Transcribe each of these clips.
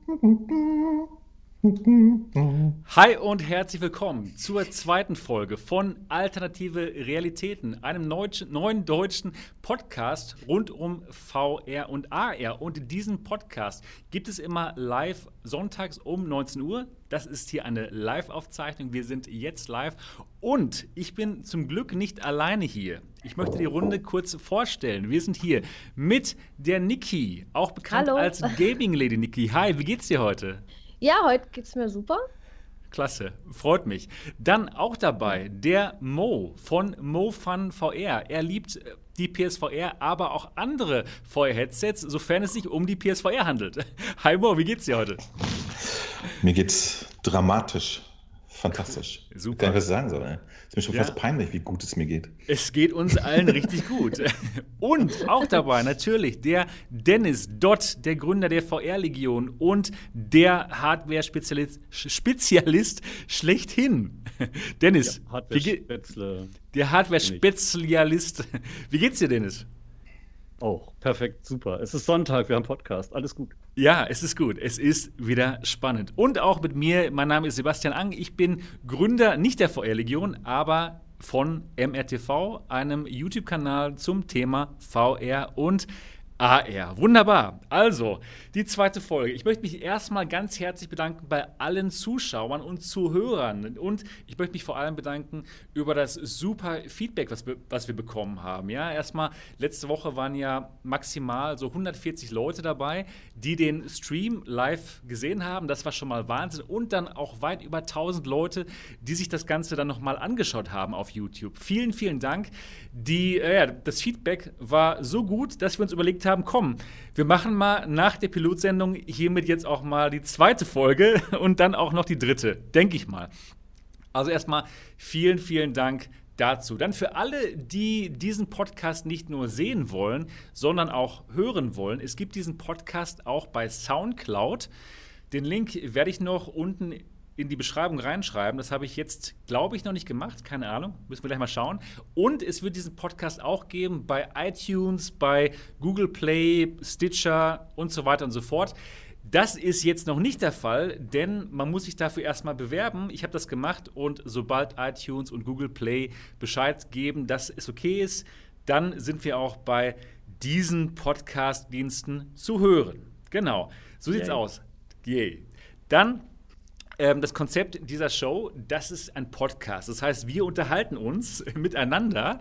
Hi und herzlich willkommen zur zweiten Folge von Alternative Realitäten, einem neuen deutschen Podcast rund um VR und AR. Und in diesem Podcast gibt es immer live sonntags um 19 Uhr. Das ist hier eine Live-Aufzeichnung. Wir sind jetzt live und ich bin zum Glück nicht alleine hier. Ich möchte die Runde kurz vorstellen. Wir sind hier mit der Niki, auch bekannt Hallo. als Gaming Lady Niki. Hi, wie geht's dir heute? Ja, heute geht's mir super. Klasse, freut mich. Dann auch dabei der Mo von MoFun VR. Er liebt die PSVR, aber auch andere VR-Headsets, sofern es sich um die PSVR handelt. Hi Mo, wie geht's dir heute? Mir geht's dramatisch. Fantastisch. Super. Ich kann nicht, was ich sagen soll. Ey. Ist mir schon Ja. fast peinlich, wie gut es mir geht. Es geht uns allen richtig gut. Und auch dabei natürlich der Dennis Dott, der Gründer der VR-Legion und der Hardware-Spezialist schlechthin. Dennis, Ja, Hardware-Spätzle. der Hardware-Spezialist. Wie geht's dir, Dennis? Auch, perfekt, super. Es ist Sonntag, wir haben Podcast, alles gut. Ja, es ist gut. Es ist wieder spannend. Und auch mit mir, mein Name ist Sebastian Ang. Ich bin Gründer nicht der VR-Legion, aber von MRTV, einem YouTube-Kanal zum Thema VR und AR. Wunderbar. Also, die zweite Folge. Ich möchte mich erstmal ganz herzlich bedanken bei allen Zuschauern und Zuhörern. Und ich möchte mich vor allem bedanken über das super Feedback, was wir bekommen haben. Ja, erstmal, letzte Woche waren ja maximal so 140 Leute dabei, die den Stream live gesehen haben. Das war schon mal Wahnsinn. Und dann auch weit über 1000 Leute, die sich das Ganze dann nochmal angeschaut haben auf YouTube. Vielen, vielen Dank. Das Feedback war so gut, dass wir uns überlegt haben, komm, wir machen mal nach der Pilotsendung hiermit jetzt auch mal die zweite Folge und dann auch noch die dritte, denke ich mal. Also erstmal vielen, vielen Dank dazu. Dann für alle, die diesen Podcast nicht nur sehen wollen, sondern auch hören wollen, es gibt diesen Podcast auch bei SoundCloud. Den Link werde ich noch unten in die Beschreibung reinschreiben. Das habe ich jetzt, glaube ich, noch nicht gemacht. Keine Ahnung. Müssen wir gleich mal schauen. Und es wird diesen Podcast auch geben bei iTunes, bei Google Play, Stitcher und so weiter und so fort. Das ist jetzt noch nicht der Fall, denn man muss sich dafür erstmal bewerben. Ich habe das gemacht und sobald iTunes und Google Play Bescheid geben, dass es okay ist, dann sind wir auch bei diesen Podcast-Diensten zu hören. Genau. So sieht's aus. Yay. Dann das Konzept dieser Show, das ist ein Podcast. Das heißt, wir unterhalten uns miteinander.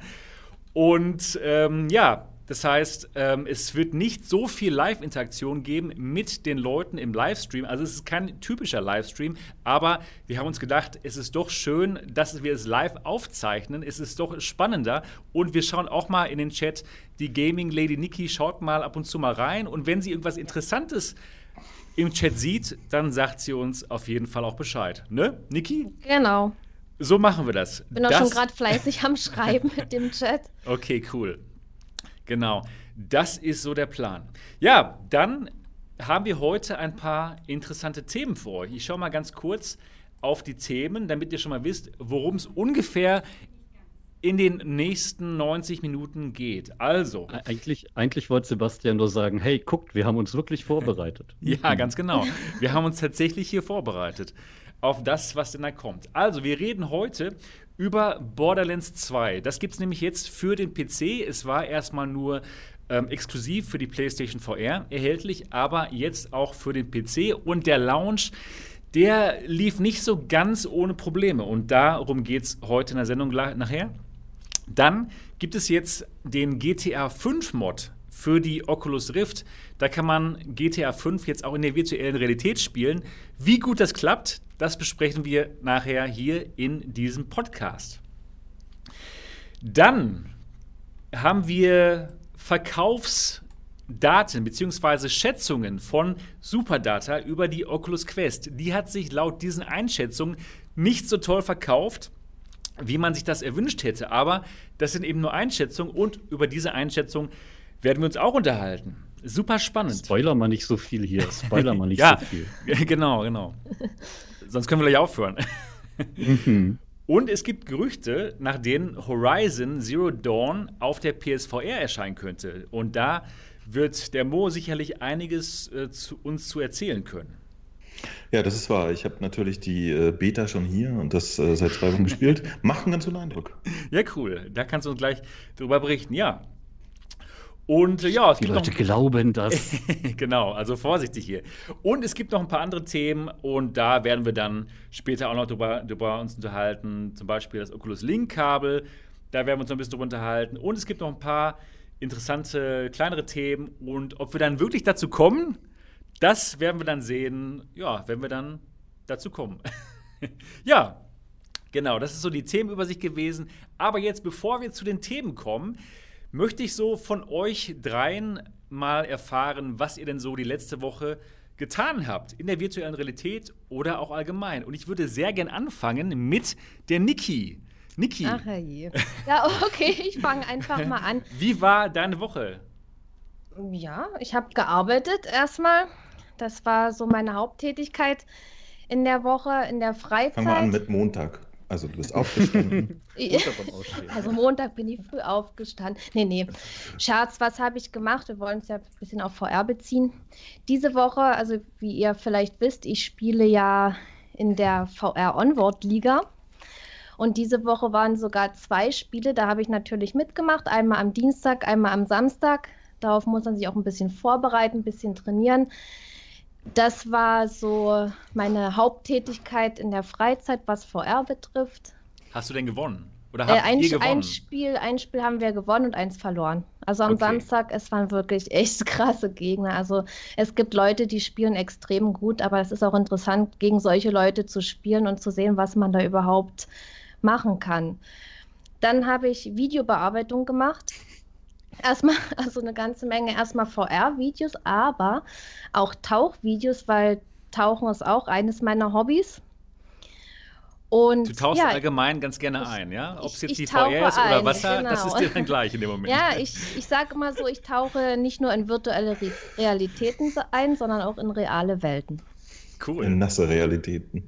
Und das heißt, es wird nicht so viel Live-Interaktion geben mit den Leuten im Livestream. Also es ist kein typischer Livestream, aber wir haben uns gedacht, es ist doch schön, dass wir es live aufzeichnen. Es ist doch spannender. Und wir schauen auch mal in den Chat. Die Gaming Lady Niki schaut mal ab und zu mal rein. Und wenn sie irgendwas Interessantes im Chat sieht, dann sagt sie uns auf jeden Fall auch Bescheid. Ne, Niki? Genau. So machen wir das. Bin auch schon gerade fleißig am Schreiben mit dem Chat. Okay, cool. Genau. Das ist so der Plan. Ja, dann haben wir heute ein paar interessante Themen für euch. Ich schaue mal ganz kurz auf die Themen, damit ihr schon mal wisst, worum es ungefähr in den nächsten 90 Minuten geht. Also. Eigentlich wollte Sebastian nur sagen, hey, guckt, wir haben uns wirklich vorbereitet. Ja, ganz genau. Wir haben uns tatsächlich hier vorbereitet auf das, was denn da kommt. Also, wir reden heute über Borderlands 2. Das gibt es nämlich jetzt für den PC. Es war erstmal nur exklusiv für die PlayStation VR erhältlich, aber jetzt auch für den PC. Und der Launch, der lief nicht so ganz ohne Probleme. Und darum geht es heute in der Sendung nachher. Dann gibt es jetzt den GTA 5 Mod für die Oculus Rift. Da kann man GTA 5 jetzt auch in der virtuellen Realität spielen. Wie gut das klappt, das besprechen wir nachher hier in diesem Podcast. Dann haben wir Verkaufsdaten bzw. Schätzungen von Superdata über die Oculus Quest. Die hat sich laut diesen Einschätzungen nicht so toll verkauft, wie man sich das erwünscht hätte. Aber das sind eben nur Einschätzungen und über diese Einschätzung werden wir uns auch unterhalten. Super spannend. Spoiler mal nicht so viel hier. Spoiler mal nicht ja, so viel. Genau. Sonst können wir gleich aufhören. Und es gibt Gerüchte, nach denen Horizon Zero Dawn auf der PSVR erscheinen könnte. Und da wird der Mo sicherlich einiges uns zu erzählen können. Ja, das ist wahr. Ich habe natürlich die Beta schon hier und das seit 2 Wochen gespielt. Macht einen ganz guten Eindruck. Ja, cool. Da kannst du uns gleich drüber berichten. Ja. Und ja, es Die gibt Leute noch. glauben das. Genau, also vorsichtig hier. Und es gibt noch ein paar andere Themen und da werden wir dann später auch noch drüber uns unterhalten. Zum Beispiel das Oculus Link-Kabel, da werden wir uns noch ein bisschen drüber unterhalten. Und es gibt noch ein paar interessante, kleinere Themen. Und ob wir dann wirklich dazu kommen, das werden wir dann sehen, ja, wenn wir dann dazu kommen. Ja, genau, das ist so die Themenübersicht gewesen. Aber jetzt, bevor wir zu den Themen kommen, möchte ich so von euch dreien mal erfahren, was ihr denn so die letzte Woche getan habt, in der virtuellen Realität oder auch allgemein. Und ich würde sehr gern anfangen mit der Niki. Niki, Ach je. Ja, okay, ich fange einfach mal an. wie war deine Woche? Ja, ich habe gearbeitet erstmal. Das war so meine Haupttätigkeit in der Woche, in der Freizeit. Fangen wir an mit Montag. Also du bist aufgestanden. Munter beim Aufstehen. Also Montag bin ich früh aufgestanden. Nee. Scherz, was habe ich gemacht? Wir wollen es ja ein bisschen auf VR beziehen. Diese Woche, also wie ihr vielleicht wisst, ich spiele ja in der VR Onward Liga. Und diese Woche waren sogar 2 Spiele. Da habe ich natürlich mitgemacht. Einmal am Dienstag, einmal am Samstag. Darauf muss man sich auch ein bisschen vorbereiten, ein bisschen trainieren. Das war so meine Haupttätigkeit in der Freizeit, was VR betrifft. Hast du denn gewonnen? Oder habt ihr gewonnen? Ein Spiel haben wir gewonnen und eins verloren. Also am Okay. Samstag, es waren wirklich echt krasse Gegner. Also es gibt Leute, die spielen extrem gut, aber es ist auch interessant, gegen solche Leute zu spielen und zu sehen, was man da überhaupt machen kann. Dann habe ich Videobearbeitung gemacht. Erstmal, also eine ganze Menge, erstmal VR-Videos, aber auch Tauchvideos, weil Tauchen ist auch eines meiner Hobbys. Und Du tauchst ja, allgemein ganz gerne ein, ja? Ob es jetzt ich die tauche VR ist oder ein, Wasser, das genau. ist dir dann gleich in dem Moment. ja, ich sage immer so, ich tauche nicht nur in virtuelle Realitäten ein, sondern auch in reale Welten. Cool. In nasse Realitäten.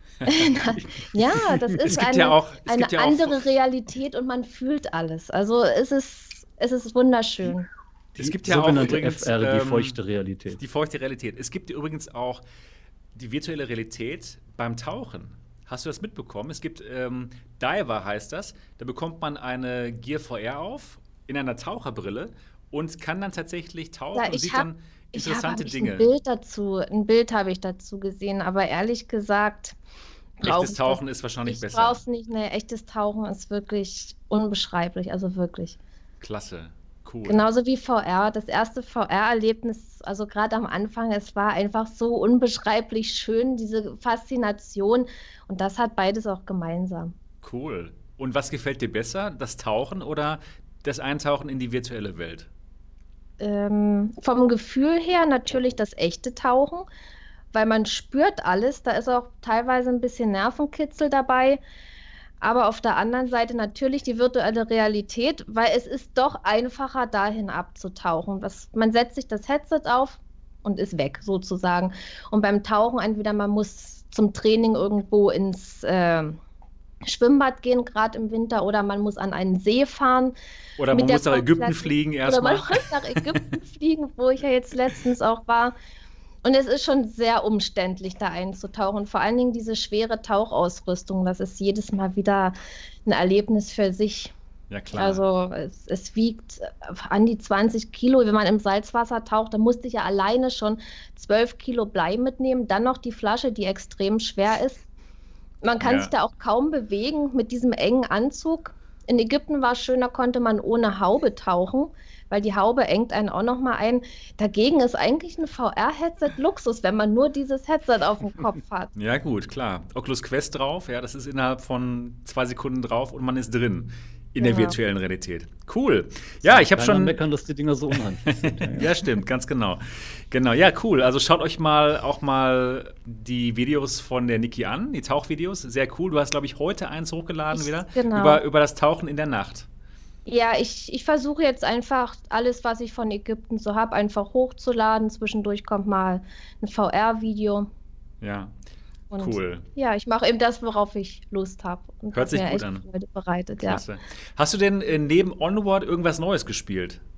Ja, das Es ist gibt ja auch- es eine gibt ja auch- andere Realität und man fühlt alles. Also es ist wunderschön. Es gibt Die ja auch sogenannte übrigens FR, die feuchte Realität. die feuchte Realität. Es gibt übrigens auch die virtuelle Realität beim Tauchen. Hast du das mitbekommen? Es gibt Diver heißt das. Da bekommt man eine Gear VR auf in einer Taucherbrille und kann dann tatsächlich tauchen Ja, und sieht dann interessante Dinge. Ein Bild habe ich dazu gesehen, aber ehrlich gesagt, Echtes Tauchen ist wahrscheinlich ich besser. brauch's nicht. Ne, echtes Tauchen ist wirklich unbeschreiblich, also wirklich. Klasse. Cool. Genauso wie VR. Das erste VR-Erlebnis, also gerade am Anfang, es war einfach so unbeschreiblich schön, diese Faszination. Und das hat beides auch gemeinsam. Cool. Und was gefällt dir besser, das Tauchen oder das Eintauchen in die virtuelle Welt? Vom Gefühl her natürlich das echte Tauchen, weil man spürt alles. Da ist auch teilweise ein bisschen Nervenkitzel dabei. Aber auf der anderen Seite natürlich die virtuelle Realität, weil es ist doch einfacher, dahin abzutauchen. Man setzt sich das Headset auf und ist weg, sozusagen. Und beim Tauchen entweder man muss zum Training irgendwo ins Schwimmbad gehen, gerade im Winter, oder man muss an einen See fahren. Oder man mit der muss nach Ägypten kompletten- fliegen Oder man erstmal. muss nach Ägypten fliegen, wo ich ja jetzt letztens auch war. Und es ist schon sehr umständlich, da einzutauchen. Vor allen Dingen diese schwere Tauchausrüstung, das ist jedes Mal wieder ein Erlebnis für sich. Ja, klar. Also es wiegt an die 20 Kilo. Wenn man im Salzwasser taucht, dann musste ich ja alleine schon 12 Kilo Blei mitnehmen. Dann noch die Flasche, die extrem schwer ist. Man kann Ja. sich da auch kaum bewegen mit diesem engen Anzug. In Ägypten war es schön, da konnte man ohne Haube tauchen, weil die Haube engt einen auch noch mal ein. Dagegen ist eigentlich ein VR-Headset Luxus, wenn man nur dieses Headset auf dem Kopf hat. Ja, gut, klar. Oculus Quest drauf, ja, das ist innerhalb von 2 Sekunden drauf und man ist drin in der Genau. virtuellen Realität. Cool. Ja, ich habe Keiner schon. meckern, dass die Dinger so unhandlich sind. Ja, ja. Ja, stimmt, ganz genau. Genau, ja, cool. Also schaut euch auch mal die Videos von der Niki an, die Tauchvideos. Sehr cool. Du hast, glaube ich, heute eins hochgeladen wieder Genau. über das Tauchen in der Nacht. Ja, ich versuche jetzt einfach alles, was ich von Ägypten so habe, einfach hochzuladen. Zwischendurch kommt mal ein VR-Video. Ja, Und cool. ja, ich mache eben das, worauf ich Lust habe. Und Hört was sich mir gut echt an. Freude bereitet, ja. Klasse. Hast du denn neben Onward irgendwas Neues gespielt?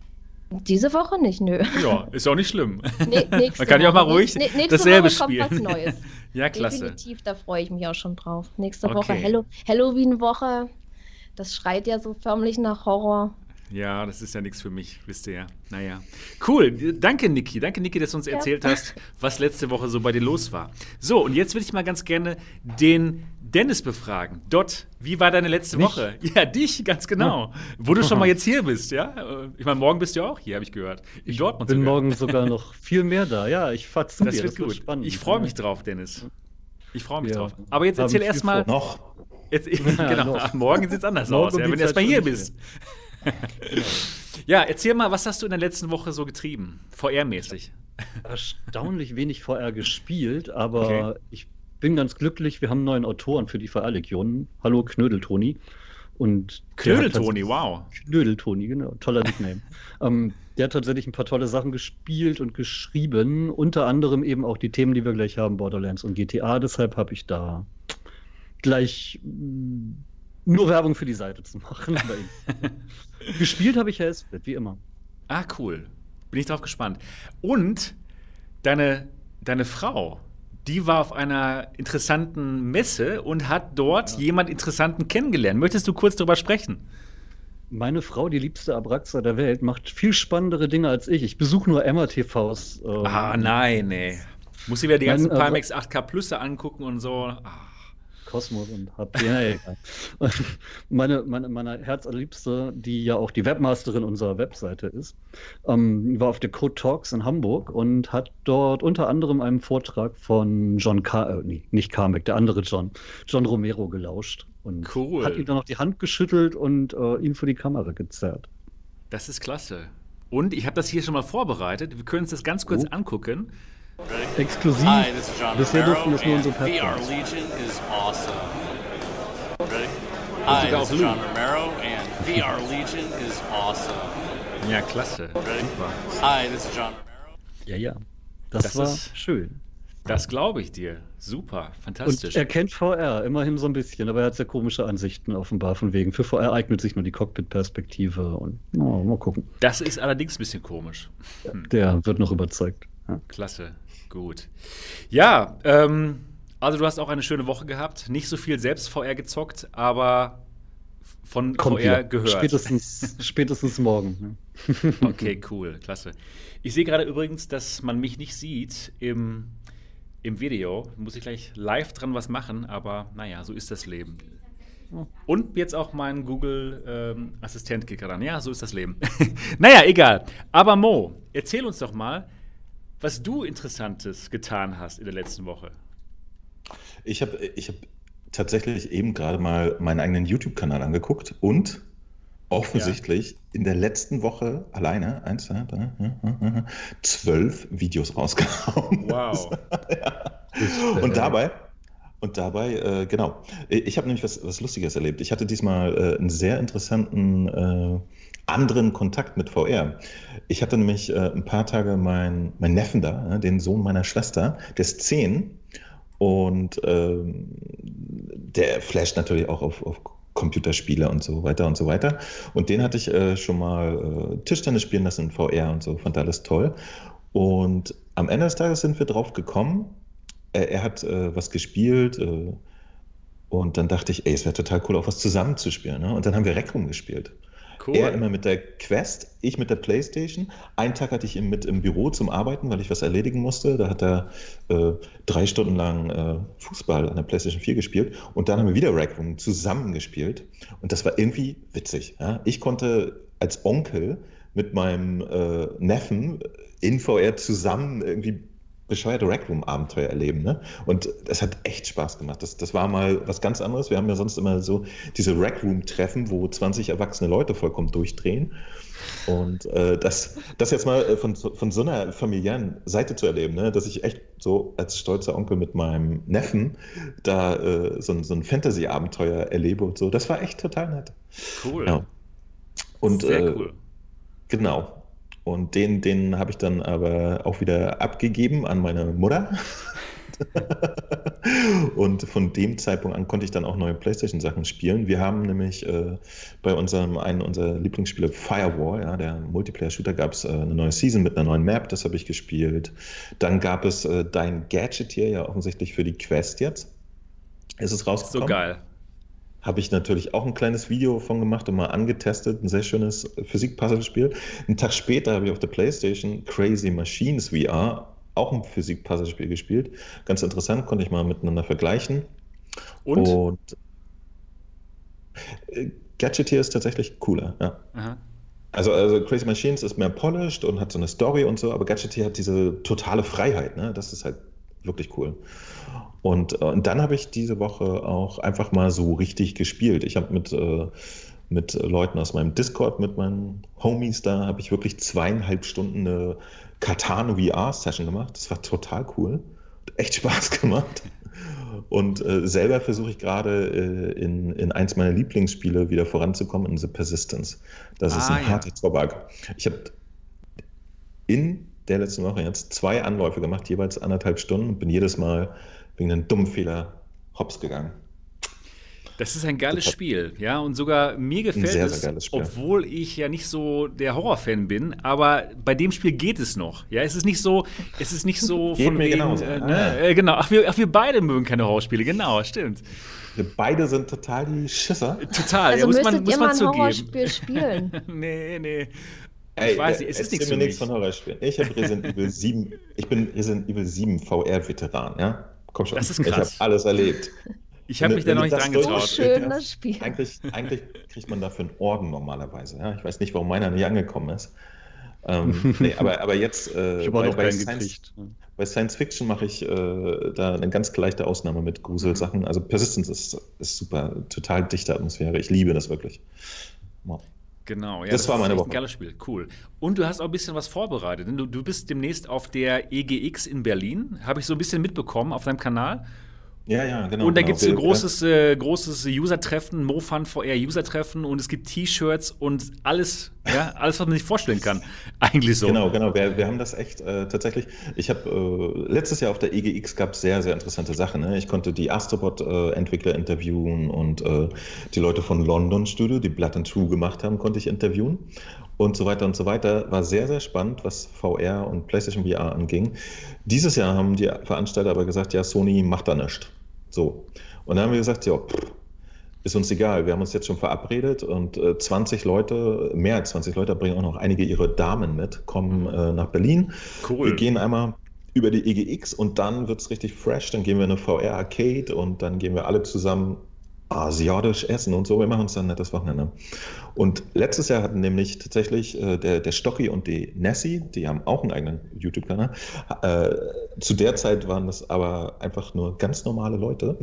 Diese Woche nicht, nö. Ja, ist auch nicht schlimm. Nächste Man kann ja auch mal Woche. ruhig Nächste dasselbe Woche kommt spielen. was Neues. Ja, klasse. Definitiv, da freue ich mich auch schon drauf. Nächste Woche Okay. Halloween-Woche. Das schreit ja so förmlich nach Horror. Ja, das ist ja nichts für mich, wisst ihr ja. Naja. Cool. Danke, Niki. Danke, Niki, dass du uns Ja. erzählt hast, was letzte Woche so bei dir los war. So, und jetzt würde ich mal ganz gerne den Dennis befragen. Dot, wie war deine letzte Mich? Woche? Ja, dich, ganz genau. Wo du schon mal jetzt hier bist, ja? Ich meine, morgen bist du ja auch hier, habe ich gehört. In Dortmund Bin sogar. morgen sogar noch viel mehr da. Ja, ich fahr zu Das dir. wird gut. spannend. Ich freue mich drauf, Dennis. Ich freue mich Ja. drauf. Aber jetzt Haben erzähl viel erst mal. vor. Noch. Jetzt, genau, noch. morgen sieht es anders Morgen aus, ja, um die wenn du erst mal Zeit hier schon bist. Ja, erzähl mal, was hast du in der letzten Woche so getrieben? VR-mäßig. Erstaunlich wenig VR gespielt, aber Okay. ich bin ganz glücklich. Wir haben einen neuen Autoren für die VR-Legionen. Hallo, Knödeltoni. Und der hat Knödeltoni, wow. Knödeltoni, genau, toller Nickname. Der hat tatsächlich ein paar tolle Sachen gespielt und geschrieben, unter anderem eben auch die Themen, die wir gleich haben, Borderlands und GTA. Deshalb habe ich da gleich nur Werbung für die Seite zu machen. bei ihm. Gespielt habe ich ja Split, wie immer. Ah, cool. Bin ich drauf gespannt. Und deine Frau, die war auf einer interessanten Messe und hat dort jemand Interessanten kennengelernt. Möchtest du kurz darüber sprechen? Meine Frau, die liebste Abraxa der Welt, macht viel spannendere Dinge als ich. Ich besuche nur Emma-TVs. Nein, ey. Muss sie wieder die Nein, ganzen aber- Pimax 8K Plusse angucken und so. Kosmos und hab ja, egal. Meine Herzallerliebste, die ja auch die Webmasterin unserer Webseite ist, war auf der Code Talks in Hamburg und hat dort unter anderem einen Vortrag von nicht Carmack, der andere John Romero gelauscht und Cool. hat ihm dann noch die Hand geschüttelt und ihn vor die Kamera gezerrt. Das ist klasse. Und ich habe das hier schon mal vorbereitet. Wir können uns das ganz kurz Oh. angucken. Exklusiv. Hi, this is John Bisher Romero, durften das nur and unsere VR Patrons. Legion is awesome. Ready? Hi, sogar this auf is Lou. John Romero, and VR Legion is awesome. Ja, klasse. Ready? Super. Hi, this is John Romero. Ja. Das Das war ist- schön. Das glaube ich dir. Super, fantastisch. Und er kennt VR, immerhin so ein bisschen, aber er hat sehr komische Ansichten offenbar von wegen. Für VR eignet sich nur die Cockpit-Perspektive und mal gucken. Das ist allerdings ein bisschen komisch. Der wird noch überzeugt. Ja. Klasse, gut. Ja, also du hast auch eine schöne Woche gehabt. Nicht so viel selbst VR gezockt, aber von Kommt VR wieder. gehört. Spätestens morgen. Ne? Okay, cool, klasse. Ich sehe gerade übrigens, dass man mich nicht sieht im Video. Muss ich gleich live dran was machen, aber naja, so ist das Leben. Und jetzt auch mein Google-Assistent geht gerade an. Ja, so ist das Leben. Naja, egal. Aber Mo, erzähl uns doch mal, was du Interessantes getan hast in der letzten Woche. Ich hab tatsächlich eben gerade mal meinen eigenen YouTube-Kanal angeguckt und offensichtlich in der letzten Woche alleine 12 Videos rausgehauen. Wow. Und dabei, genau, ich habe nämlich was Lustiges erlebt. Ich hatte diesmal einen sehr interessanten anderen Kontakt mit VR. Ich hatte nämlich ein paar Tage meinen Neffen da, den Sohn meiner Schwester, der ist 10 und der flasht natürlich auch auf Computerspiele und so weiter und so weiter. Und den hatte ich schon mal Tischtennis spielen lassen in VR und so, fand alles toll. Und am Ende des Tages sind wir drauf gekommen, er hat was gespielt und dann dachte ich, ey, es wäre total cool, auch was zusammenzuspielen. Ne? Und dann haben wir Rec Room gespielt. Cool. Er immer mit der Quest, ich mit der Playstation. Einen Tag hatte ich ihn mit im Büro zum Arbeiten, weil ich was erledigen musste. Da hat er 3 Stunden lang Fußball an der Playstation 4 gespielt. Und dann haben wir wieder Rec Room zusammen gespielt. Und das war irgendwie witzig. Ja? Ich konnte als Onkel mit meinem Neffen in VR zusammen irgendwie bescheuerte Rec Room-Abenteuer erleben. Ne? Und das hat echt Spaß gemacht. Das war mal was ganz anderes. Wir haben ja sonst immer so diese Rec Room-Treffen, wo 20 erwachsene Leute vollkommen durchdrehen. Und das jetzt mal von so einer familiären Seite zu erleben, ne? Dass ich echt so als stolzer Onkel mit meinem Neffen da so ein Fantasy-Abenteuer erlebe und so, das war echt total nett. Cool. Ja. Und, sehr cool. Genau. Und den habe ich dann aber auch wieder abgegeben an meine Mutter. Und von dem Zeitpunkt an konnte ich dann auch neue PlayStation-Sachen spielen. Wir haben nämlich bei einen unserer Lieblingsspiele, Firewall, ja, der Multiplayer-Shooter, gab es eine neue Season mit einer neuen Map, das habe ich gespielt. Dann gab es dein Gadget-Tier ja offensichtlich für die Quest jetzt. Ist es rausgekommen? So geil. Habe ich natürlich auch ein kleines Video von gemacht und mal angetestet. Ein sehr schönes Physik-Puzzle-Spiel. Einen Tag später habe ich auf der PlayStation Crazy Machines VR auch ein Physik-Puzzle-Spiel gespielt. Ganz interessant, konnte ich mal miteinander vergleichen. Und Gadgeteer ist tatsächlich cooler, ja. Aha. Also Crazy Machines ist mehr polished und hat so eine Story und so, aber Gadgeteer hat diese totale Freiheit, ne? Das ist halt wirklich cool. Und dann habe ich diese Woche auch einfach mal so richtig gespielt. Ich habe mit Leuten aus meinem Discord, mit meinen Homies da, habe ich wirklich 2,5 Stunden eine Catan VR-Session gemacht. Das war total cool. Hat echt Spaß gemacht. Und selber versuche ich gerade in eins meiner Lieblingsspiele wieder voranzukommen, in The Persistence. Das ist ein harter Tobak. Ich habe in der letzten Woche jetzt 2 Anläufe gemacht, jeweils 1,5 Stunden und bin jedes Mal wegen einem dummen Fehler hops gegangen. Das ist ein geiles Spiel, ja, und sogar mir gefällt sehr, es, sehr geiles Spiel. obwohl ich ja nicht so der Horrorfan bin, aber bei dem Spiel geht es noch, ja, es ist nicht so Geht von mir wegen, genauso. genau, ach, wir beide mögen keine Horrorspiele, genau, stimmt. Wir beide sind total die Schisser. Total, Also ja, muss müsstet ihr man mal ein zugeben. Horrorspiel spielen. Nee. Ey, Ich weiß nicht, es ist nichts für mir nichts mich. von Horrorspielen. Ich habe Resident Evil 7, ich bin Resident Evil 7 VR-Veteran, ja? Komm schon, Das ist ich habe krass. alles erlebt. Ich habe mich da Wenn noch du nicht das dran So getraut. schön das Spiel. Eigentlich kriegt man dafür einen Orden normalerweise, ja? Ich weiß nicht, warum meiner nicht angekommen ist. Nee, aber jetzt Ich habe auch noch bei keinen Science, gekriegt. bei Science Fiction mache ich da eine ganz leichte Ausnahme mit Gruselsachen. Also Persistence ist super, total dichte Atmosphäre. Ich liebe das wirklich. Wow. Genau, ja, Das war meine ist echt Woche. ein geiles Spiel, cool. Und du hast auch ein bisschen was vorbereitet, denn du bist demnächst auf der EGX in Berlin, habe ich so ein bisschen mitbekommen auf deinem Kanal. Ja, genau. Und da genau. gibt es ein großes User-Treffen, MoFun VR User-Treffen und es gibt T-Shirts und alles, ja, alles, was man sich vorstellen kann. Eigentlich so. Genau. Wir haben das echt tatsächlich. Ich habe letztes Jahr auf der EGX gab es sehr, sehr interessante Sachen. Ne? Ich konnte die Astrobot-Entwickler interviewen und die Leute von London Studio, die Blood and True gemacht haben, konnte ich interviewen. Und so weiter und so weiter. War sehr, sehr spannend, was VR und PlayStation VR anging. Dieses Jahr haben die Veranstalter aber gesagt, ja, Sony macht da nichts. So. Und dann haben wir gesagt, ja, ist uns egal. Wir haben uns jetzt schon verabredet und 20 Leute, mehr als 20 Leute, bringen auch noch einige ihre Damen mit, kommen nach Berlin. Cool. Wir gehen einmal über die EGX und dann wird es richtig fresh. Dann gehen wir in eine VR-Arcade und dann gehen wir alle zusammen asiatisch essen und so. Wir machen uns dann ein nettes Wochenende. Und letztes Jahr hatten nämlich tatsächlich der Stocki und die Nessie, die haben auch einen eigenen YouTube-Kanal. Zu der Zeit waren das aber einfach nur ganz normale Leute.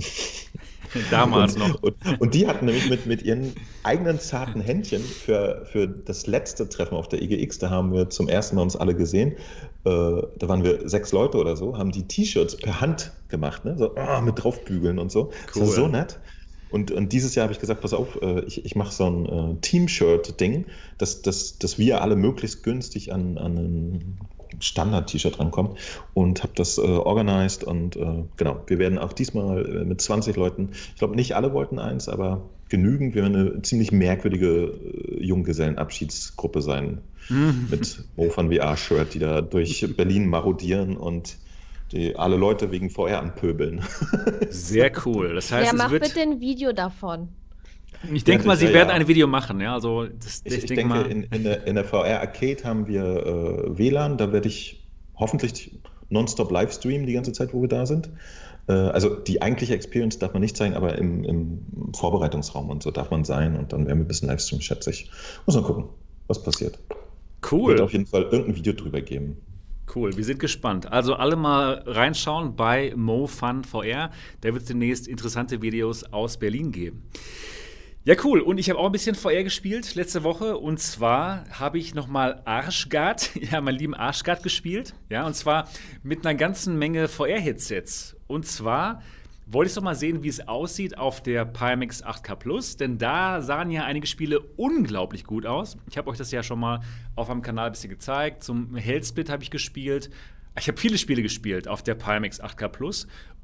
Damals noch. Und die hatten nämlich mit ihren eigenen zarten Händchen für das letzte Treffen auf der EGX, da haben wir zum ersten Mal uns alle gesehen, da waren wir 6 Leute oder so, haben die T-Shirts per Hand gemacht, ne? So mit draufbügeln und so. Das war so nett. Und dieses Jahr habe ich gesagt, pass auf, ich mache so ein Team-Shirt-Ding, dass wir alle möglichst günstig an ein Standard-T-Shirt rankommen und habe das organisiert und genau, wir werden auch diesmal mit 20 Leuten, ich glaube nicht alle wollten eins, aber genügend, wir werden eine ziemlich merkwürdige Junggesellenabschiedsgruppe sein mit MoFun VR-Shirt, die da durch Berlin marodieren und die alle Leute wegen VR anpöbeln. Sehr cool. Das heißt, Ja, es mach wird. bitte ein Video davon. Ich denke mal, sie Ja, werden ja. ein Video machen. Ja, also Ich denke denke, mal. in der VR-Arcade haben wir WLAN, da werde ich hoffentlich nonstop Livestreamen die ganze Zeit, wo wir da sind. Also die eigentliche Experience darf man nicht zeigen, aber im Vorbereitungsraum und so darf man sein und dann werden wir ein bisschen Livestream, schätze ich. Muss man gucken, was passiert. Cool. Wird auf jeden Fall irgendein Video drüber geben. Cool, wir sind gespannt. Also alle mal reinschauen bei MoFun VR. Da wird es demnächst interessante Videos aus Berlin geben. Ja, cool. Und ich habe auch ein bisschen VR gespielt letzte Woche. Und zwar habe ich nochmal Arschgard, ja, meinen lieben Arschgard gespielt. Ja, und zwar mit einer ganzen Menge VR-Headsets. Und zwar wollte ich doch mal sehen, wie es aussieht auf der Pimax 8K Plus, denn da sahen ja einige Spiele unglaublich gut aus. Ich habe euch das ja schon mal auf meinem Kanal ein bisschen gezeigt. Zum Hellsplit habe ich gespielt. Ich habe viele Spiele gespielt auf der Pimax 8K Plus.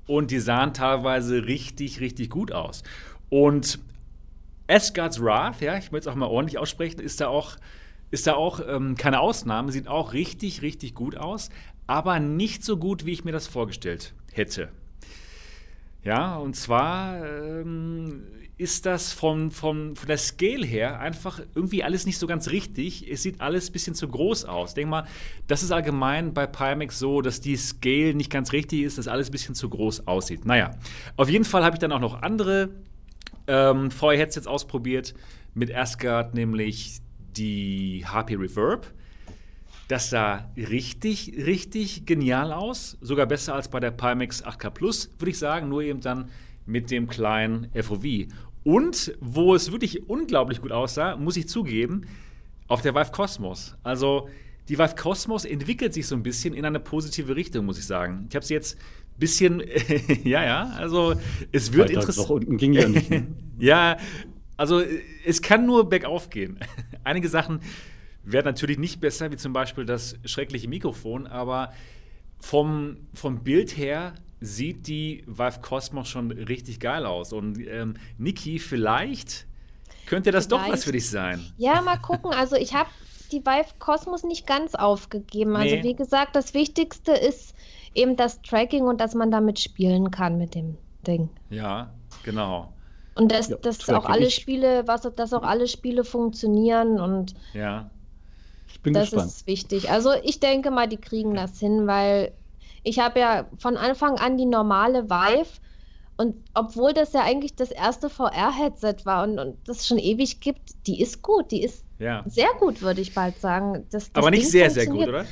und die sahen teilweise richtig, richtig gut aus. Und Asgard's Wrath, ja, ich möchte es auch mal ordentlich aussprechen, ist da auch keine Ausnahme, sieht auch richtig, richtig gut aus, aber nicht so gut, wie ich mir das vorgestellt hätte. Ja, und zwar ist das von der Scale her einfach irgendwie alles nicht so ganz richtig. Es sieht alles ein bisschen zu groß aus. Denk mal, das ist allgemein bei Pimax so, dass die Scale nicht ganz richtig ist, dass alles ein bisschen zu groß aussieht. Naja, auf jeden Fall habe ich dann auch noch andere VR-Headsets ausprobiert mit Asgard, nämlich die HP Reverb. Das sah richtig, richtig genial aus. Sogar besser als bei der Pimax 8K Plus, würde ich sagen. Nur eben dann mit dem kleinen FOV. Und wo es wirklich unglaublich gut aussah, muss ich zugeben, auf der Vive Cosmos. Also die Vive Cosmos entwickelt sich so ein bisschen in eine positive Richtung, muss ich sagen. Ich habe sie jetzt ein bisschen, also es wird interessant. Nach unten ging ja nicht. Ja, also es kann nur bergauf gehen. Einige Sachen werden natürlich nicht besser, wie zum Beispiel das schreckliche Mikrofon, aber vom Bild her sieht die Vive Cosmos schon richtig geil aus. Und Niki, vielleicht könnte das doch was für dich sein. Ja, mal gucken. Also ich habe die Vive Cosmos nicht ganz aufgegeben. Also wie gesagt, das Wichtigste ist eben das Tracking und dass man damit spielen kann mit dem Ding. Ja, genau. Und dass auch alle Spiele funktionieren und ja. Ich bin das gespannt. ist wichtig. Also ich denke mal, die kriegen das hin, weil ich habe ja von Anfang an die normale Vive und obwohl das ja eigentlich das erste VR-Headset war und das schon ewig gibt, die ist gut, die ist sehr gut, würde ich bald sagen. Das aber nicht Ding sehr, sehr gut, oder?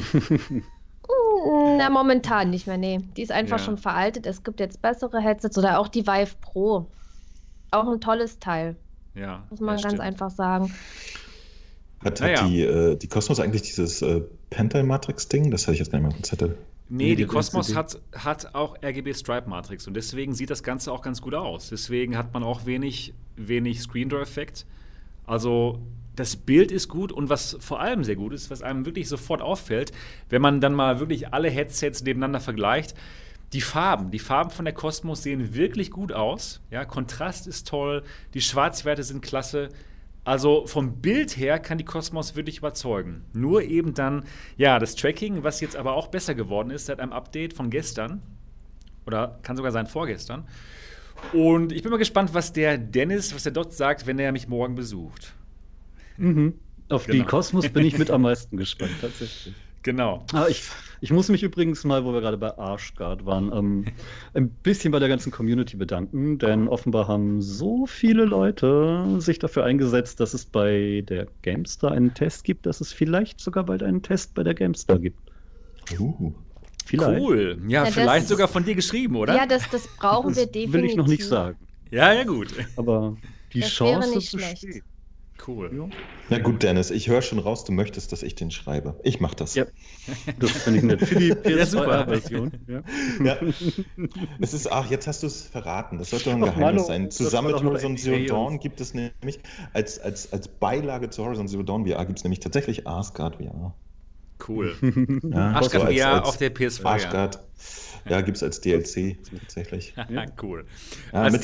Na, momentan nicht mehr, nee. Die ist einfach schon veraltet. Es gibt jetzt bessere Headsets oder auch die Vive Pro. Auch ein tolles Teil. Ja. Muss man ganz einfach sagen. Hat die Cosmos eigentlich dieses Pental-Matrix-Ding? Das hatte ich jetzt gar nicht mehr auf dem Zettel. Nee, die Cosmos hat auch RGB-Stripe-Matrix und deswegen sieht das Ganze auch ganz gut aus. Deswegen hat man auch wenig Screen-Door-Effekt. Also das Bild ist gut und was vor allem sehr gut ist, was einem wirklich sofort auffällt, wenn man dann mal wirklich alle Headsets nebeneinander vergleicht, die Farben von der Cosmos sehen wirklich gut aus. Ja, Kontrast ist toll, die Schwarzwerte sind klasse. Also vom Bild her kann die Cosmos wirklich überzeugen. Nur eben dann, das Tracking, was jetzt aber auch besser geworden ist seit einem Update von gestern. Oder kann sogar sein vorgestern. Und ich bin mal gespannt, was der dort sagt, wenn er mich morgen besucht. Mhm. Auf die Cosmos bin ich mit am meisten gespannt, tatsächlich. Genau. Ich muss mich übrigens mal, wo wir gerade bei Arschguard waren, ein bisschen bei der ganzen Community bedanken, denn offenbar haben so viele Leute sich dafür eingesetzt, dass es bei der GameStar einen Test gibt, dass es vielleicht sogar bald einen Test bei der GameStar gibt. Vielleicht. Cool. Ja, vielleicht sogar von dir geschrieben, oder? Ja, das brauchen wir definitiv. Will ich noch nicht sagen. Ja, gut. Aber die Chance besteht. Cool. Ja gut, Dennis, ich höre schon raus, du möchtest, dass ich den schreibe. Ich mache das. Ja, das finde ich nett. Für die PS2-Version. Ja. Es ist, jetzt hast du es verraten. Das sollte doch ein Geheimnis sein. Zusammen mit Horizon Zero Dawn gibt es nämlich, als Beilage zu Horizon Zero Dawn VR gibt es nämlich tatsächlich Asgard VR. Cool. Ja, Asgard VR auf der PS4. Asgard. Ja, gibt es als DLC tatsächlich. Cool. Ja, als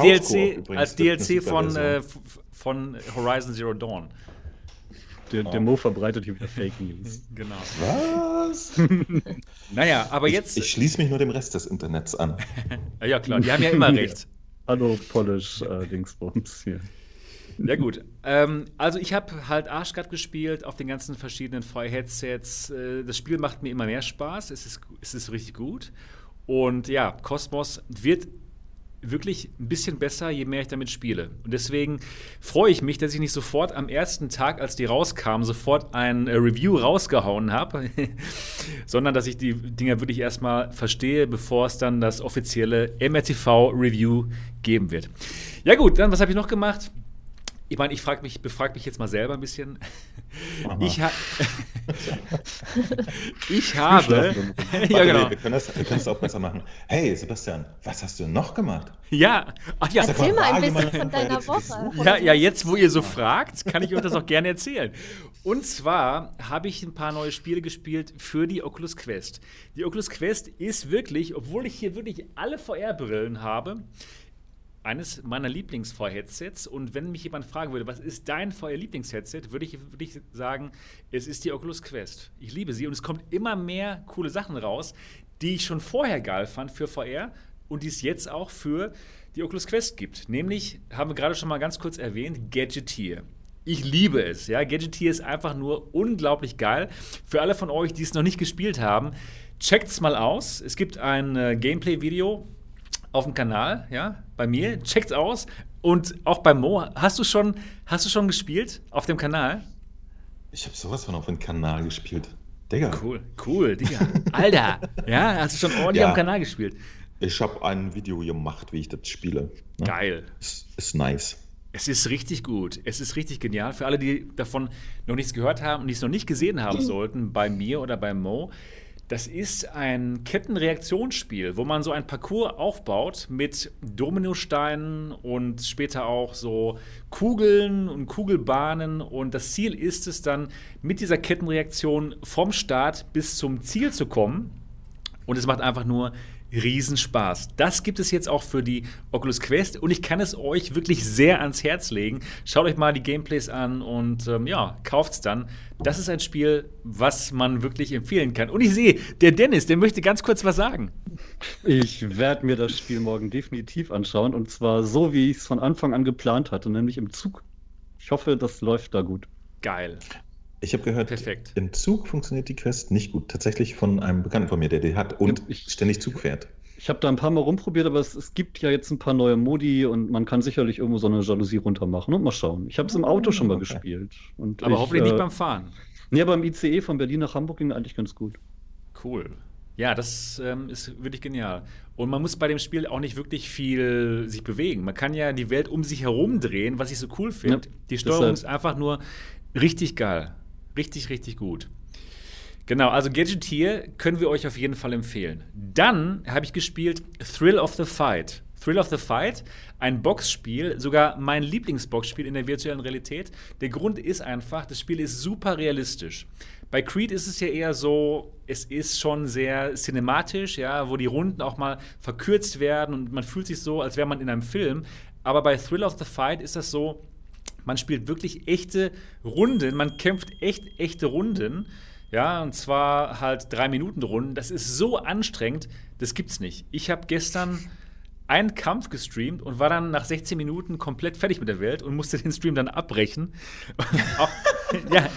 DLC von Horizon Zero Dawn. Der Mo verbreitet hier wieder Fake News. Genau. Was? Naja, aber jetzt... Ich schließe mich nur dem Rest des Internets an. Ja klar, die haben ja immer recht. Hallo Polish-Dingsbums hier. Ja gut, also ich habe halt Arschguard gespielt auf den ganzen verschiedenen VR-Headsets. Das Spiel macht mir immer mehr Spaß, es ist richtig gut. Und ja, Cosmos wird wirklich ein bisschen besser, je mehr ich damit spiele. Und deswegen freue ich mich, dass ich nicht sofort am ersten Tag, als die rauskamen, sofort ein Review rausgehauen habe, sondern dass ich die Dinger wirklich erstmal verstehe, bevor es dann das offizielle MRTV-Review geben wird. Ja gut, dann was habe ich noch gemacht? Ich meine, befrage mich jetzt mal selber ein bisschen. Aha. Ich habe. Ja, genau. Wir können das auch besser machen. Hey, Sebastian, was hast du noch gemacht? Ja, ach ja. Erzähl mal ein Sag mal, bisschen von deiner Woche. Ja, jetzt, wo ihr so fragt, kann ich euch das auch gerne erzählen. Und zwar habe ich ein paar neue Spiele gespielt für die Oculus Quest. Die Oculus Quest ist wirklich, obwohl ich hier wirklich alle VR-Brillen habe, eines meiner Lieblings-VR-Headsets. Und wenn mich jemand fragen würde, was ist dein VR-Lieblings-Headset, würde ich sagen, es ist die Oculus Quest. Ich liebe sie und es kommt immer mehr coole Sachen raus, die ich schon vorher geil fand für VR und die es jetzt auch für die Oculus Quest gibt. Nämlich, haben wir gerade schon mal ganz kurz erwähnt, Gadgeteer. Ich liebe es. Ja? Gadgeteer ist einfach nur unglaublich geil. Für alle von euch, die es noch nicht gespielt haben, checkt es mal aus. Es gibt ein Gameplay-Video auf dem Kanal, ja, bei mir. Checkt's aus. Und auch bei Mo. Hast du schon gespielt auf dem Kanal? Ich habe sowas von auf dem Kanal gespielt. Digga. Cool, Digga. Alter, ja, hast du schon ordentlich Ja. am Kanal gespielt? Ich habe ein Video gemacht, wie ich das spiele. Ne? Geil. Ist nice. Es ist richtig gut. Es ist richtig genial. Für alle, die davon noch nichts gehört haben und die es noch nicht gesehen haben sollten, bei mir oder bei Mo, das ist ein Kettenreaktionsspiel, wo man so ein Parcours aufbaut mit Dominosteinen und später auch so Kugeln und Kugelbahnen. Und das Ziel ist es dann, mit dieser Kettenreaktion vom Start bis zum Ziel zu kommen. Und es macht einfach nur Riesenspaß. Das gibt es jetzt auch für die Oculus Quest und ich kann es euch wirklich sehr ans Herz legen. Schaut euch mal die Gameplays an und kauft es dann. Das ist ein Spiel, was man wirklich empfehlen kann. Und ich sehe, der Dennis, der möchte ganz kurz was sagen. Ich werde mir das Spiel morgen definitiv anschauen und zwar so, wie ich es von Anfang an geplant hatte, nämlich im Zug. Ich hoffe, das läuft da gut. Geil. Ich habe gehört, Perfekt. im Zug funktioniert die Quest nicht gut. Tatsächlich von einem Bekannten von mir, der die hat und ständig Zug fährt. Ich habe da ein paar Mal rumprobiert, aber es gibt ja jetzt ein paar neue Modi und man kann sicherlich irgendwo so eine Jalousie runtermachen und mal schauen. Ich habe es im Auto schon mal gespielt. Und Aber hoffentlich nicht beim Fahren. Nee, beim ICE von Berlin nach Hamburg ging eigentlich ganz gut. Cool. Ja, das ist wirklich genial. Und man muss bei dem Spiel auch nicht wirklich viel sich bewegen. Man kann ja die Welt um sich herum drehen, was ich so cool finde. Ja, die Steuerung deshalb. ist einfach nur richtig geil. Richtig, richtig gut. Genau, also Gadgeteer können wir euch auf jeden Fall empfehlen. Dann habe ich gespielt Thrill of the Fight. Thrill of the Fight, ein Boxspiel, sogar mein Lieblingsboxspiel in der virtuellen Realität. Der Grund ist einfach, das Spiel ist super realistisch. Bei Creed ist es ja eher so, es ist schon sehr cinematisch, ja, wo die Runden auch mal verkürzt werden und man fühlt sich so, als wäre man in einem Film. Aber bei Thrill of the Fight ist das so, man spielt wirklich echte Runden, man kämpft echte Runden. Ja, und zwar halt 3-Minuten-Runden. Das ist so anstrengend, das gibt's nicht. Ich habe gestern einen Kampf gestreamt und war dann nach 16 Minuten komplett fertig mit der Welt und musste den Stream dann abbrechen. Auch, ja,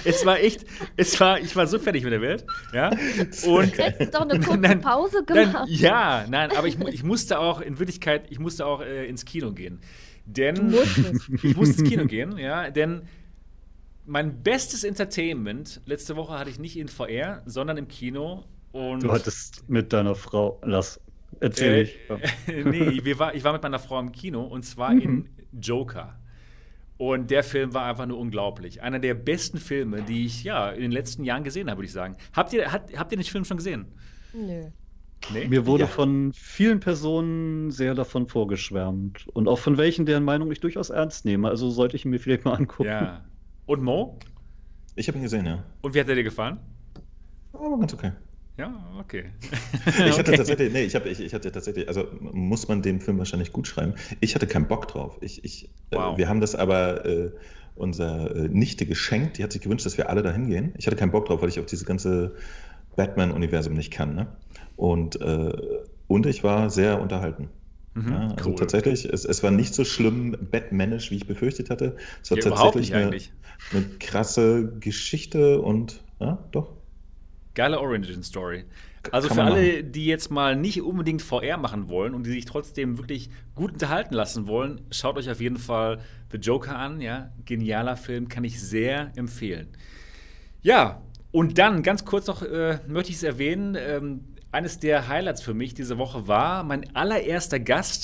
ich war so fertig mit der Welt. Ja, und Hättest doch eine kurze Pause gemacht. Aber ich musste auch, in Wirklichkeit, ins Kino gehen. Denn Du musstest. ich musste ins Kino gehen, ja, denn mein bestes Entertainment letzte Woche hatte ich nicht in VR, sondern im Kino. Und Du hattest mit deiner Frau, erzähl ich. nee, ich war mit meiner Frau im Kino und zwar in Joker. Und der Film war einfach nur unglaublich. Einer der besten Filme, die ich in den letzten Jahren gesehen habe, würde ich sagen. Habt ihr den Film schon gesehen? Nö. Nee? Mir wurde Ja. von vielen Personen sehr davon vorgeschwärmt. Und auch von welchen, deren Meinung ich durchaus ernst nehme. Also sollte ich ihn mir vielleicht mal angucken. Ja. Und Mo? Ich habe ihn gesehen, ja. Und wie hat er dir gefallen? Aber ganz okay. Ja, okay. Ich hatte tatsächlich, also muss man dem Film wahrscheinlich gut schreiben. Ich hatte keinen Bock drauf. Wow. Wir haben das aber unserer Nichte geschenkt. Die hat sich gewünscht, dass wir alle dahin gehen. Ich hatte keinen Bock drauf, weil ich auf dieses ganze Batman-Universum nicht kann. Ne? Und ich war sehr unterhalten. Ja, also cool. tatsächlich, es war nicht so schlimm batmanisch, wie ich befürchtet hatte. Es war Ja, überhaupt tatsächlich nicht eigentlich. eine krasse Geschichte und ja, doch. Geile Origin-Story. Also Kann für man alle, die jetzt mal nicht unbedingt VR machen wollen und die sich trotzdem wirklich gut unterhalten lassen wollen, schaut euch auf jeden Fall The Joker an. Ja? Genialer Film, kann ich sehr empfehlen. Ja, und dann ganz kurz noch möchte ich es erwähnen, eines der Highlights für mich diese Woche war mein allererster Gast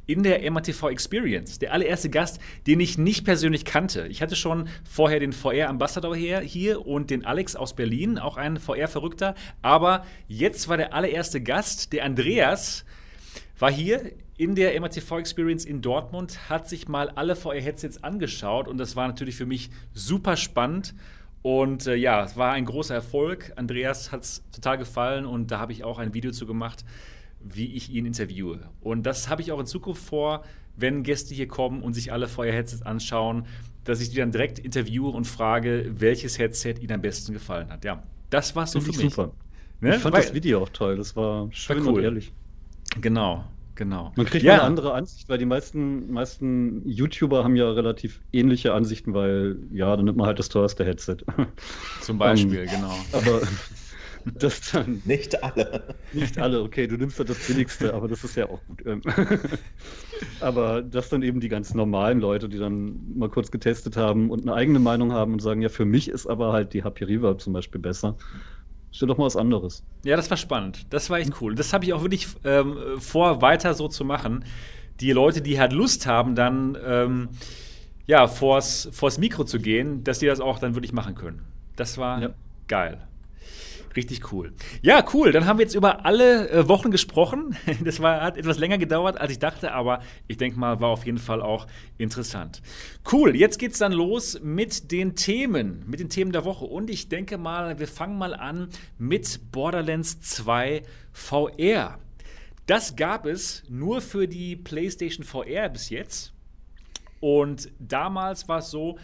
in der MATV Experience. Der allererste Gast, den ich nicht persönlich kannte. Ich hatte schon vorher den VR-Ambassador hier und den Alex aus Berlin, auch ein VR-Verrückter. Aber jetzt war der allererste Gast, der Andreas, war hier in der MATV Experience in Dortmund, hat sich mal alle VR-Headsets angeschaut und das war natürlich für mich super spannend. Und ja, es war ein großer Erfolg. Andreas hat es total gefallen und da habe ich auch ein Video zu gemacht, wie ich ihn interviewe. Und das habe ich auch in Zukunft vor, wenn Gäste hier kommen und sich alle VR-Headsets anschauen, dass ich die dann direkt interviewe und frage, welches Headset ihnen am besten gefallen hat. Ja, das war so für mich. Super. Ne? Ich fand das Video auch toll. Das war schön cool. und ehrlich. Genau. Man kriegt mal eine andere Ansicht, weil die meisten YouTuber haben ja relativ ähnliche Ansichten, weil, ja, dann nimmt man halt das teuerste Headset. Zum Beispiel, genau. Aber das dann... Nicht alle. Nicht alle, okay, du nimmst halt das billigste, aber das ist ja auch gut. Aber das dann eben die ganz normalen Leute, die dann mal kurz getestet haben und eine eigene Meinung haben und sagen, ja, für mich ist aber halt die HP Reverb zum Beispiel besser. Stell doch mal was anderes. Ja, das war spannend. Das war echt cool. Das habe ich auch wirklich vor, weiter so zu machen. Die Leute, die halt Lust haben, dann vors Mikro zu gehen, dass die das auch dann wirklich machen können. Das war geil. Richtig cool. Ja, cool. Dann haben wir jetzt über alle Wochen gesprochen. Das hat etwas länger gedauert, als ich dachte, aber ich denke mal, war auf jeden Fall auch interessant. Cool, jetzt geht's dann los mit den Themen der Woche. Und ich denke mal, wir fangen mal an mit Borderlands 2 VR. Das gab es nur für die PlayStation VR bis jetzt. Und damals war es so,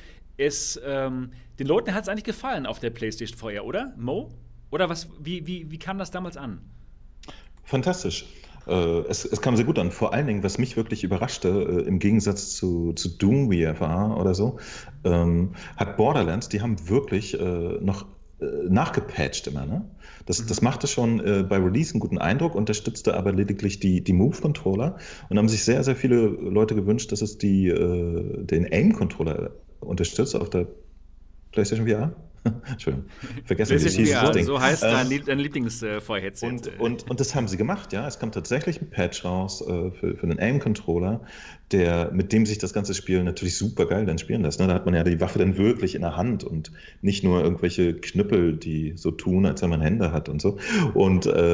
den Leuten hat es eigentlich gefallen auf der PlayStation VR, oder, Mo? Oder wie kam das damals an? Fantastisch. Es kam sehr gut an. Vor allen Dingen, was mich wirklich überraschte, im Gegensatz zu Doom VR oder so, hat Borderlands, die haben wirklich noch nachgepatcht immer. Ne? Das machte schon bei Release einen guten Eindruck, unterstützte aber lediglich die Move-Controller und haben sich sehr, sehr viele Leute gewünscht, dass es den Aim-Controller unterstützt auf der PlayStation VR. Entschuldigung, vergessen wir so heißt dein Lieblings-VR-Headset. Und das haben sie gemacht, ja. Es kam tatsächlich ein Patch raus für den Aim-Controller, mit dem sich das ganze Spiel natürlich super geil dann spielen lässt. Ne? Da hat man ja die Waffe dann wirklich in der Hand und nicht nur irgendwelche Knüppel, die so tun, als wenn man Hände hat und so. Und das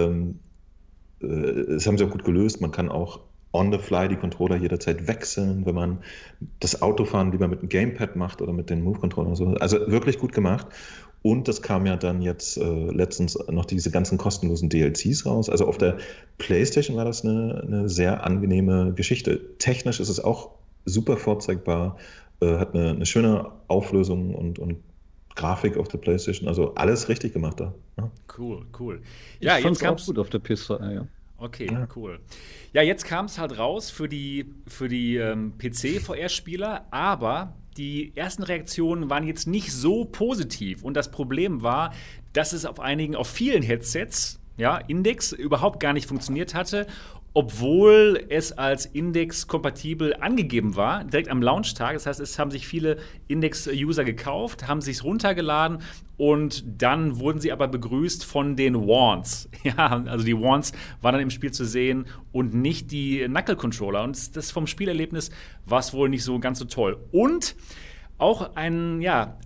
haben sie auch gut gelöst. Man kann auch on the fly die Controller jederzeit wechseln, wenn man das Autofahren lieber mit dem Gamepad macht oder mit den Move-Controllern und so. Also wirklich gut gemacht. Und das kam ja dann jetzt letztens noch diese ganzen kostenlosen DLCs raus. Also auf der PlayStation war das eine sehr angenehme Geschichte. Technisch ist es auch super vorzeigbar, hat eine schöne Auflösung und Grafik auf der PlayStation. Also alles richtig gemacht da. Ja. Cool. Ja, ich fand's auch gut auf der PS4, ja. Okay, cool. Ja, jetzt kam es halt raus für die PC-VR-Spieler, aber die ersten Reaktionen waren jetzt nicht so positiv. Und das Problem war, dass es auf vielen Headsets, Index, überhaupt gar nicht funktioniert hatte, obwohl es als Index-kompatibel angegeben war, direkt am Launchtag. Das heißt, es haben sich viele Index-User gekauft, haben sich runtergeladen und dann wurden sie aber begrüßt von den Wands. Ja, also die Wands waren dann im Spiel zu sehen und nicht die Knuckle-Controller. Und das vom Spielerlebnis war es wohl nicht so ganz so toll. Und auch ein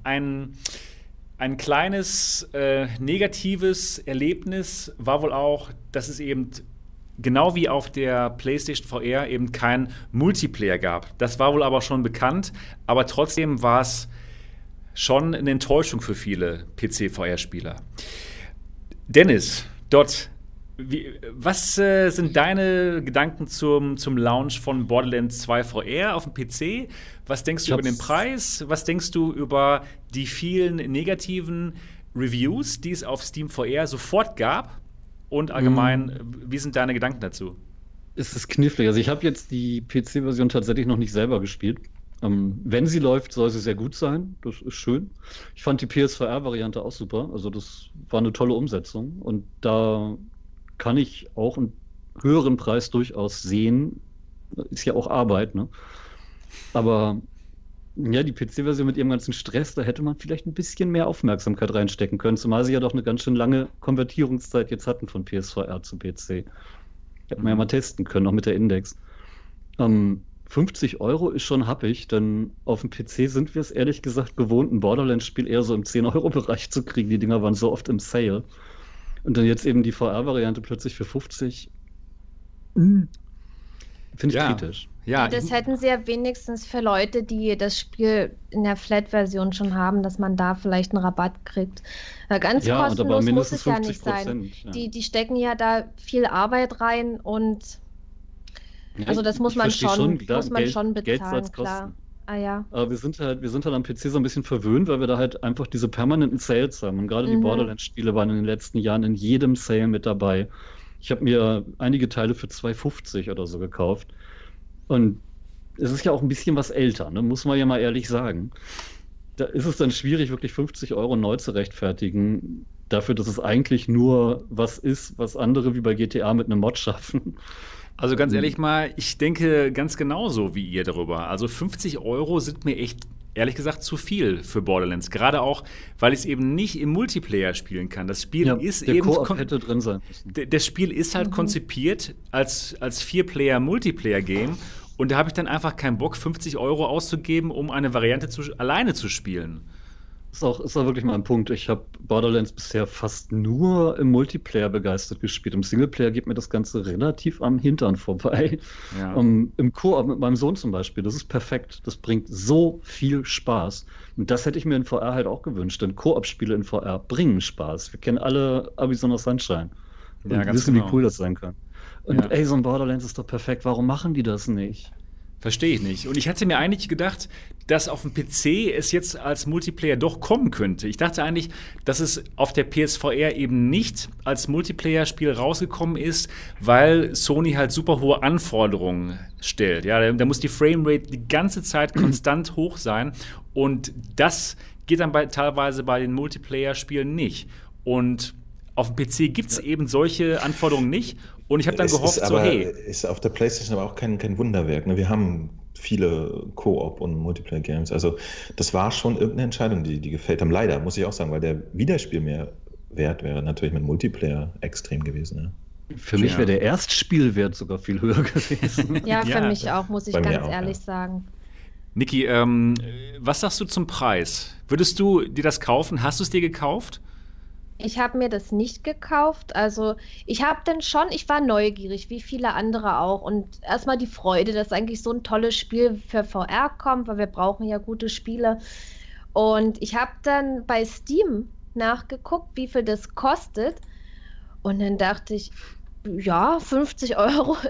kleines negatives Erlebnis war wohl auch, dass es eben genau wie auf der PlayStation VR eben kein Multiplayer gab. Das war wohl aber schon bekannt, aber trotzdem war es schon eine Enttäuschung für viele PC-VR-Spieler. Dennis, Dot, was sind deine Gedanken zum Launch von Borderlands 2 VR auf dem PC? Was denkst du über den Preis? Was denkst du über die vielen negativen Reviews, die es auf Steam VR sofort gab? Und allgemein, wie sind deine Gedanken dazu? Es ist knifflig. Also ich habe jetzt die PC-Version tatsächlich noch nicht selber gespielt. Wenn sie läuft, soll sie sehr gut sein. Das ist schön. Ich fand die PSVR-Variante auch super. Also das war eine tolle Umsetzung. Und da kann ich auch einen höheren Preis durchaus sehen. Ist ja auch Arbeit, ne? Aber ja, die PC-Version mit ihrem ganzen Stress, da hätte man vielleicht ein bisschen mehr Aufmerksamkeit reinstecken können, zumal sie ja doch eine ganz schön lange Konvertierungszeit jetzt hatten von PSVR zu PC. Hätte man ja mal testen können, auch mit der Index. 50 € ist schon happig, denn auf dem PC sind wir es ehrlich gesagt gewohnt, ein Borderlands-Spiel eher so im 10-Euro-Bereich zu kriegen. Die Dinger waren so oft im Sale. Und dann jetzt eben die VR-Variante plötzlich für 50. Finde ich kritisch. Ja, Das hätten sie ja wenigstens für Leute, die das Spiel in der Flat-Version schon haben, dass man da vielleicht einen Rabatt kriegt. Ganz Ja, und aber kostenlos muss mindestens es ja nicht sein. 50%, ja. Die stecken ja da viel Arbeit rein und Ja, also das muss ich man versteh schon, klar, muss man schon Geld bezahlen, soll's klar. kosten. Ah ja. Aber wir sind halt am PC so ein bisschen verwöhnt, weil wir da halt einfach diese permanenten Sales haben. Und gerade die Borderlands-Spiele waren in den letzten Jahren in jedem Sale mit dabei. Ich habe mir einige Teile für 2,50 oder so gekauft. Und es ist ja auch ein bisschen was älter, ne? Muss man ja mal ehrlich sagen. Da ist es dann schwierig, wirklich 50 € neu zu rechtfertigen, dafür, dass es eigentlich nur was ist, was andere wie bei GTA mit einem Mod schaffen. Also ganz ehrlich mal, ich denke ganz genauso wie ihr darüber. Also 50 € sind mir echt, ehrlich gesagt, zu viel für Borderlands. Gerade auch, weil ich es eben nicht im Multiplayer spielen kann. Das Spiel ist der eben... Koop hätte drin sein müssen. Das Spiel ist halt konzipiert als 4-Player-Multiplayer-Game. Und da habe ich dann einfach keinen Bock, 50 € auszugeben, um eine Variante alleine zu spielen. Ist auch wirklich mal ein Punkt. Ich habe Borderlands bisher fast nur im Multiplayer begeistert gespielt. Im Singleplayer geht mir das Ganze relativ am Hintern vorbei. Ja. Im Koop mit meinem Sohn zum Beispiel, das ist perfekt. Das bringt so viel Spaß. Und das hätte ich mir in VR halt auch gewünscht, denn Koop-Spiele in VR bringen Spaß. Wir kennen alle Arizona Sunshine und Ja, ganz wissen, genau. wie cool das sein kann. Und ey, so ein Borderlands ist doch perfekt. Warum machen die das nicht? Verstehe ich nicht. Und ich hatte mir eigentlich gedacht, dass auf dem PC es jetzt als Multiplayer doch kommen könnte. Ich dachte eigentlich, dass es auf der PSVR eben nicht als Multiplayer-Spiel rausgekommen ist, weil Sony halt super hohe Anforderungen stellt. Ja, da muss die Framerate die ganze Zeit konstant hoch sein. Und das geht dann teilweise bei den Multiplayer-Spielen nicht. Und auf dem PC gibt es eben solche Anforderungen nicht. Und ich habe dann gehofft, Ist auf der PlayStation aber auch kein Wunderwerk. Ne? Wir haben viele Koop- und Multiplayer-Games. Also das war schon irgendeine Entscheidung, die gefällt haben. Leider, muss ich auch sagen, weil der Wiederspielmehrwert wäre natürlich mit Multiplayer extrem gewesen. Ja. Für mich wäre der Erstspielwert sogar viel höher gewesen. Ja, für Ja, mich auch, muss ich bei mir ganz auch, ehrlich ja. sagen. Niki, was sagst du zum Preis? Würdest du dir das kaufen? Hast du es dir gekauft? Ich habe mir das nicht gekauft. Also ich war neugierig, wie viele andere auch. Und erstmal die Freude, dass eigentlich so ein tolles Spiel für VR kommt, weil wir brauchen ja gute Spiele. Und ich habe dann bei Steam nachgeguckt, wie viel das kostet. Und dann dachte ich, ja, 50 €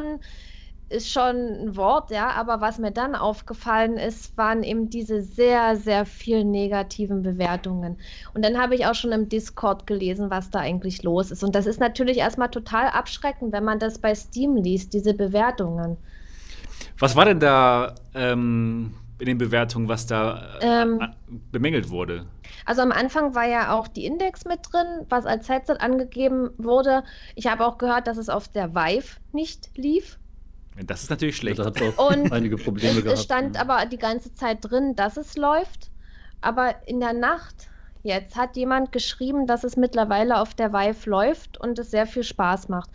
ist schon ein Wort, ja, aber was mir dann aufgefallen ist, waren eben diese sehr, sehr vielen negativen Bewertungen. Und dann habe ich auch schon im Discord gelesen, was da eigentlich los ist. Und das ist natürlich erstmal total abschreckend, wenn man das bei Steam liest, diese Bewertungen. Was war denn da in den Bewertungen, was da bemängelt wurde? Also am Anfang war ja auch die Index mit drin, was als Headset angegeben wurde. Ich habe auch gehört, dass es auf der Vive nicht lief. Das ist natürlich schlecht. Da hat es auch Und einige Probleme gehabt. Es stand aber die ganze Zeit drin, dass es läuft. Aber in der Nacht jetzt hat jemand geschrieben, dass es mittlerweile auf der Vive läuft und es sehr viel Spaß macht.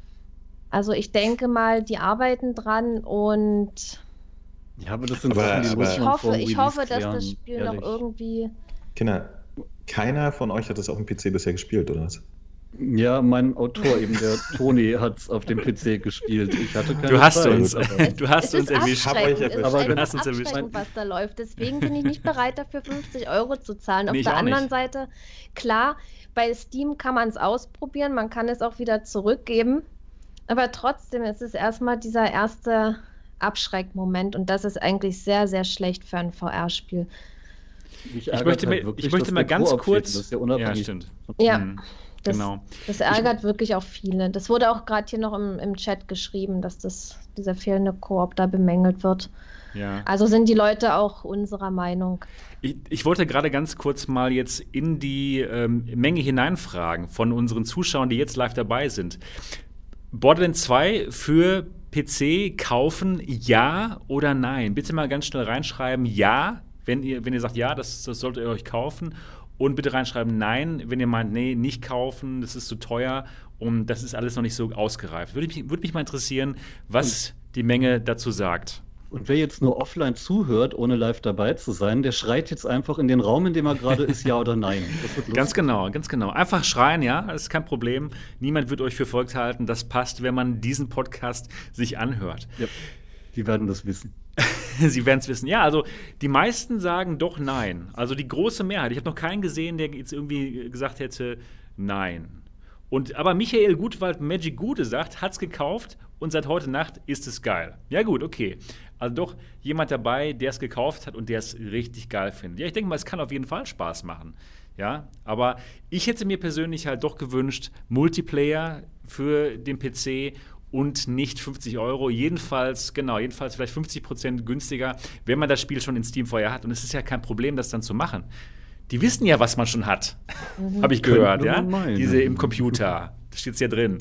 Also ich denke mal, die arbeiten dran und Ja, aber das sind Aber- Sachen, die aber- muss man vor dem ich hoffe, Release dass klären, das Spiel ehrlich. noch irgendwie... Kinder, keiner von euch hat das auf dem PC bisher gespielt, oder was? Ja, mein Autor, eben der Toni, hat es auf dem PC gespielt. Ich hatte keine Du hast Zeit. uns, du hast Es uns ist erwischt. Hab euch abschreckend, erwischt. es Aber ist du einfach hast uns erwischt. abschreckend, was da läuft. Deswegen bin ich nicht bereit, dafür 50 € zu zahlen. Auf Nee, ich der auch nicht. anderen Seite, klar, bei Steam kann man es ausprobieren, man kann es auch wieder zurückgeben. Aber trotzdem ist es erstmal dieser erste Abschreckmoment und das ist eigentlich sehr, sehr schlecht für ein VR-Spiel. Mich Ich möchte mal ganz kurz. Das ist ja unabhängig. stimmt. Ja, Mhm, das, genau. das ärgert wirklich auch viele. Das wurde auch gerade hier noch im Chat geschrieben, dass dieser fehlende Koop da bemängelt wird. Ja. Also sind die Leute auch unserer Meinung. Ich wollte gerade ganz kurz mal jetzt in die Menge hineinfragen von unseren Zuschauern, die jetzt live dabei sind. Borderlands 2 für PC kaufen, ja oder nein? Bitte mal ganz schnell reinschreiben, ja, wenn ihr sagt, ja, das solltet ihr euch kaufen. Und bitte reinschreiben, nein, wenn ihr meint, nee, nicht kaufen, das ist zu teuer und das ist alles noch nicht so ausgereift. Würde mich mal interessieren, was die Menge dazu sagt. Und wer jetzt nur offline zuhört, ohne live dabei zu sein, der schreit jetzt einfach in den Raum, in dem er gerade ist, ja oder nein. Das wird Ganz genau, ganz genau. Einfach schreien, ja, das ist kein Problem. Niemand wird euch für verrückt halten. Das passt, wenn man diesen Podcast sich anhört. Ja, die werden das wissen. Sie werden es wissen. Ja, also die meisten sagen doch nein. Also die große Mehrheit. Ich habe noch keinen gesehen, der jetzt irgendwie gesagt hätte, nein. Aber Michael Gutwald Magic Gude sagt, hat's gekauft und seit heute Nacht ist es geil. Ja gut, okay. Also doch jemand dabei, der es gekauft hat und der es richtig geil findet. Ja, ich denke mal, es kann auf jeden Fall Spaß machen. Ja, aber ich hätte mir persönlich halt doch gewünscht, Multiplayer für den PC und nicht 50 €. Jedenfalls vielleicht 50% günstiger, wenn man das Spiel schon in Steam vorher hat. Und es ist ja kein Problem, das dann zu machen. Die wissen ja, was man schon hat. Habe ich gehört, ja? Diese im Computer. Da steht es ja drin.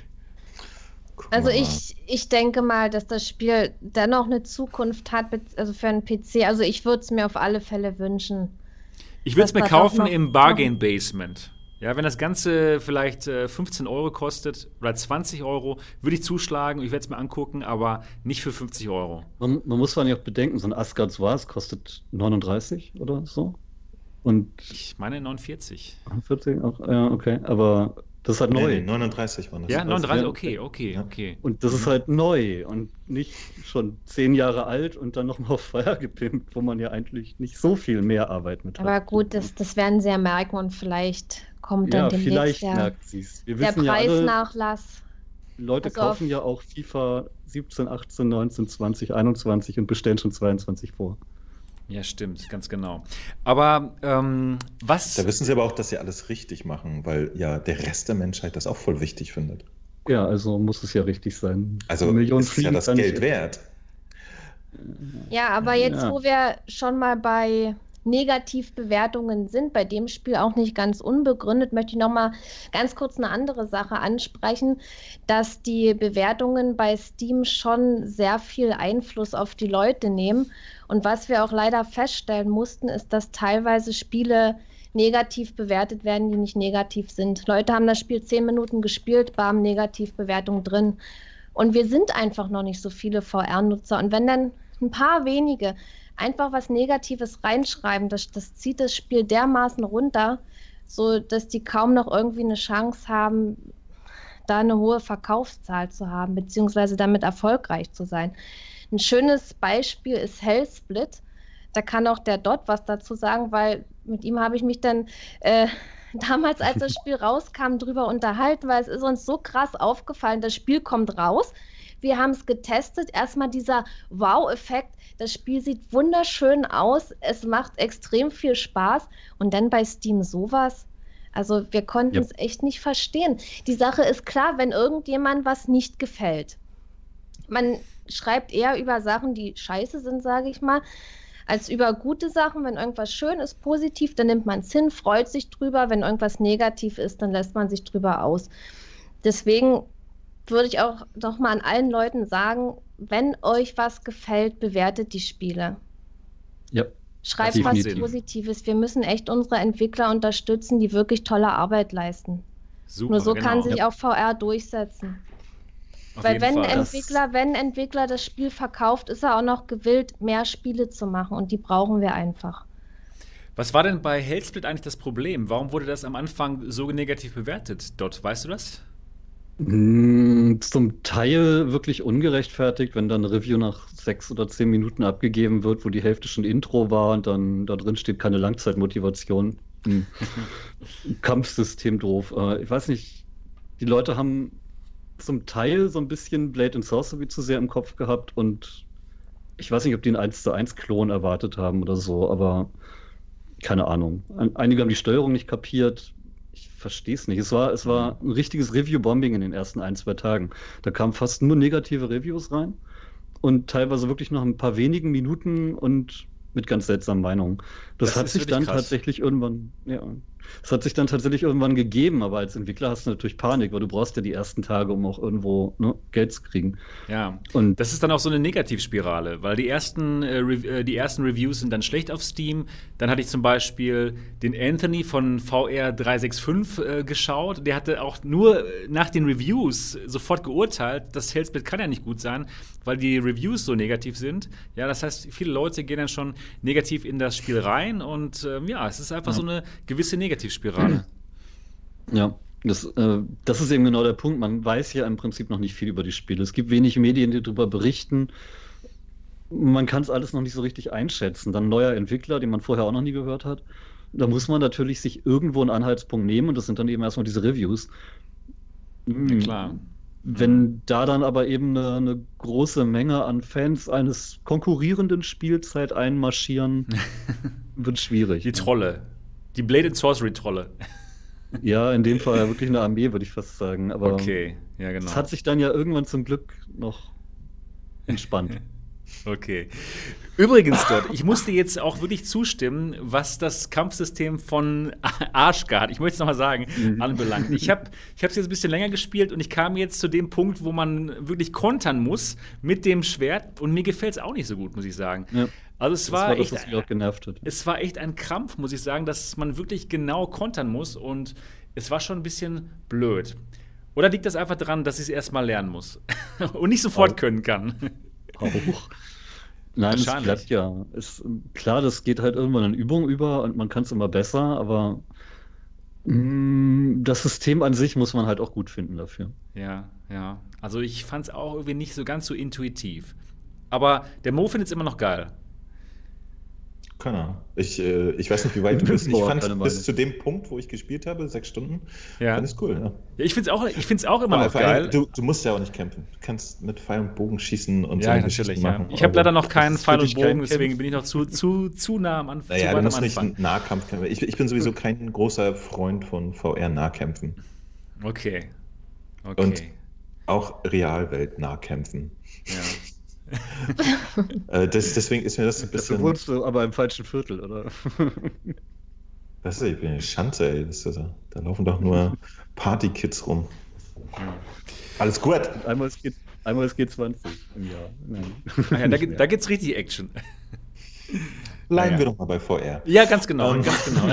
Also ich denke mal, dass das Spiel dennoch eine Zukunft hat, also für einen PC. Also ich würde es mir auf alle Fälle wünschen. Ich würde es mir kaufen im Bargain Basement. Ja, wenn das Ganze vielleicht 15 € kostet oder 20 €, würde ich zuschlagen. Ich werde es mir angucken, aber nicht für 50 €. Man muss vor allem auch bedenken, so ein Asgard's Wars kostet 39 oder so. Und ich meine 49. 49 auch, ja, okay. Aber das ist halt neu. Nee, 39 waren das. Ja, 39, okay. Und das ist halt neu und nicht schon 10 Jahre alt und dann nochmal auf Feuer gepimpt, wo man ja eigentlich nicht so viel mehr Arbeit mit hat. Aber gut, das werden sie ja merken und vielleicht kommt dann demnächst der Preisnachlass. Leute kaufen ja auch FIFA 17, 18, 19, 20, 21 und bestellen schon 22 vor. Ja, stimmt, ganz genau. Aber was... Da wissen sie aber auch, dass sie alles richtig machen, weil ja der Rest der Menschheit das auch voll wichtig findet. Ja, also muss es ja richtig sein. Also ist ja das Geld wert. Ja, aber jetzt, wo wir schon mal bei Negativbewertungen sind, bei dem Spiel auch nicht ganz unbegründet, möchte ich noch mal ganz kurz eine andere Sache ansprechen, dass die Bewertungen bei Steam schon sehr viel Einfluss auf die Leute nehmen. Und was wir auch leider feststellen mussten, ist, dass teilweise Spiele negativ bewertet werden, die nicht negativ sind. Leute haben das Spiel 10 Minuten gespielt, bam, Negativbewertung drin. Und wir sind einfach noch nicht so viele VR-Nutzer. Und wenn dann ein paar wenige einfach was Negatives reinschreiben, das zieht das Spiel dermaßen runter, so dass die kaum noch irgendwie eine Chance haben, da eine hohe Verkaufszahl zu haben, beziehungsweise damit erfolgreich zu sein. Ein schönes Beispiel ist Hellsplit. Da kann auch der Dot was dazu sagen, weil mit ihm habe ich mich dann damals, als das Spiel rauskam, drüber unterhalten, weil es ist uns so krass aufgefallen, das Spiel kommt raus. Wir haben es getestet, erstmal dieser Wow-Effekt, das Spiel sieht wunderschön aus, es macht extrem viel Spaß und dann bei Steam sowas. Also wir konnten es echt nicht verstehen. Die Sache ist klar, wenn irgendjemand was nicht gefällt. Man schreibt eher über Sachen, die scheiße sind, sage ich mal, als über gute Sachen. Wenn irgendwas schön ist, positiv, dann nimmt man es hin, freut sich drüber. Wenn irgendwas negativ ist, dann lässt man sich drüber aus. Deswegen würde ich auch doch mal an allen Leuten sagen, wenn euch was gefällt, bewertet die Spiele. Ja. Schreibt was Positives. Wir müssen echt unsere Entwickler unterstützen, die wirklich tolle Arbeit leisten. Super, nur so kann sich auch VR durchsetzen. Weil wenn ein Entwickler das Spiel verkauft, ist er auch noch gewillt, mehr Spiele zu machen und die brauchen wir einfach. Was war denn bei Hellsplit eigentlich das Problem? Warum wurde das am Anfang so negativ bewertet? Dot, weißt du das? Zum Teil wirklich ungerechtfertigt, wenn dann eine Review nach 6 oder 10 Minuten abgegeben wird, wo die Hälfte schon Intro war und dann da drin steht keine Langzeitmotivation. Kampfsystem doof. Ich weiß nicht, die Leute haben zum Teil so ein bisschen Blade and Sorcery zu sehr im Kopf gehabt und ich weiß nicht, ob die einen 1:1 Klon erwartet haben oder so, aber keine Ahnung. Einige haben die Steuerung nicht kapiert. Ich verstehe es nicht. Es war ein richtiges Review-Bombing in den ersten 1-2 Tagen. Da kamen fast nur negative Reviews rein und teilweise wirklich noch ein paar wenigen Minuten und mit ganz seltsamen Meinungen. Das hat sich dann tatsächlich irgendwann, Es hat sich dann tatsächlich irgendwann gegeben, aber als Entwickler hast du natürlich Panik, weil du brauchst ja die ersten Tage, um auch irgendwo Geld zu kriegen. Ja, Und das ist dann auch so eine Negativspirale, weil die ersten Reviews sind dann schlecht auf Steam. Dann hatte ich zum Beispiel den Anthony von VR 365 geschaut. Der hatte auch nur nach den Reviews sofort geurteilt, das Hellsplit kann ja nicht gut sein, weil die Reviews so negativ sind. Ja, das heißt, viele Leute gehen dann schon negativ in das Spiel rein und ja, es ist einfach so eine gewisse Negativspirale. ja, das ist eben genau der Punkt. Man weiß ja im Prinzip noch nicht viel über die Spiele. Es gibt wenig Medien, die darüber berichten. Man kann es alles noch nicht so richtig einschätzen. Dann neuer Entwickler, den man vorher auch noch nie gehört hat. Da muss man natürlich sich irgendwo einen Anhaltspunkt nehmen und das sind dann eben erstmal diese Reviews. Ja, klar. Wenn da dann aber eben eine große Menge an Fans eines konkurrierenden Spiels halt einmarschieren, wird schwierig. Die Trolle. Die Blade and Sorcery Trolle. Ja, in dem Fall wirklich eine Armee, würde ich fast sagen. Aber Okay, ja genau. es hat sich dann ja irgendwann zum Glück noch entspannt. Okay. Übrigens dort, ich musste jetzt auch wirklich zustimmen, was das Kampfsystem von Ashgard, ich möchte es nochmal sagen, anbelangt. Ich hab es jetzt ein bisschen länger gespielt und ich kam jetzt zu dem Punkt, wo man wirklich kontern muss mit dem Schwert und mir gefällt es auch nicht so gut, muss ich sagen. Ja. Also es war das, echt, was mich auch genervt hat. es war echt ein Krampf, muss ich sagen, dass man wirklich genau kontern muss und es war schon ein bisschen blöd. Oder liegt das einfach daran, dass ich es erst mal lernen muss und nicht sofort können kann? Auch. Nein, es Wahrscheinlich. bleibt ja. Klar, das geht halt irgendwann in Übung über und man kann es immer besser, aber das System an sich muss man halt auch gut finden dafür. Ja, ja. Also ich fand es auch irgendwie nicht so ganz so intuitiv. Aber der Mo findet es immer noch geil. Keine Ahnung. Ich weiß nicht, wie weit du bist. Ich Boah, fand keine bis Meinung. zu dem Punkt, wo ich gespielt habe, 6 Stunden, Ja. fand ich cool. Ja. Ja, ich find's auch immer noch Vor allem, geil. du musst ja auch nicht kämpfen. Du kannst mit Pfeil und Bogen schießen und Ja, eine natürlich. Geschichte Ja. machen. Ich habe leider noch keinen das ist Pfeil für und dich kein Bogen, deswegen Kämpfen. bin ich noch zu nah am Anfang. Naja, zu du weit am musst nicht Anfang. Nahkampf kämpfen. Ich bin sowieso kein großer Freund von VR-Nahkämpfen. Okay. Und auch Realwelt-Nahkämpfen. Ja. Deswegen ist mir das ein Dafür bisschen. wohnst du aber im falschen Viertel, oder? Weißt du, ich bin eine Schanze, ey. Da laufen doch nur Partykids rum. Alles gut. Einmal es geht 20 im Jahr. Nein. Ah ja, da gibt's richtig Action. Bleiben Ja. wir doch mal bei VR. Ja, ganz genau, Ähm. ganz genau.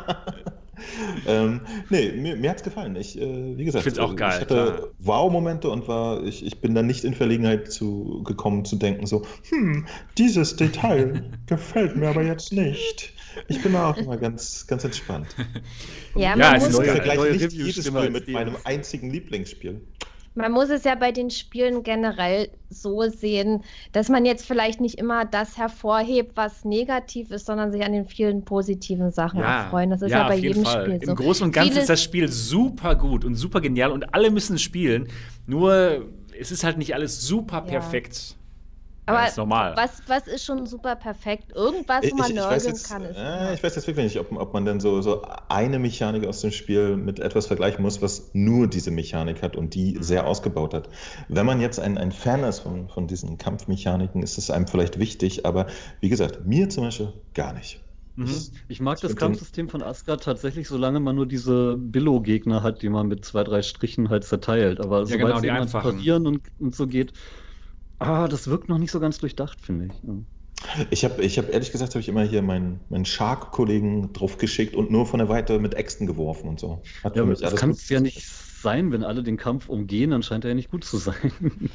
Nee, mir hat's gefallen. Wie gesagt, Ich find's auch geil, ich hatte Wow-Momente und ich bin dann nicht in Verlegenheit gekommen zu denken so, dieses Detail gefällt mir aber jetzt nicht. Ich bin da auch immer ganz, ganz entspannt. Ja, Ja, man, es ist muss, Ich geil. vergleiche Neue nicht Reviews jedes stimmen Spiel als mit die. meinem einzigen Lieblingsspiel. man muss es ja bei den Spielen generell so sehen, dass man jetzt vielleicht nicht immer das hervorhebt, was negativ ist, sondern sich an den vielen positiven Sachen erfreuen. Das ist ja bei auf jeden jedem Fall. Spiel so. Im Großen und Ganzen Vieles- ist das Spiel super gut und super genial und alle müssen es spielen. Nur es ist halt nicht alles super Ja. perfekt. Aber ist normal. was ist schon super perfekt? Irgendwas, wo man Ich weiß nörgeln jetzt, kann. Ist ich weiß jetzt wirklich nicht, ob man denn so eine Mechanik aus dem Spiel mit etwas vergleichen muss, was nur diese Mechanik hat und die sehr ausgebaut hat. Wenn man jetzt ein Fan ist von diesen Kampfmechaniken, ist es einem vielleicht wichtig, aber wie gesagt, mir zum Beispiel gar nicht. Ich mag das find den- Kampfsystem von Asgard tatsächlich, solange man nur diese Billo-Gegner hat, die man mit 2, 3 Strichen halt zerteilt. Aber sobald genau, es die eben ans einfachen. Parieren und so geht, das wirkt noch nicht so ganz durchdacht, finde ich. Ja. Ich hab ehrlich gesagt, habe ich immer hier meinen Shark-Kollegen drauf geschickt und nur von der Weite mit Äxten geworfen und so. Hat Ja, für aber mich das alles kann gut es ja nicht sein, wenn alle den Kampf umgehen, dann scheint er ja nicht gut zu sein.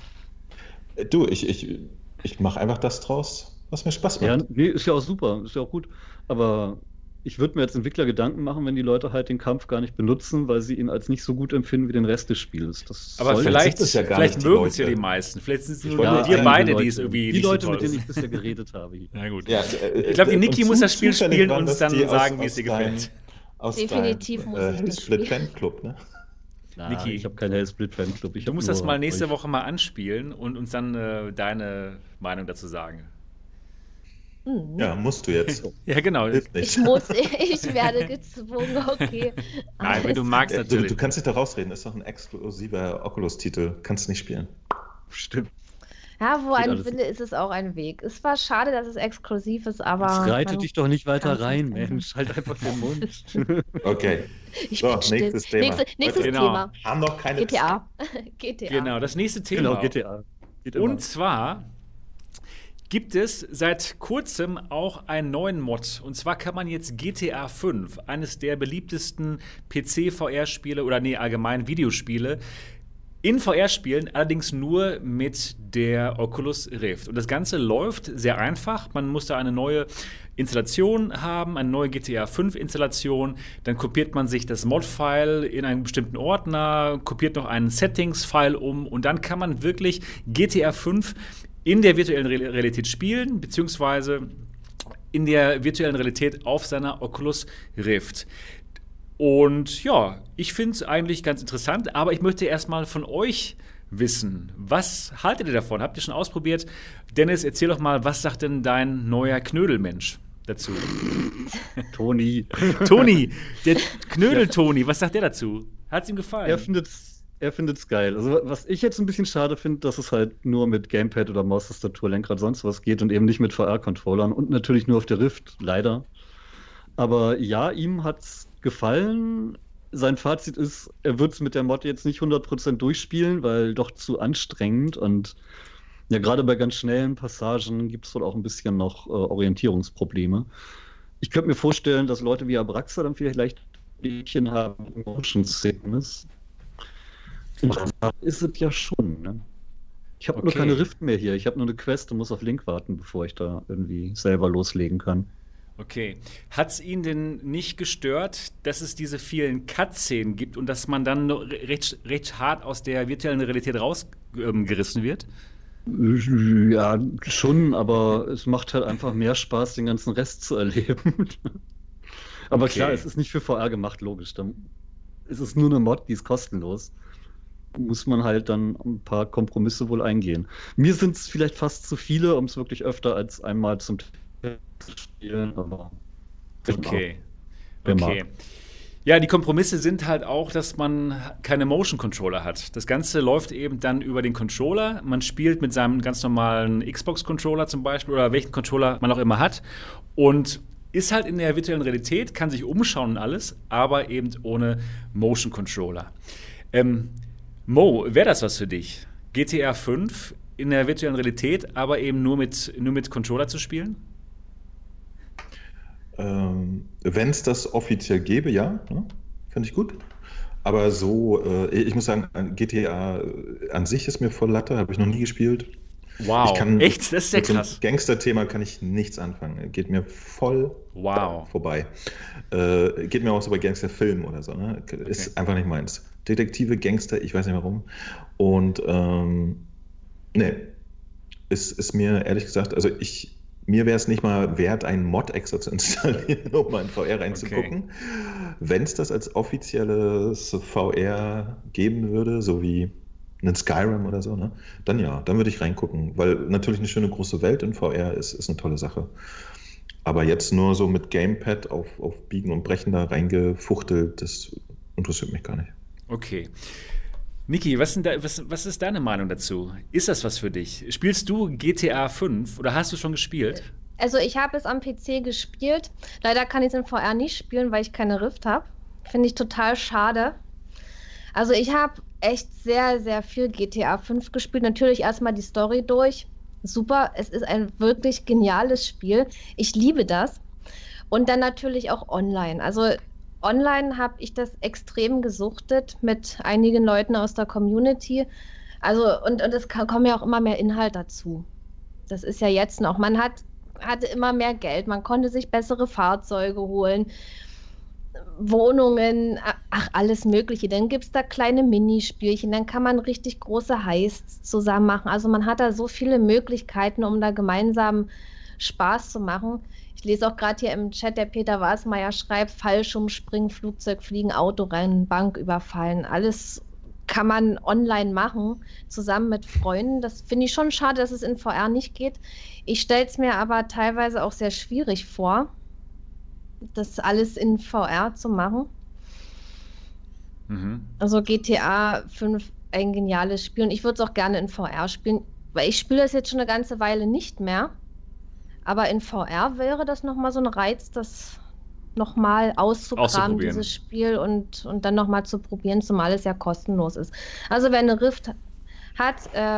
Du, ich mache einfach das draus, was mir Spaß Ja, macht. nee, ist ja auch super, ist ja auch gut. Aber ich würde mir als Entwickler Gedanken machen, wenn die Leute halt den Kampf gar nicht benutzen, weil sie ihn als nicht so gut empfinden wie den Rest des Spiels. Das Aber soll- vielleicht, sind es ja gar vielleicht nicht die mögen es ja Leute. die meisten. Vielleicht sind es nur wollte wir einige beide, Leute, die es irgendwie die nicht Leute, so toll mit denen ich finden. bisher geredet habe. Ja, gut. Ja, Ich glaube, die Niki und muss das Spiel zufällig spielen waren und uns das dann die sagen, wie es dir deinem- gefällt. Aus Definitiv muss ich das Split spielen. Fan Club, ne? Na, Niki. ich habe keinen Hellsplit-Fanclub. Du musst das mal nächste Woche mal anspielen und uns dann deine Meinung dazu sagen. Mhm. Ja, musst du jetzt. Ja, genau. Hilft Ich nicht. muss, ich werde gezwungen, okay. Nein, wenn du magst, Du natürlich. kannst dich da rausreden, das ist doch ein exklusiver Oculus-Titel. Kannst nicht spielen. Stimmt. Ja, wo Geht ein alles. Wille ist, ist auch ein Weg. Es war schade, dass es exklusiv ist, aber Jetzt reite man dich doch nicht weiter kann's nicht rein, ändern. Mensch. Halt einfach den Mund. Okay, Ich So, bin still. nächstes Thema. Nächstes Genau. Thema. haben noch keine GTA. GTA. Genau, das nächste Thema. Genau, GTA. Geht immer. Und zwar gibt es seit kurzem auch einen neuen Mod. Und zwar kann man jetzt GTA 5, eines der beliebtesten PC-VR-Spiele oder allgemein Videospiele, in VR spielen, allerdings nur mit der Oculus Rift. Und das Ganze läuft sehr einfach. Man muss da eine neue Installation haben, eine neue GTA 5 Installation. Dann kopiert man sich das Mod-File in einen bestimmten Ordner, kopiert noch einen Settings-File um und dann kann man wirklich GTA 5 in der virtuellen Realität spielen, beziehungsweise in der virtuellen Realität auf seiner Oculus Rift. Und ja, ich finde es eigentlich ganz interessant, aber ich möchte erstmal von euch wissen, was haltet ihr davon? Habt ihr schon ausprobiert? Dennis, erzähl doch mal, was sagt denn dein neuer Knödelmensch dazu? Toni. Toni, der Knödel-Toni, was sagt der dazu? Hat's ihm gefallen? Er findet's geil. Also, was ich jetzt ein bisschen schade finde, dass es halt nur mit Gamepad oder Maustastatur, Lenkrad, sonst was geht und eben nicht mit VR-Controllern und natürlich nur auf der Rift, leider. Aber ja, ihm hat's gefallen. Sein Fazit ist, er wird es mit der Mod jetzt nicht 100% durchspielen, weil doch zu anstrengend und ja, gerade bei ganz schnellen Passagen gibt es wohl auch ein bisschen noch Orientierungsprobleme. Ich könnte mir vorstellen, dass Leute wie Abraxa dann vielleicht Problemchen haben im Motion Sickness. Ist es ja schon, ne? Ich habe nur Okay. keine Rift mehr hier. Ich habe nur eine Quest und muss auf Link warten, bevor ich da irgendwie selber loslegen kann. Okay. Hat's ihn denn nicht gestört, dass es diese vielen Cut-Szenen gibt und dass man dann recht hart aus der virtuellen Realität rausgerissen wird? Ja, schon, aber es macht halt einfach mehr Spaß, den ganzen Rest zu erleben. Aber Okay. klar, es ist nicht für VR gemacht, logisch. Dann ist es nur eine Mod, die ist kostenlos. Muss man halt dann ein paar Kompromisse wohl eingehen. Mir sind es vielleicht fast zu viele, um es wirklich öfter als einmal zum Test zu spielen, aber Okay. Wer Okay. mag. Ja, die Kompromisse sind halt auch, dass man keine Motion Controller hat. Das Ganze läuft eben dann über den Controller. Man spielt mit seinem ganz normalen Xbox-Controller zum Beispiel oder welchen Controller man auch immer hat und ist halt in der virtuellen Realität, kann sich umschauen und alles, aber eben ohne Motion Controller. Mo, wäre das was für dich? GTA 5 in der virtuellen Realität, aber eben nur mit Controller zu spielen? Wenn es das offiziell gäbe, ja, ne? Finde ich gut. Aber so, ich muss sagen, GTA an sich ist mir voll Latte, habe ich noch nie gespielt. Wow, Ich kann echt? Das ist sehr mit so einem krass. Gangster-Thema kann ich nichts anfangen. Geht mir voll Wow. vorbei. Geht mir auch so bei Gangster-Filmen oder so. Ne? Ist einfach nicht meins. Detektive, Gangster, ich weiß nicht warum. Und nee, ist mir ehrlich gesagt, also mir wäre es nicht mal wert, einen Mod extra zu installieren, um mal in VR reinzugucken. Wenn es das als offizielles VR geben würde, so wie einen Skyrim oder so, ne? Dann ja, dann würde ich reingucken, weil natürlich eine schöne große Welt in VR ist eine tolle Sache. Aber jetzt nur so mit Gamepad auf Biegen und Brechen da reingefuchtelt, das interessiert mich gar nicht. Okay. Niki, was ist deine Meinung dazu? Ist das was für dich? Spielst du GTA 5 oder hast du schon gespielt? Also ich habe es am PC gespielt. Leider kann ich es in VR nicht spielen, weil ich keine Rift habe. Finde ich total schade. Also ich habe echt sehr, sehr viel GTA 5 gespielt. Natürlich erstmal die Story durch. Super, es ist ein wirklich geniales Spiel. Ich liebe das. Und dann natürlich auch online. Also online habe ich das extrem gesuchtet mit einigen Leuten aus der Community. Also und es kommen ja auch immer mehr Inhalt dazu. Das ist ja jetzt noch. Man hatte immer mehr Geld, man konnte sich bessere Fahrzeuge holen, Wohnungen, ach, alles Mögliche. Dann gibt es da kleine Minispielchen, dann kann man richtig große Heists zusammen machen. Also man hat da so viele Möglichkeiten, um da gemeinsam Spaß zu machen. Ich lese auch gerade hier im Chat, der Peter Wasmeier schreibt, Fallschirmspringen, Flugzeug fliegen, Autorennen, Bank überfallen. Alles kann man online machen, zusammen mit Freunden. Das finde ich schon schade, dass es in VR nicht geht. Ich stelle es mir aber teilweise auch sehr schwierig vor, das alles in VR zu machen. Mhm. Also GTA 5, ein geniales Spiel. Und ich würde es auch gerne in VR spielen. Weil ich spiele das jetzt schon eine ganze Weile nicht mehr. Aber in VR wäre das nochmal so ein Reiz, das nochmal auszugraben, dieses Spiel, und dann nochmal zu probieren, zumal es ja kostenlos ist. Also wer eine Rift hat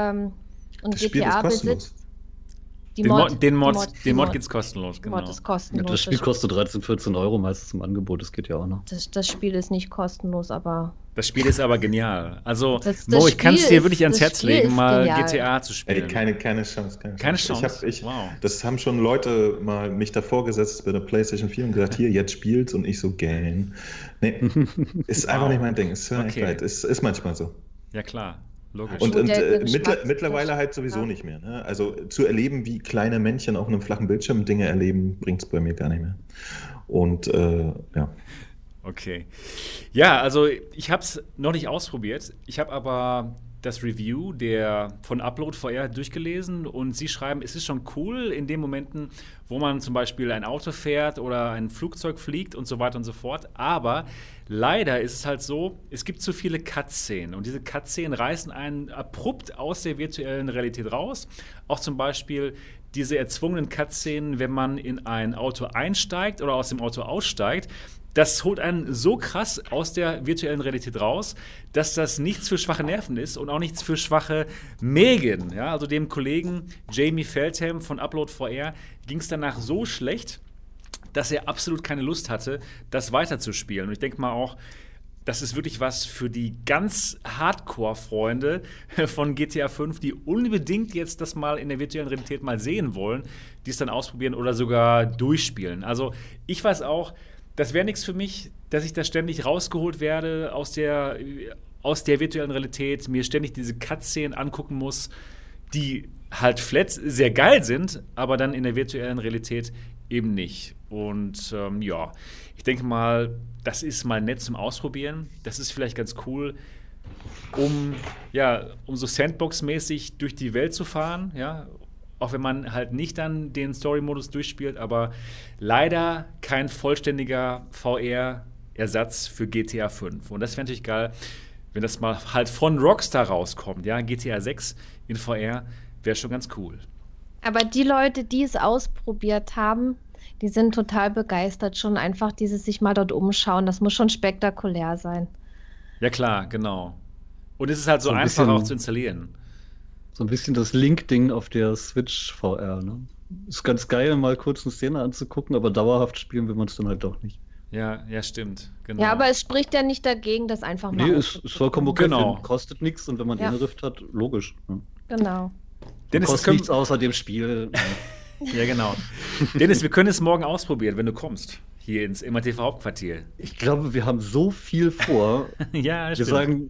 und Das Spiel GTA ist kostenlos. besitzt, Den Mod gibt es kostenlos, genau. Mod ist kostenlos. Das Spiel kostet 13, 14 Euro meistens im Angebot, das geht ja auch noch. Das Spiel ist nicht kostenlos, aber Das Spiel ist aber genial. Also, Das Mo, ich kann es Spiel dir wirklich ans das Herz Spiel legen, ist mal genial. GTA zu spielen. Ey, keine Chance. Keine Chance? Wow. Das haben schon Leute mal mich davor gesetzt bei der PlayStation 4 und gesagt, hier, jetzt spielt's, und ich so, gähn. Nee, ist einfach nicht mein Ding. Ist echt leid. Ist manchmal so. Ja, klar. Logisch. Und der Geschmack- mittlerweile halt sowieso Ja. nicht mehr. Ne? Also zu erleben, wie kleine Männchen auf einem flachen Bildschirm Dinge erleben, bringt es bei mir gar nicht mehr. Und ja. Okay. Ja, also ich habe es noch nicht ausprobiert. Ich habe aber das Review von Upload VR durchgelesen und sie schreiben, es ist schon cool in den Momenten, wo man zum Beispiel ein Auto fährt oder ein Flugzeug fliegt und so weiter und so fort. Aber leider ist es halt so, es gibt zu viele Cutscenen und diese Cutscenen reißen einen abrupt aus der virtuellen Realität raus. Auch zum Beispiel diese erzwungenen Cutscenen, wenn man in ein Auto einsteigt oder aus dem Auto aussteigt. Das holt einen so krass aus der virtuellen Realität raus, dass das nichts für schwache Nerven ist und auch nichts für schwache Mägen. Ja, also dem Kollegen Jamie Feldham von Upload VR ging es danach so schlecht, dass er absolut keine Lust hatte, das weiterzuspielen. Und ich denke mal auch, das ist wirklich was für die ganz Hardcore-Freunde von GTA 5, die unbedingt jetzt das mal in der virtuellen Realität mal sehen wollen, die es dann ausprobieren oder sogar durchspielen. Also ich weiß auch, das wäre nichts für mich, dass ich da ständig rausgeholt werde aus der virtuellen Realität, mir ständig diese Cutscenen angucken muss, die halt flat sehr geil sind, aber dann in der virtuellen Realität eben nicht. Und ja, ich denke mal, das ist mal nett zum Ausprobieren. Das ist vielleicht ganz cool, um so Sandbox-mäßig durch die Welt zu fahren, ja. Auch wenn man halt nicht dann den Story-Modus durchspielt, aber leider kein vollständiger VR-Ersatz für GTA 5. Und das wäre natürlich geil, wenn das mal halt von Rockstar rauskommt. Ja, GTA 6 in VR wäre schon ganz cool. Aber die Leute, die es ausprobiert haben, die sind total begeistert. Schon einfach dieses sich mal dort umschauen, das muss schon spektakulär sein. Ja klar, genau. Und es ist halt so ein einfach bisschen auch zu installieren. So ein bisschen das Link-Ding auf der Switch VR, ne? Ist ganz geil, mal kurz eine Szene anzugucken, aber dauerhaft spielen will man es dann halt doch nicht. Ja, stimmt. Genau. Ja, aber es spricht ja nicht dagegen, das einfach mal Nee, ist vollkommen okay. Genau. Kostet nichts und wenn man Ja. eine Rift hat, logisch. Ne? Genau. Dennis, Kostet nichts außer dem Spiel. ja, genau. Dennis, wir können es morgen ausprobieren, wenn du kommst. Hier ins MATV Hauptquartier. Ich glaube, wir haben so viel vor. Ja, Wir stimmt.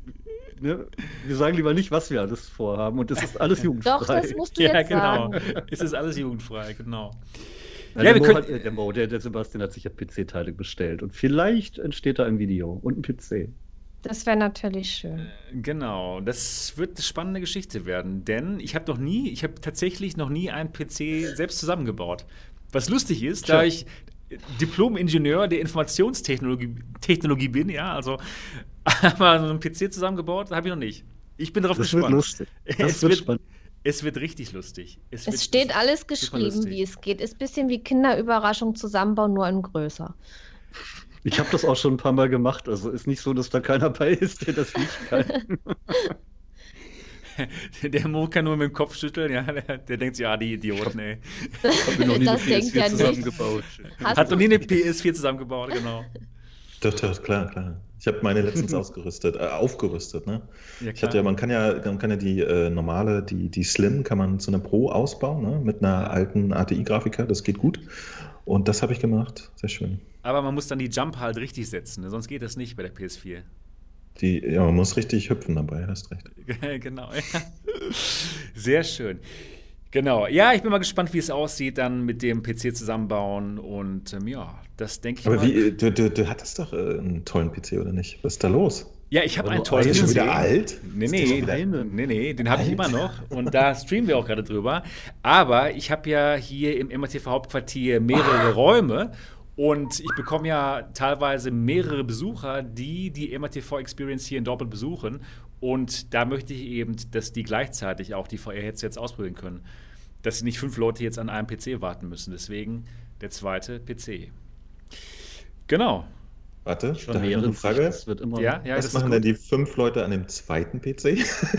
sagen lieber nicht, was wir alles vorhaben und das ist alles jugendfrei. Doch, das musst du Ja, jetzt genau. sagen. Es ist alles jugendfrei, genau. Ja, Ja, der Sebastian hat sich ja PC-Teile bestellt und vielleicht entsteht da ein Video und ein PC. Das wäre natürlich schön. Genau, das wird eine spannende Geschichte werden, denn ich habe tatsächlich noch nie einen PC selbst zusammengebaut. Was lustig ist, da ich Diplom-Ingenieur der Informationstechnologie bin, ja, also aber so einen PC zusammengebaut habe ich noch nicht. Ich bin darauf Das gespannt. wird lustig. Das wird spannend. Es wird richtig lustig. Es steht alles geschrieben, lustig. wie es geht. Ist ein bisschen wie Kinderüberraschung zusammenbauen, nur in größer. Ich habe das auch schon ein paar Mal gemacht, also ist nicht so, dass da keiner bei ist, der das nicht kann. Der Mo kann nur mit dem Kopf schütteln, ja, der denkt sich, ja, die Idioten, ey. Ich habe mir noch nie eine Das denkt PS4 ja nicht. zusammengebaut. Hat noch nie eine PS4 zusammengebaut, genau. Doch, klar. Ich habe meine letztens aufgerüstet, ne? Ja, Ich hatte man kann ja die normale, die Slim kann man zu einer Pro ausbauen, ne? Mit einer alten ATI-Grafiker, das geht gut. Und das habe ich gemacht, sehr schön. Aber man muss dann die Jump halt richtig setzen, ne? Sonst geht das nicht bei der PS4. Man muss richtig hüpfen dabei, hast recht. Genau, ja. Sehr schön. Genau. Ja, ich bin mal gespannt, wie es aussieht, dann mit dem PC zusammenbauen. Und ja, das denke ich Aber mal. du hattest doch einen tollen PC, oder nicht? Was ist da los? Ja, ich habe Aber einen nur tollen Ist der PC. schon wieder alt? Nee, Ist der schon wieder- nee, den habe ich immer noch. Und da streamen wir auch gerade drüber. Aber ich habe ja hier im MATV Hauptquartier mehrere Räume. Und ich bekomme ja teilweise mehrere Besucher, die MATV Experience hier in Dortmund besuchen. Und da möchte ich eben, dass die gleichzeitig auch die VR-Headsets ausprobieren können. Dass nicht 5 Leute jetzt an einem PC warten müssen. Deswegen der zweite PC. Genau. Warte, Ich da habe ich noch vermehren eine sich, Frage. das wird immer Ja, das Was ist machen gut. denn die 5 Leute an dem zweiten PC?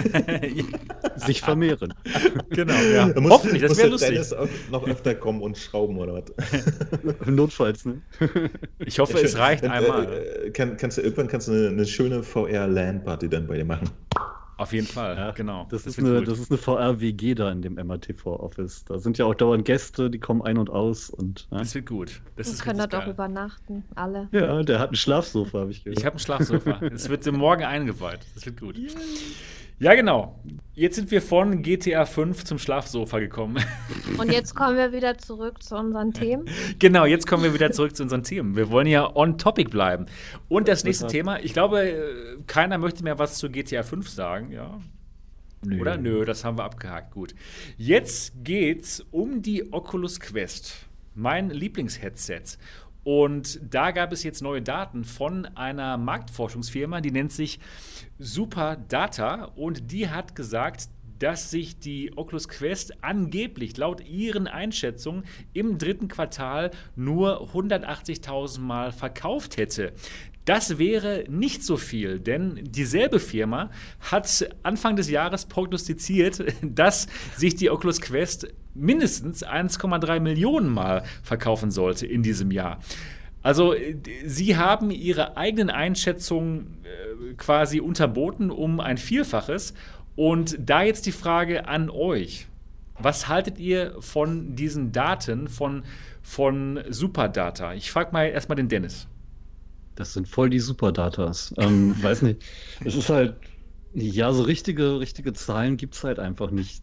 sich vermehren. Genau, ja. Da Hoffentlich, das muss wäre der lustig. Dennis auch noch öfter kommen und schrauben oder was? Notfalls, ne? Ich hoffe, es reicht einmal. Kannst du eine schöne VR-LAN-Party dann bei dir machen? Auf jeden Fall, Ja, genau. Das ist wird eine, gut. das ist eine VR-WG da in dem MRTV-Office. Da sind ja auch dauernd Gäste, die kommen ein und aus. Und, ja. Das wird gut. Das Wir ist können richtig dort auch geil. übernachten, alle. Ja, der hat ein Schlafsofa, habe ich gehört. Ich habe ein Schlafsofa. Es wird morgen eingeweiht. Das wird gut. Ja, genau. Jetzt sind wir von GTA 5 zum Schlafsofa gekommen. Und jetzt kommen wir wieder zurück zu unseren Themen. Genau, jetzt kommen wir wieder zurück zu unseren Themen. Wir wollen ja on topic bleiben. Und das nächste hat- Thema, ich glaube, keiner möchte mehr was zu GTA 5 sagen, ja? Oder? Nö, das haben wir abgehakt. Gut. Jetzt geht's um die Oculus Quest. Mein Lieblingsheadset. Und da gab es jetzt neue Daten von einer Marktforschungsfirma, die nennt sich Superdata. Und die hat gesagt, dass sich die Oculus Quest angeblich laut ihren Einschätzungen im 3. Quartal nur 180.000 Mal verkauft hätte. Das wäre nicht so viel, denn dieselbe Firma hat Anfang des Jahres prognostiziert, dass sich die Oculus Quest mindestens 1,3 Millionen Mal verkaufen sollte in diesem Jahr. Also sie haben ihre eigenen Einschätzungen quasi unterboten um ein Vielfaches. Und da jetzt die Frage an euch. Was haltet ihr von diesen Daten von Superdata? Ich frage mal erstmal den Dennis. Das sind voll die Superdatas. Weiß nicht. Es ist halt, ja, so richtige Zahlen gibt es halt einfach nicht.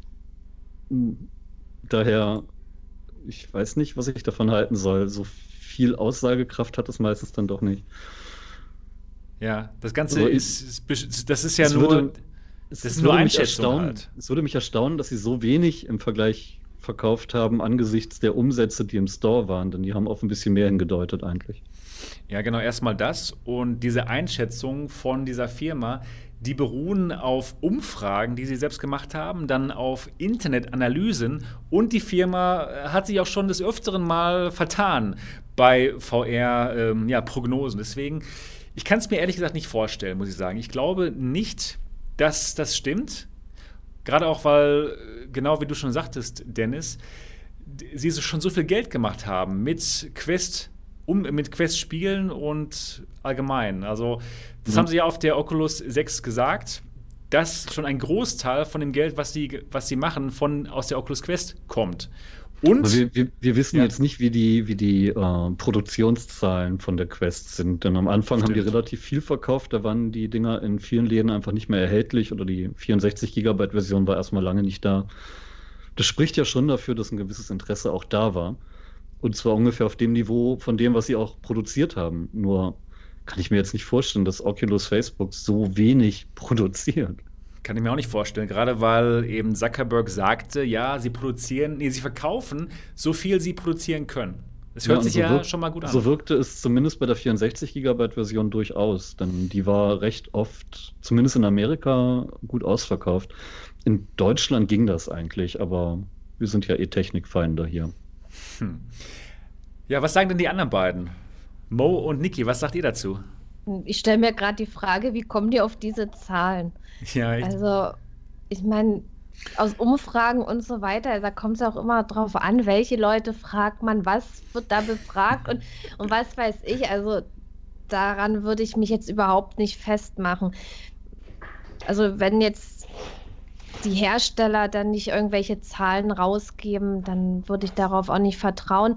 Daher, ich weiß nicht, was ich davon halten soll. So viel Aussagekraft hat es meistens dann doch nicht. Ja, das Ganze Also das ist ja es nur, würde- das es ist nur würde mich Einschätzung erstaunen- halt. Es würde mich erstaunen, dass sie so wenig im Vergleich verkauft haben angesichts der Umsätze, die im Store waren, denn die haben auf ein bisschen mehr hingedeutet eigentlich. Ja, genau, erstmal das. Und diese Einschätzung von dieser Firma, die beruhen auf Umfragen, die sie selbst gemacht haben, dann auf Internetanalysen. Und die Firma hat sich auch schon des Öfteren mal vertan bei VR-Prognosen. Deswegen, ich kann es mir ehrlich gesagt nicht vorstellen, muss ich sagen. Ich glaube nicht, dass das stimmt. Gerade auch, weil, genau wie du schon sagtest, Dennis, sie schon so viel Geld gemacht haben mit Quest-Spielen und allgemein. Also, das haben sie ja auf der Oculus 6 gesagt, dass schon ein Großteil von dem Geld, was sie machen, aus der Oculus Quest kommt. Und Aber wir wissen Ja. jetzt nicht, wie die Produktionszahlen von der Quest sind, denn am Anfang haben die Stimmt. relativ viel verkauft, da waren die Dinger in vielen Läden einfach nicht mehr erhältlich oder die 64 GB Version war erstmal lange nicht da. Das spricht ja schon dafür, dass ein gewisses Interesse auch da war. Und zwar ungefähr auf dem Niveau von dem, was sie auch produziert haben. Nur kann ich mir jetzt nicht vorstellen, dass Oculus Facebook so wenig produziert. kann ich mir auch nicht vorstellen, gerade weil eben Zuckerberg sagte, ja, sie verkaufen so viel sie produzieren können. Das hört und sich so ja schon mal gut an. So wirkte es zumindest bei der 64 GB Version durchaus, denn die war recht oft, zumindest in Amerika, gut ausverkauft. In Deutschland ging das eigentlich, aber wir sind ja eh Technikfeinde hier. Ja, was sagen denn die anderen beiden? Mo und Niki, was sagt ihr dazu? Ich stelle mir gerade die Frage, wie kommen die auf diese Zahlen? Ja, Also, ich meine, aus Umfragen und so weiter, da kommt es auch immer drauf an, welche Leute fragt man, was wird da befragt und was weiß ich. Also, daran würde ich mich jetzt überhaupt nicht festmachen. Also, wenn jetzt die Hersteller dann nicht irgendwelche Zahlen rausgeben, dann würde ich darauf auch nicht vertrauen.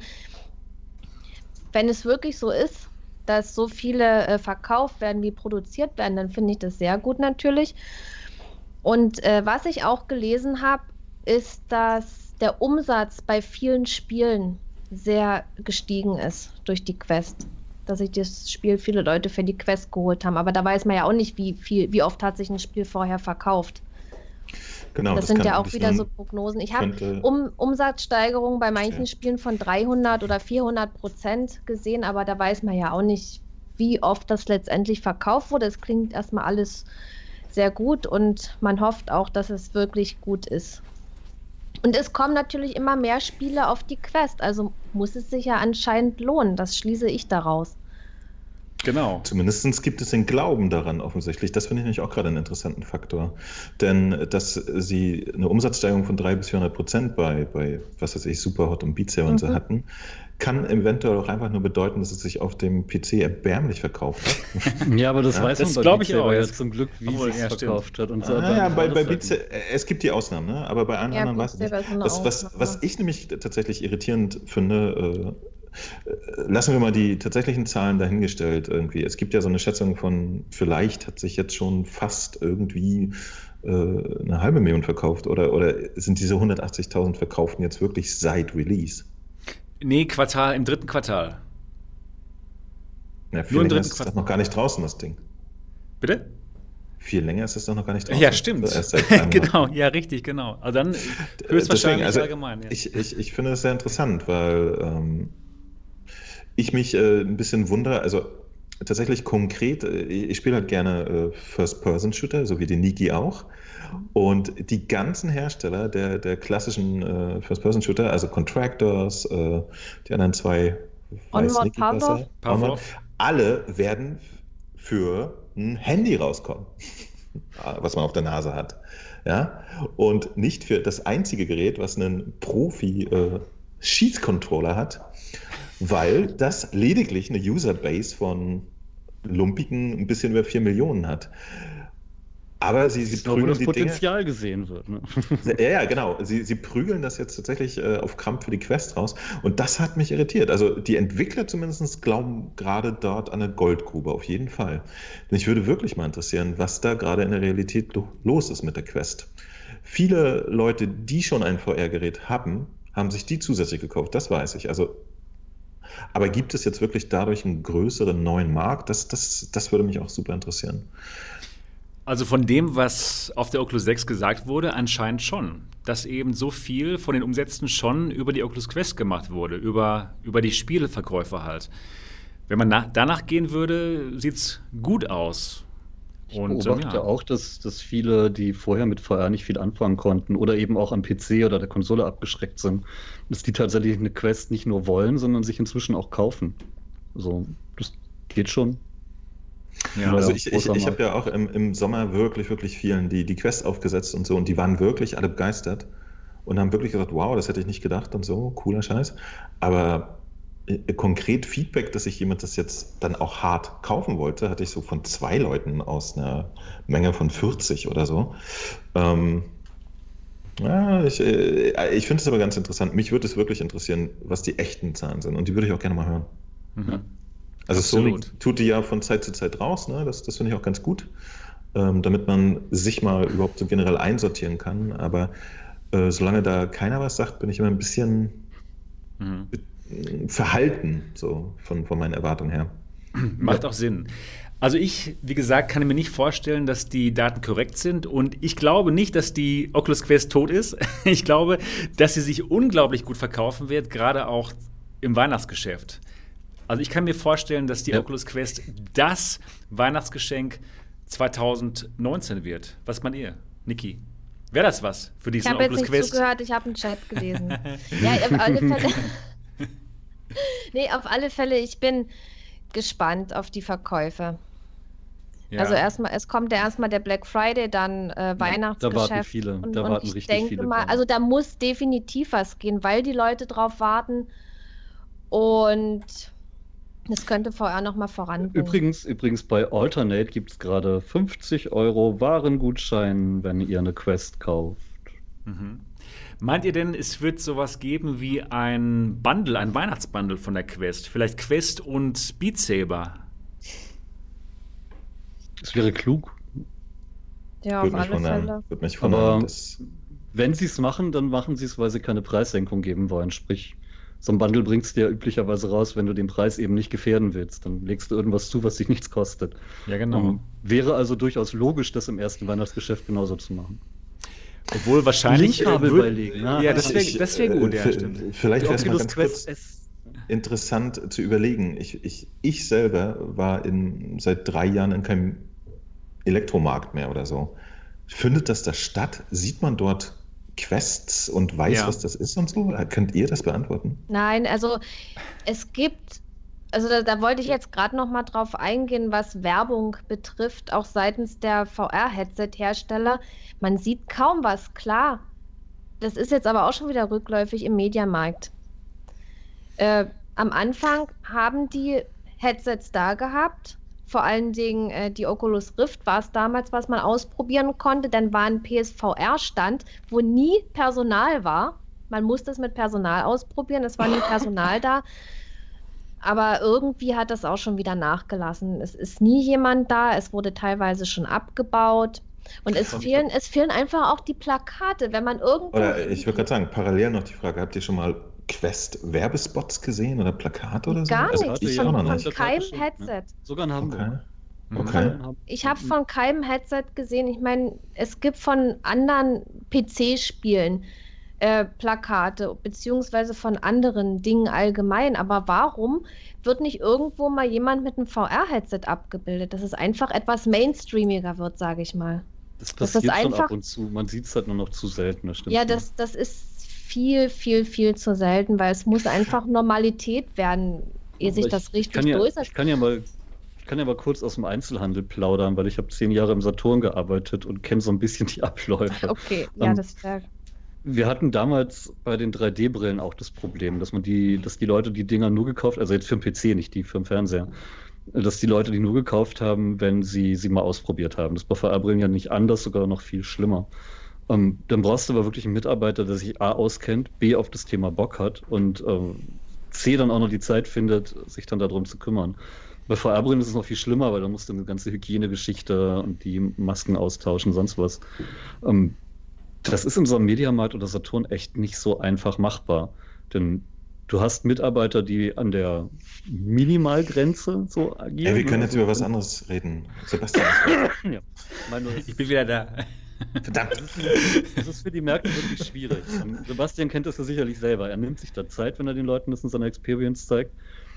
Wenn es wirklich so ist, dass so viele verkauft werden, wie produziert werden, dann finde ich das sehr gut natürlich. Und was ich auch gelesen habe, ist, dass der Umsatz bei vielen Spielen sehr gestiegen ist durch die Quest. Dass sich das Spiel viele Leute für die Quest geholt haben. Aber da weiß man ja auch nicht, wie oft hat sich ein Spiel vorher verkauft. Genau, Das sind kann ja auch ein wieder bisschen- so Prognosen. Ich habe könnte- Umsatzsteigerungen bei manchen Verstehe. Spielen von 300 oder 400% gesehen, aber da weiß man ja auch nicht, wie oft das letztendlich verkauft wurde. Es klingt erstmal alles sehr gut und man hofft auch, dass es wirklich gut ist. Und es kommen natürlich immer mehr Spiele auf die Quest, also muss es sich ja anscheinend lohnen, das schließe ich daraus. Genau. Zumindest gibt es den Glauben daran offensichtlich. Das finde ich nämlich auch gerade einen interessanten Faktor. Denn dass sie eine Umsatzsteigerung von 300-400% bei was weiß ich, Superhot und Beat Saber und so hatten, kann eventuell auch einfach nur bedeuten, dass es sich auf dem PC erbärmlich verkauft hat. Ja, aber das weiß das man glaube Beat ich Saber auch. ja zum Glück, wie Obwohl, es ja, verkauft hat. Und so, Ja, bei alles Beat Saber, es gibt die Ausnahmen, ne? Aber bei allen Ja, anderen Beat weiß ich nicht. Saber ist eine Ausnahme. Was ich nämlich tatsächlich irritierend finde, lassen wir mal die tatsächlichen Zahlen dahingestellt irgendwie. Es gibt ja so eine Schätzung von, vielleicht hat sich jetzt schon fast irgendwie eine 500.000 verkauft oder sind diese 180.000 verkauften jetzt wirklich seit Release? Nee, im dritten Quartal. Ja, viel Nur im länger dritten ist das noch gar nicht draußen, das Ding. Bitte? Viel länger ist es doch noch gar nicht draußen. Ja, stimmt. Also erst seit 3 Monaten. Genau, ja, richtig, genau. Also dann höchstwahrscheinlich Deswegen, allgemein. Ja. Ich finde das sehr interessant, weil ich mich ein bisschen wundere, also tatsächlich konkret, ich spiele halt gerne First-Person-Shooter, so wie die Niki auch. Und die ganzen Hersteller der klassischen First-Person-Shooter, also Contractors, die anderen zwei, Onward, Pavlov. Pavlov. Alle werden für ein Handy rauskommen, was man auf der Nase hat. Ja? Und nicht für das einzige Gerät, was einen Profi-Sheath-Controller hat, weil das lediglich eine Userbase von lumpigen ein bisschen über 4 Millionen hat. Aber sie prügeln das die Potenzial gesehen wird. Ne? Ja, genau. Sie prügeln das jetzt tatsächlich auf Krampf für die Quest raus. Und das hat mich irritiert. Also die Entwickler zumindest glauben gerade dort an eine Goldgrube, auf jeden Fall. Mich würde wirklich mal interessieren, was da gerade in der Realität los ist mit der Quest. Viele Leute, die schon ein VR-Gerät haben sich die zusätzlich gekauft. Das weiß ich. Also, aber gibt es jetzt wirklich dadurch einen größeren neuen Markt? Das würde mich auch super interessieren. Also von dem, was auf der Oculus 6 gesagt wurde, anscheinend schon. Dass eben so viel von den Umsätzen schon über die Oculus Quest gemacht wurde, über die Spieleverkäufe halt. Wenn man danach gehen würde, sieht es gut aus. Ich beobachte auch, dass viele, die vorher mit VR nicht viel anfangen konnten oder eben auch am PC oder der Konsole abgeschreckt sind, dass die tatsächlich eine Quest nicht nur wollen, sondern sich inzwischen auch kaufen. Also das geht schon. Ja, also ich habe ja auch im Sommer wirklich, wirklich vielen die Quest aufgesetzt und so und die waren wirklich alle begeistert und haben wirklich gesagt, wow, das hätte ich nicht gedacht und so, cooler Scheiß. Aber konkret Feedback, dass sich jemand das jetzt dann auch hart kaufen wollte, hatte ich so von 2 Leuten aus einer Menge von 40 oder so. Ja, ich finde es aber ganz interessant. Mich würde es wirklich interessieren, was die echten Zahlen sind und die würde ich auch gerne mal hören. Mhm. Also Absolut. Sony tut die ja von Zeit zu Zeit raus, ne? Das finde ich auch ganz gut, damit man sich mal überhaupt so generell einsortieren kann. Aber solange da keiner was sagt, bin ich immer ein bisschen verhalten, so von meinen Erwartungen her. Macht auch Sinn. Also ich, wie gesagt, kann mir nicht vorstellen, dass die Daten korrekt sind und ich glaube nicht, dass die Oculus Quest tot ist. Ich glaube, dass sie sich unglaublich gut verkaufen wird, gerade auch im Weihnachtsgeschäft. Also ich kann mir vorstellen, dass die Oculus Quest das Weihnachtsgeschenk 2019 wird. Was meint ihr, Niki? Wäre das was für diesen Oculus Quest? Ich habe jetzt nicht zugehört, ich habe einen Chat gelesen. Ja, auf alle Fälle. Nee, auf alle Fälle, ich bin gespannt auf die Verkäufe. Ja. Also es kommt ja erstmal der Black Friday, dann Weihnachtsgeschäft. Da warten viele, und richtig ich denke viele. Mal, also da muss definitiv was gehen, weil die Leute drauf warten und das könnte VR nochmal voranbringen. Übrigens bei Alternate gibt es gerade 50 € Warengutschein, wenn ihr eine Quest kauft. Mhm. Meint ihr denn, es wird sowas geben wie ein Bundle, ein Weihnachtsbundle von der Quest? Vielleicht Quest und Beat Saber? Das wäre klug. Ja, auf alle Fälle. Würde mich wundern, aber wenn sie es machen, dann machen sie es, weil sie keine Preissenkung geben wollen. Sprich, so ein Bundle bringst du ja üblicherweise raus, wenn du den Preis eben nicht gefährden willst. Dann legst du irgendwas zu, was dich nichts kostet. Ja, genau. Wäre also durchaus logisch, das im ersten Weihnachtsgeschäft genauso zu machen. Obwohl wahrscheinlich beilegen. Ja, das wär gut, ja, stimmt. Vielleicht wäre es mal ganz kurz interessant zu überlegen. Ich selber war seit 3 Jahren in keinem Elektromarkt mehr oder so. Findet das da statt? Sieht man dort Quests und weiß, was das ist und so? Könnt ihr das beantworten? Nein, also es gibt, also da wollte ich jetzt gerade noch mal drauf eingehen, was Werbung betrifft, auch seitens der VR-Headset-Hersteller. Man sieht kaum was, klar. Das ist jetzt aber auch schon wieder rückläufig im Mediamarkt. Am Anfang haben die Headsets da gehabt. Vor allen Dingen die Oculus Rift war es damals, was man ausprobieren konnte. Dann war ein PSVR-Stand, wo nie Personal war. Man musste es mit Personal ausprobieren, es war nie Personal da. Aber irgendwie hat das auch schon wieder nachgelassen. Es ist nie jemand da, es wurde teilweise schon abgebaut. Und es fehlen einfach auch die Plakate, wenn man irgendwo... Oder ich würde gerade sagen, parallel noch die Frage, habt ihr schon mal Quest-Werbespots gesehen oder Plakate oder so? Gar Also nicht, ich von, auch noch von nicht. keinem Headset. Sogar in Hamburg. Okay. Ich habe von keinem Headset gesehen. Ich meine, es gibt von anderen PC-Spielen Plakate, beziehungsweise von anderen Dingen allgemein. Aber warum wird nicht irgendwo mal jemand mit einem VR-Headset abgebildet? Dass es einfach etwas mainstreamiger wird, sage ich mal. Das passiert schon ab und zu. Man sieht es halt nur noch zu selten. Das stimmt. Ja, das ist viel, viel, viel zu selten, weil es muss einfach Normalität werden, ehe sich das richtig durchsetzt. Ich kann ja mal kurz aus dem Einzelhandel plaudern, weil ich habe 10 Jahre im Saturn gearbeitet und kenne so ein bisschen die Abläufe. Okay, ja, das wäre... Wir hatten damals bei den 3D-Brillen auch das Problem, dass die Leute die Dinger nur gekauft, also jetzt für den PC, nicht die für den Fernseher, dass die Leute die nur gekauft haben, wenn sie mal ausprobiert haben. Das ist bei VR-Brillen ja nicht anders, sogar noch viel schlimmer. Dann brauchst du aber wirklich einen Mitarbeiter, der sich A auskennt, B auf das Thema Bock hat und C dann auch noch die Zeit findet, sich dann darum zu kümmern. Bei VR-Brillen ist es noch viel schlimmer, weil da musst du eine ganze Hygienegeschichte und die Masken austauschen, sonst was. Das ist in so einem Mediamarkt oder Saturn echt nicht so einfach machbar. Denn du hast Mitarbeiter, die an der Minimalgrenze so agieren. Wir können jetzt über was anderes reden. Sebastian. Ja, ich bin wieder da. Verdammt. Das ist für die Märkte wirklich schwierig. Sebastian kennt das ja sicherlich selber. Er nimmt sich da Zeit, wenn er den Leuten das in seiner Experience zeigt.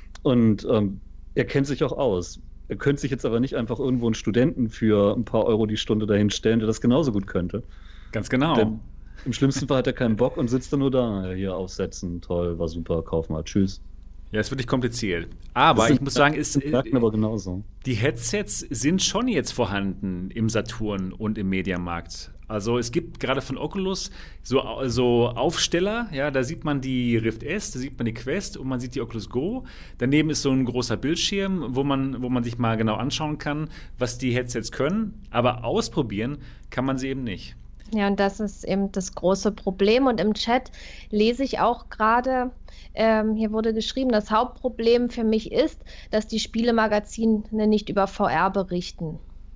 Und er kennt sich auch aus. Er könnte sich jetzt aber nicht einfach irgendwo einen Studenten für ein paar Euro die Stunde dahin stellen, der das genauso gut könnte. Ganz genau. Denn im schlimmsten Fall hat er keinen Bock und sitzt dann nur da. Ja, hier aufsetzen, toll, war super, kauf mal, tschüss. Ja, ist wirklich kompliziert. Aber ich muss sagen, aber genauso. Die Headsets sind schon jetzt vorhanden im Saturn und im Mediamarkt. Also es gibt gerade von Oculus so Aufsteller, ja, da sieht man die Rift S, da sieht man die Quest und man sieht die Oculus Go. Daneben ist so ein großer Bildschirm, wo man sich mal genau anschauen kann, was die Headsets können. Aber ausprobieren kann man sie eben nicht. Ja, und das ist eben das große Problem. Und im Chat lese ich auch gerade, hier wurde geschrieben, das Hauptproblem für mich ist, dass die Spielemagazine nicht über VR berichten.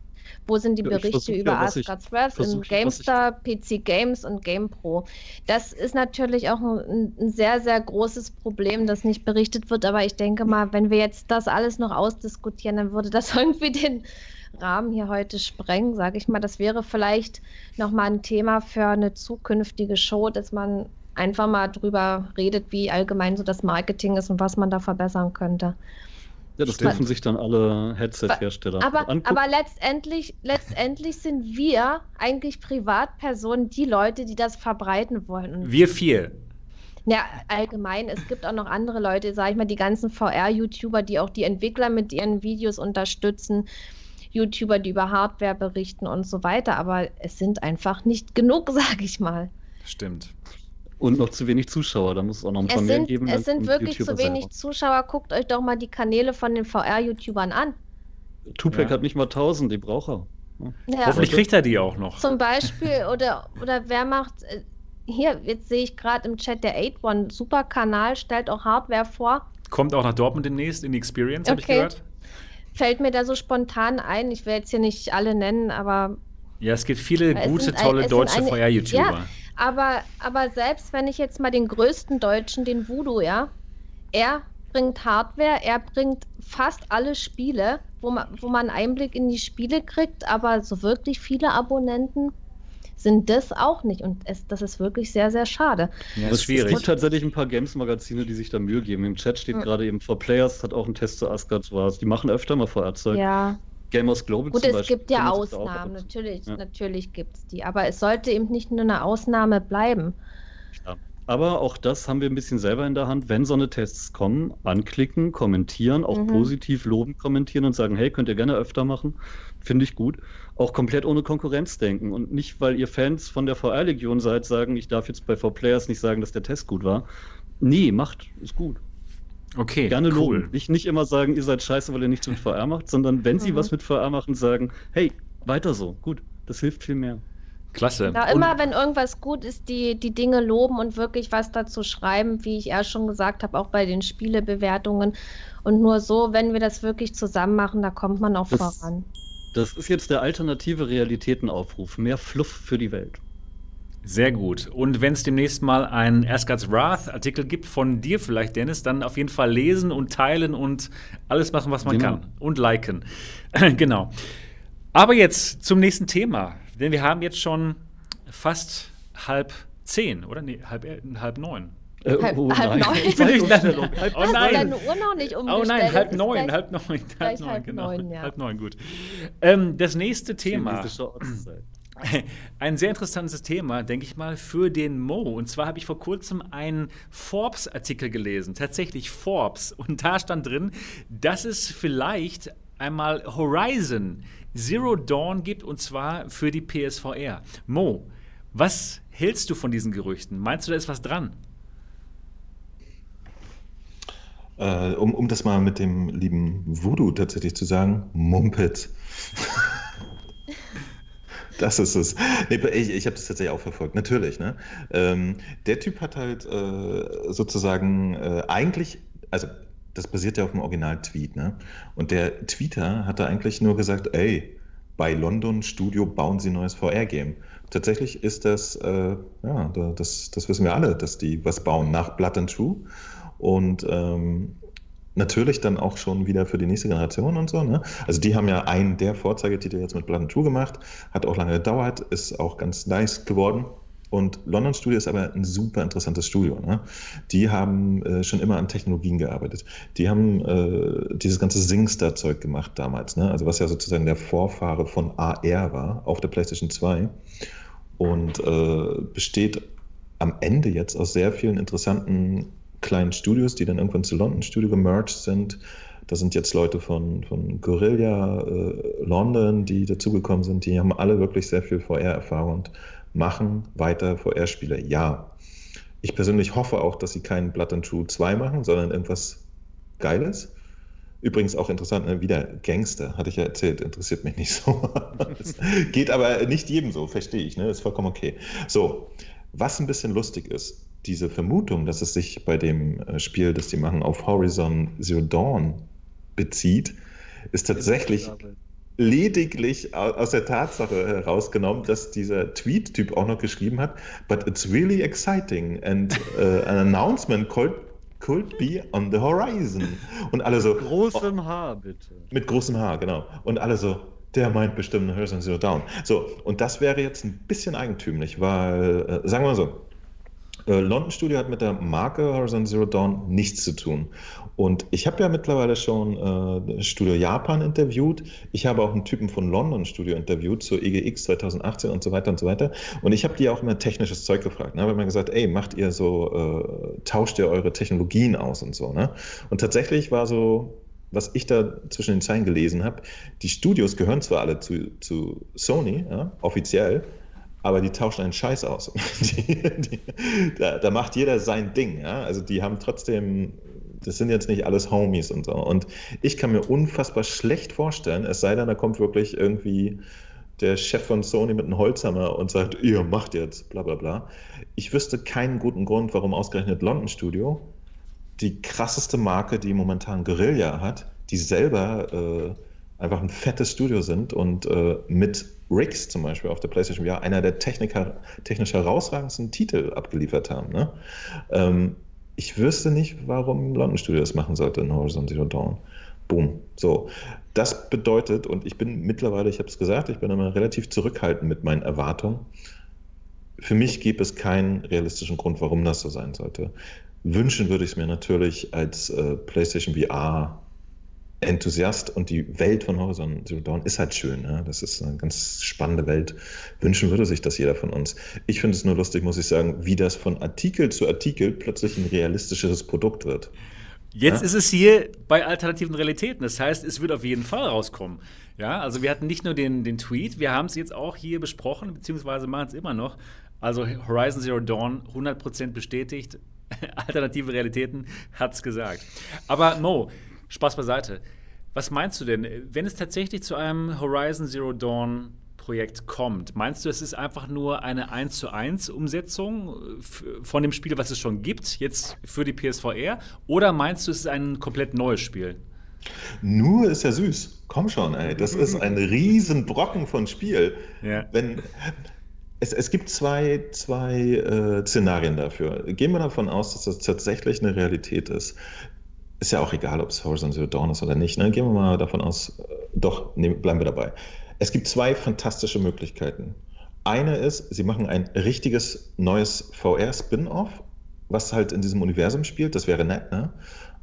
Wo sind die Berichte über Asgard's Wrath in GameStar, PC Games und GamePro? Das ist natürlich auch ein sehr, sehr großes Problem, das nicht berichtet wird. Aber ich denke mal, wenn wir jetzt das alles noch ausdiskutieren, dann würde das irgendwie den Rahmen hier heute sprengen, sage ich mal. Das wäre vielleicht nochmal ein Thema für eine zukünftige Show, dass man einfach mal drüber redet, wie allgemein so das Marketing ist und was man da verbessern könnte. Ja, das dürfen sich dann alle Headset-Hersteller angucken. Aber letztendlich sind wir eigentlich Privatpersonen, die Leute, die das verbreiten wollen. Und wir 4. Ja, allgemein. Es gibt auch noch andere Leute, sage ich mal, die ganzen VR-YouTuber, die auch die Entwickler mit ihren Videos unterstützen. YouTuber, die über Hardware berichten und so weiter. Aber es sind einfach nicht genug, sage ich mal. Stimmt. Und noch zu wenig Zuschauer, da muss es auch noch ein paar mehr geben. Es sind wirklich zu wenig Zuschauer. Guckt euch doch mal die Kanäle von den VR-YouTubern an. Tupac hat nicht mal 1000, die braucht er. Ja. Hoffentlich kriegt er die auch noch. Zum Beispiel, oder wer macht, hier, jetzt sehe ich gerade im Chat, der 8-One, super Kanal, stellt auch Hardware vor. Kommt auch nach Dortmund demnächst in die Experience, habe ich gehört. Fällt mir da so spontan ein, ich will jetzt hier nicht alle nennen, aber... Ja, es gibt viele gute, tolle deutsche VR-YouTuber. Ja, aber selbst wenn ich jetzt mal den größten Deutschen, den Voodoo, ja, er bringt Hardware, er bringt fast alle Spiele, wo man Einblick in die Spiele kriegt, aber so wirklich viele Abonnenten sind das auch nicht. Und das ist wirklich sehr, sehr schade. Ja, das ist schwierig. Es gibt tatsächlich ein paar Games-Magazine, die sich da Mühe geben. Im Chat steht gerade eben 4Players, hat auch einen Test zu Asgard's Wrath. Die machen öfter mal VR-Zeug. Ja. Gamers Global Gut, zum es Beispiel gibt ja kümmert sich da auch Ausnahmen, darum. natürlich, Ja. natürlich gibt es die. Aber es sollte eben nicht nur eine Ausnahme bleiben. Ja. Aber auch das haben wir ein bisschen selber in der Hand. Wenn so eine Tests kommen, anklicken, kommentieren, auch positiv loben, kommentieren und sagen, hey, könnt ihr gerne öfter machen, finde ich gut. Auch komplett ohne Konkurrenz denken und nicht, weil ihr Fans von der VR-Legion seid, sagen, ich darf jetzt bei 4Players nicht sagen, dass der Test gut war. Nee, macht, ist gut. Okay, Gerne cool. loben. Nicht immer sagen, ihr seid scheiße, weil ihr nichts mit VR macht, sondern wenn sie was mit VR machen, sagen, hey, weiter so, gut, das hilft viel mehr. Klasse. Da immer, wenn irgendwas gut ist, die Dinge loben und wirklich was dazu schreiben, wie ich erst schon gesagt habe, auch bei den Spielebewertungen. Und nur so, wenn wir das wirklich zusammen machen, da kommt man auch voran. Das ist jetzt der alternative Realitätenaufruf. Mehr Fluff für die Welt. Sehr gut. Und wenn es demnächst mal einen Asgard's Wrath-Artikel gibt von dir vielleicht, Dennis, dann auf jeden Fall lesen und teilen und alles machen, was man kann. Und liken. Genau. Aber jetzt zum nächsten Thema. Denn wir haben jetzt schon fast 8:30, oder? Nee, 8:30. Halb neun. Ich bin durcheinander. Oh Hast du nein. deine Uhr noch nicht umgestellt? Oh nein, Das ist 8:30, gleich 8:30, genau. 8:30, ja. 8:30, gut. Das nächste Thema. Ein sehr interessantes Thema, denke ich mal, für den Mo. Und zwar habe ich vor kurzem einen Forbes-Artikel gelesen, tatsächlich Forbes. Und da stand drin, dass es vielleicht einmal Horizon Zero Dawn gibt, und zwar für die PSVR. Mo, was hältst du von diesen Gerüchten? Meinst du, da ist was dran? Um das mal mit dem lieben Voodoo tatsächlich zu sagen, Mumpet. Das ist es. Nee, ich habe das tatsächlich auch verfolgt, natürlich. Ne? Der Typ hat halt sozusagen eigentlich, also das basiert ja auf dem Original-Tweet, ne? Und der Tweeter hat da eigentlich nur gesagt, ey, bei London Studio bauen sie ein neues VR-Game. Tatsächlich ist das, das wissen wir alle, dass die was bauen nach Blood and True. Und natürlich dann auch schon wieder für die nächste Generation und so. Ne? Also die haben ja einen der Vorzeigetitel jetzt mit Blood and True gemacht, hat auch lange gedauert, ist auch ganz nice geworden. Und London Studio ist aber ein super interessantes Studio. Ne? Die haben schon immer an Technologien gearbeitet. Die haben dieses ganze SingStar-Zeug gemacht damals, ne? Also was ja sozusagen der Vorfahre von AR war auf der PlayStation 2 und besteht am Ende jetzt aus sehr vielen interessanten kleinen Studios, die dann irgendwann zu London Studio gemerged sind. Da sind jetzt Leute von Guerrilla London, die dazugekommen sind. Die haben alle wirklich sehr viel VR-Erfahrung und machen weiter VR-Spiele. Ja. Ich persönlich hoffe auch, dass sie keinen Blood and True 2 machen, sondern irgendwas Geiles. Übrigens auch interessant, ne? Wieder Gangster, hatte ich ja erzählt, interessiert mich nicht so. Das geht aber nicht jedem so, verstehe ich, ne? Ist vollkommen okay. So, was ein bisschen lustig ist, diese Vermutung, dass es sich bei dem Spiel, das die machen, auf Horizon Zero Dawn bezieht, ist tatsächlich lediglich aus der Tatsache herausgenommen, dass dieser Tweet-Typ auch noch geschrieben hat, but it's really exciting and an announcement could be on the horizon. Und alle so... Mit großem H, bitte. Mit großem H, genau. Und alle so, der meint bestimmt Horizon Zero Dawn. So, und das wäre jetzt ein bisschen eigentümlich, weil, sagen wir mal so, London Studio hat mit der Marke Horizon Zero Dawn nichts zu tun. Und ich habe ja mittlerweile schon Studio Japan interviewt. Ich habe auch einen Typen von London Studio interviewt zur EGX 2018 und so weiter und so weiter. Und ich habe die auch immer technisches Zeug gefragt. Ne? Ich habe immer gesagt, ey, macht ihr so, tauscht ihr eure Technologien aus und so. Ne? Und tatsächlich war so, was ich da zwischen den Zeilen gelesen habe, die Studios gehören zwar alle zu Sony, ja, offiziell, aber die tauschen einen Scheiß aus. Da macht jeder sein Ding. Ja? Also die haben trotzdem, das sind jetzt nicht alles Homies und so. Und ich kann mir unfassbar schlecht vorstellen, es sei denn, da kommt wirklich irgendwie der Chef von Sony mit einem Holzhammer und sagt, ihr macht jetzt bla bla bla. Ich wüsste keinen guten Grund, warum ausgerechnet London Studio, die krasseste Marke, die momentan Guerrilla hat, die selber einfach ein fettes Studio sind und mit Riggs zum Beispiel auf der PlayStation VR einer der technisch herausragendsten Titel abgeliefert haben. Ne? Ich wüsste nicht, warum London Studio das machen sollte in Horizon Zero Dawn. Boom. So, das bedeutet, und ich bin mittlerweile, ich habe es gesagt, ich bin immer relativ zurückhaltend mit meinen Erwartungen. Für mich gibt es keinen realistischen Grund, warum das so sein sollte. Wünschen würde ich es mir natürlich als PlayStation VR Enthusiast und die Welt von Horizon Zero Dawn ist halt schön. Ne? Das ist eine ganz spannende Welt. Wünschen würde sich das jeder von uns. Ich finde es nur lustig, muss ich sagen, wie das von Artikel zu Artikel plötzlich ein realistischeres Produkt wird. Jetzt ist es hier bei alternativen Realitäten. Das heißt, es wird auf jeden Fall rauskommen. Ja, also wir hatten nicht nur den Tweet, wir haben es jetzt auch hier besprochen, beziehungsweise machen es immer noch. Also Horizon Zero Dawn 100% bestätigt. Alternative Realitäten hat's gesagt. Aber Mo, Spaß beiseite. Was meinst du denn, wenn es tatsächlich zu einem Horizon Zero Dawn Projekt kommt? Meinst du, es ist einfach nur eine 1:1 Umsetzung von dem Spiel, was es schon gibt, jetzt für die PSVR? Oder meinst du, es ist ein komplett neues Spiel? Nur ist ja süß. Komm schon, ey. Das ist ein riesen Brocken von Spiel. Ja. Es gibt zwei Szenarien dafür. Gehen wir davon aus, dass das tatsächlich eine Realität ist. Ist ja auch egal, ob es Horizon Zero Dawn ist oder nicht. Ne? Gehen wir mal davon aus, bleiben wir dabei. Es gibt zwei fantastische Möglichkeiten. Eine ist, sie machen ein richtiges neues VR-Spin-Off, was halt in diesem Universum spielt. Das wäre nett, ne?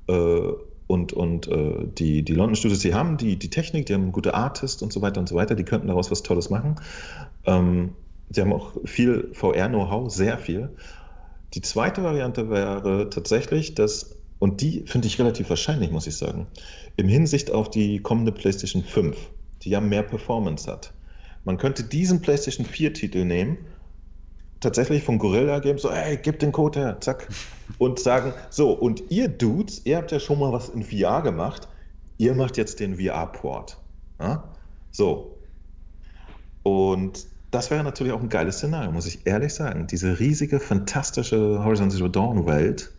Die London Studios, die haben die Technik, die haben gute Artists und so weiter, die könnten daraus was Tolles machen. Sie haben auch viel VR-Know-how, sehr viel. Die zweite Variante wäre tatsächlich, und die finde ich relativ wahrscheinlich, muss ich sagen, im Hinsicht auf die kommende PlayStation 5, die ja mehr Performance hat. Man könnte diesen PlayStation 4-Titel nehmen, tatsächlich von Guerrilla Games, so, ey, gib den Code her, zack, und sagen, so, und ihr Dudes, ihr habt ja schon mal was in VR gemacht, ihr macht jetzt den VR-Port. Ja? So. Und das wäre natürlich auch ein geiles Szenario, muss ich ehrlich sagen. Diese riesige, fantastische Horizon Zero Dawn-Welt,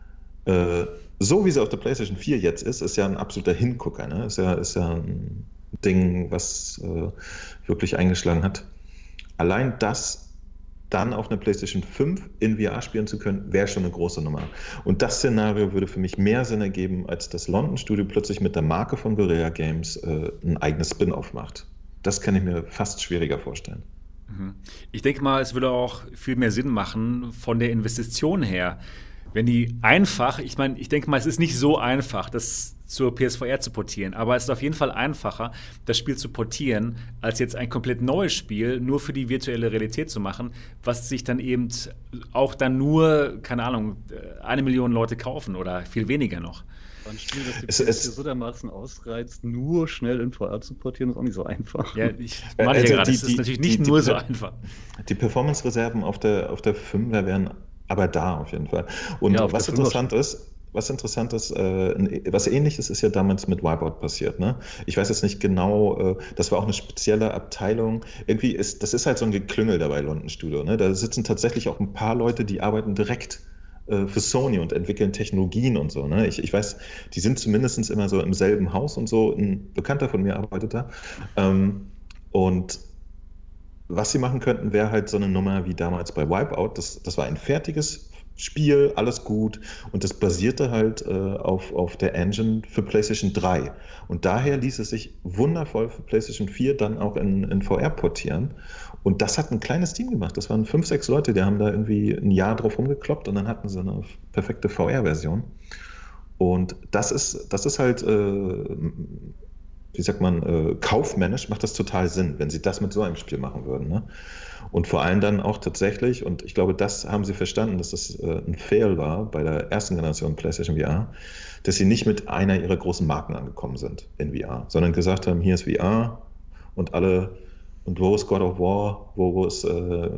so wie sie auf der PlayStation 4 jetzt ist ja ein absoluter Hingucker. Ne? Ist ja ein Ding, was wirklich eingeschlagen hat. Allein das dann auf einer PlayStation 5 in VR spielen zu können, wäre schon eine große Nummer. Und das Szenario würde für mich mehr Sinn ergeben, als das London Studio plötzlich mit der Marke von Guerrilla Games ein eigenes Spin-off macht. Das kann ich mir fast schwieriger vorstellen. Ich denke mal, es würde auch viel mehr Sinn machen von der Investition her. Wenn die ich denke mal, es ist nicht so einfach, das zur PSVR zu portieren, aber es ist auf jeden Fall einfacher, das Spiel zu portieren, als jetzt ein komplett neues Spiel nur für die virtuelle Realität zu machen, was sich dann eben auch dann nur, keine Ahnung, 1 Million Leute kaufen oder viel weniger noch. Ein Spiel, das die PS4 so dermaßen ausreizt, nur schnell in VR zu portieren, ist auch nicht so einfach. Ja, ich meine ja gerade, es ist natürlich nicht nur so einfach. Die Performance-Reserven auf der 5er wären aber da auf jeden Fall. Und ja, was interessant ist, was Ähnliches ist ja damals mit Wipeout passiert. Ne? Ich weiß jetzt nicht genau, das war auch eine spezielle Abteilung. Irgendwie das ist halt so ein Geklüngel dabei, London Studio. Ne? Da sitzen tatsächlich auch ein paar Leute, die arbeiten direkt für Sony und entwickeln Technologien und so. Ne? Ich weiß, die sind zumindest immer so im selben Haus und so. Ein Bekannter von mir arbeitet da. Und was sie machen könnten, wäre halt so eine Nummer wie damals bei Wipeout. Das war ein fertiges Spiel, alles gut. Und das basierte halt auf der Engine für PlayStation 3. Und daher ließ es sich wundervoll für PlayStation 4 dann auch in VR portieren. Und das hat ein kleines Team gemacht. Das waren 5, 6 Leute, die haben da irgendwie ein Jahr drauf rumgekloppt und dann hatten sie eine perfekte VR-Version. Und das ist halt, wie sagt man, kaufmännisch macht das total Sinn, wenn sie das mit so einem Spiel machen würden. Ne? Und vor allem dann auch tatsächlich, und ich glaube, das haben sie verstanden, dass das ein Fail war bei der ersten Generation PlayStation VR, dass sie nicht mit einer ihrer großen Marken angekommen sind in VR, sondern gesagt haben, hier ist VR und wo ist God of War, wo ist,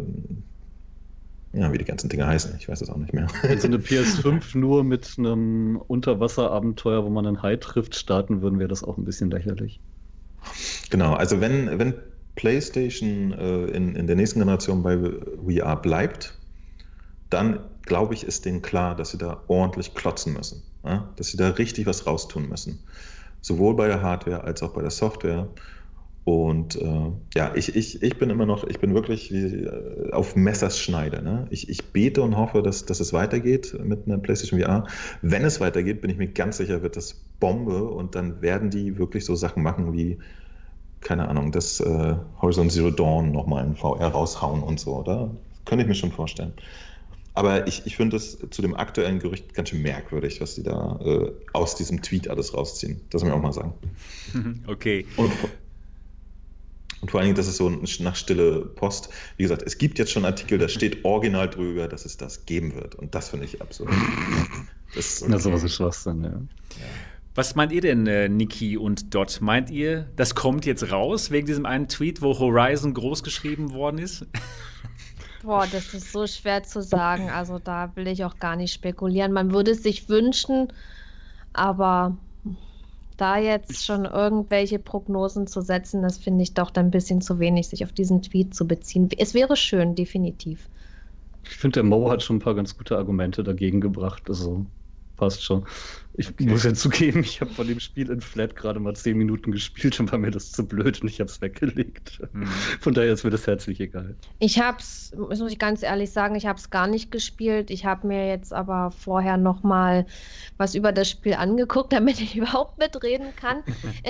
wie die ganzen Dinge heißen, ich weiß es auch nicht mehr. Wenn sie eine PS5 nur mit einem Unterwasserabenteuer, wo man einen Hai trifft, starten würden, wäre das auch ein bisschen lächerlich. Genau, also wenn PlayStation in der nächsten Generation bei VR bleibt, dann glaube ich, ist denen klar, dass sie da ordentlich klotzen müssen, ja? Dass sie da richtig was raustun müssen. Sowohl bei der Hardware als auch bei der Software. Und ich bin wirklich auf Messerschneide. Ne? Ich bete und hoffe, dass es weitergeht mit einer PlayStation VR. Wenn es weitergeht, bin ich mir ganz sicher, wird das Bombe und dann werden die wirklich so Sachen machen wie, keine Ahnung, das Horizon Zero Dawn nochmal in VR raushauen und so, oder? Könnte ich mir schon vorstellen. Aber ich finde es zu dem aktuellen Gerücht ganz schön merkwürdig, was die da aus diesem Tweet alles rausziehen. Das muss ich auch mal sagen. Okay. Und vor allen Dingen, das ist so nach stille Post. Wie gesagt, es gibt jetzt schon Artikel, da steht original drüber, dass es das geben wird. Und das finde ich absurd. Na, sowas ist Schwachsinn, ja. Was meint ihr denn, Niki und Dot? Meint ihr, das kommt jetzt raus wegen diesem einen Tweet, wo Horizon groß geschrieben worden ist? Boah, das ist so schwer zu sagen. Also da will ich auch gar nicht spekulieren. Man würde es sich wünschen, aber da jetzt schon irgendwelche Prognosen zu setzen, das finde ich doch dann ein bisschen zu wenig, sich auf diesen Tweet zu beziehen. Es wäre schön, definitiv. Ich finde, der Mo hat schon ein paar ganz gute Argumente dagegen gebracht. Also passt schon. Ich muss ja zugeben, ich habe von dem Spiel in Flat gerade mal 10 Minuten gespielt und war mir das zu blöd und ich habe es weggelegt. Von daher ist mir das herzlich egal. Das muss ich ganz ehrlich sagen, ich habe es gar nicht gespielt. Ich habe mir jetzt aber vorher noch mal was über das Spiel angeguckt, damit ich überhaupt mitreden kann.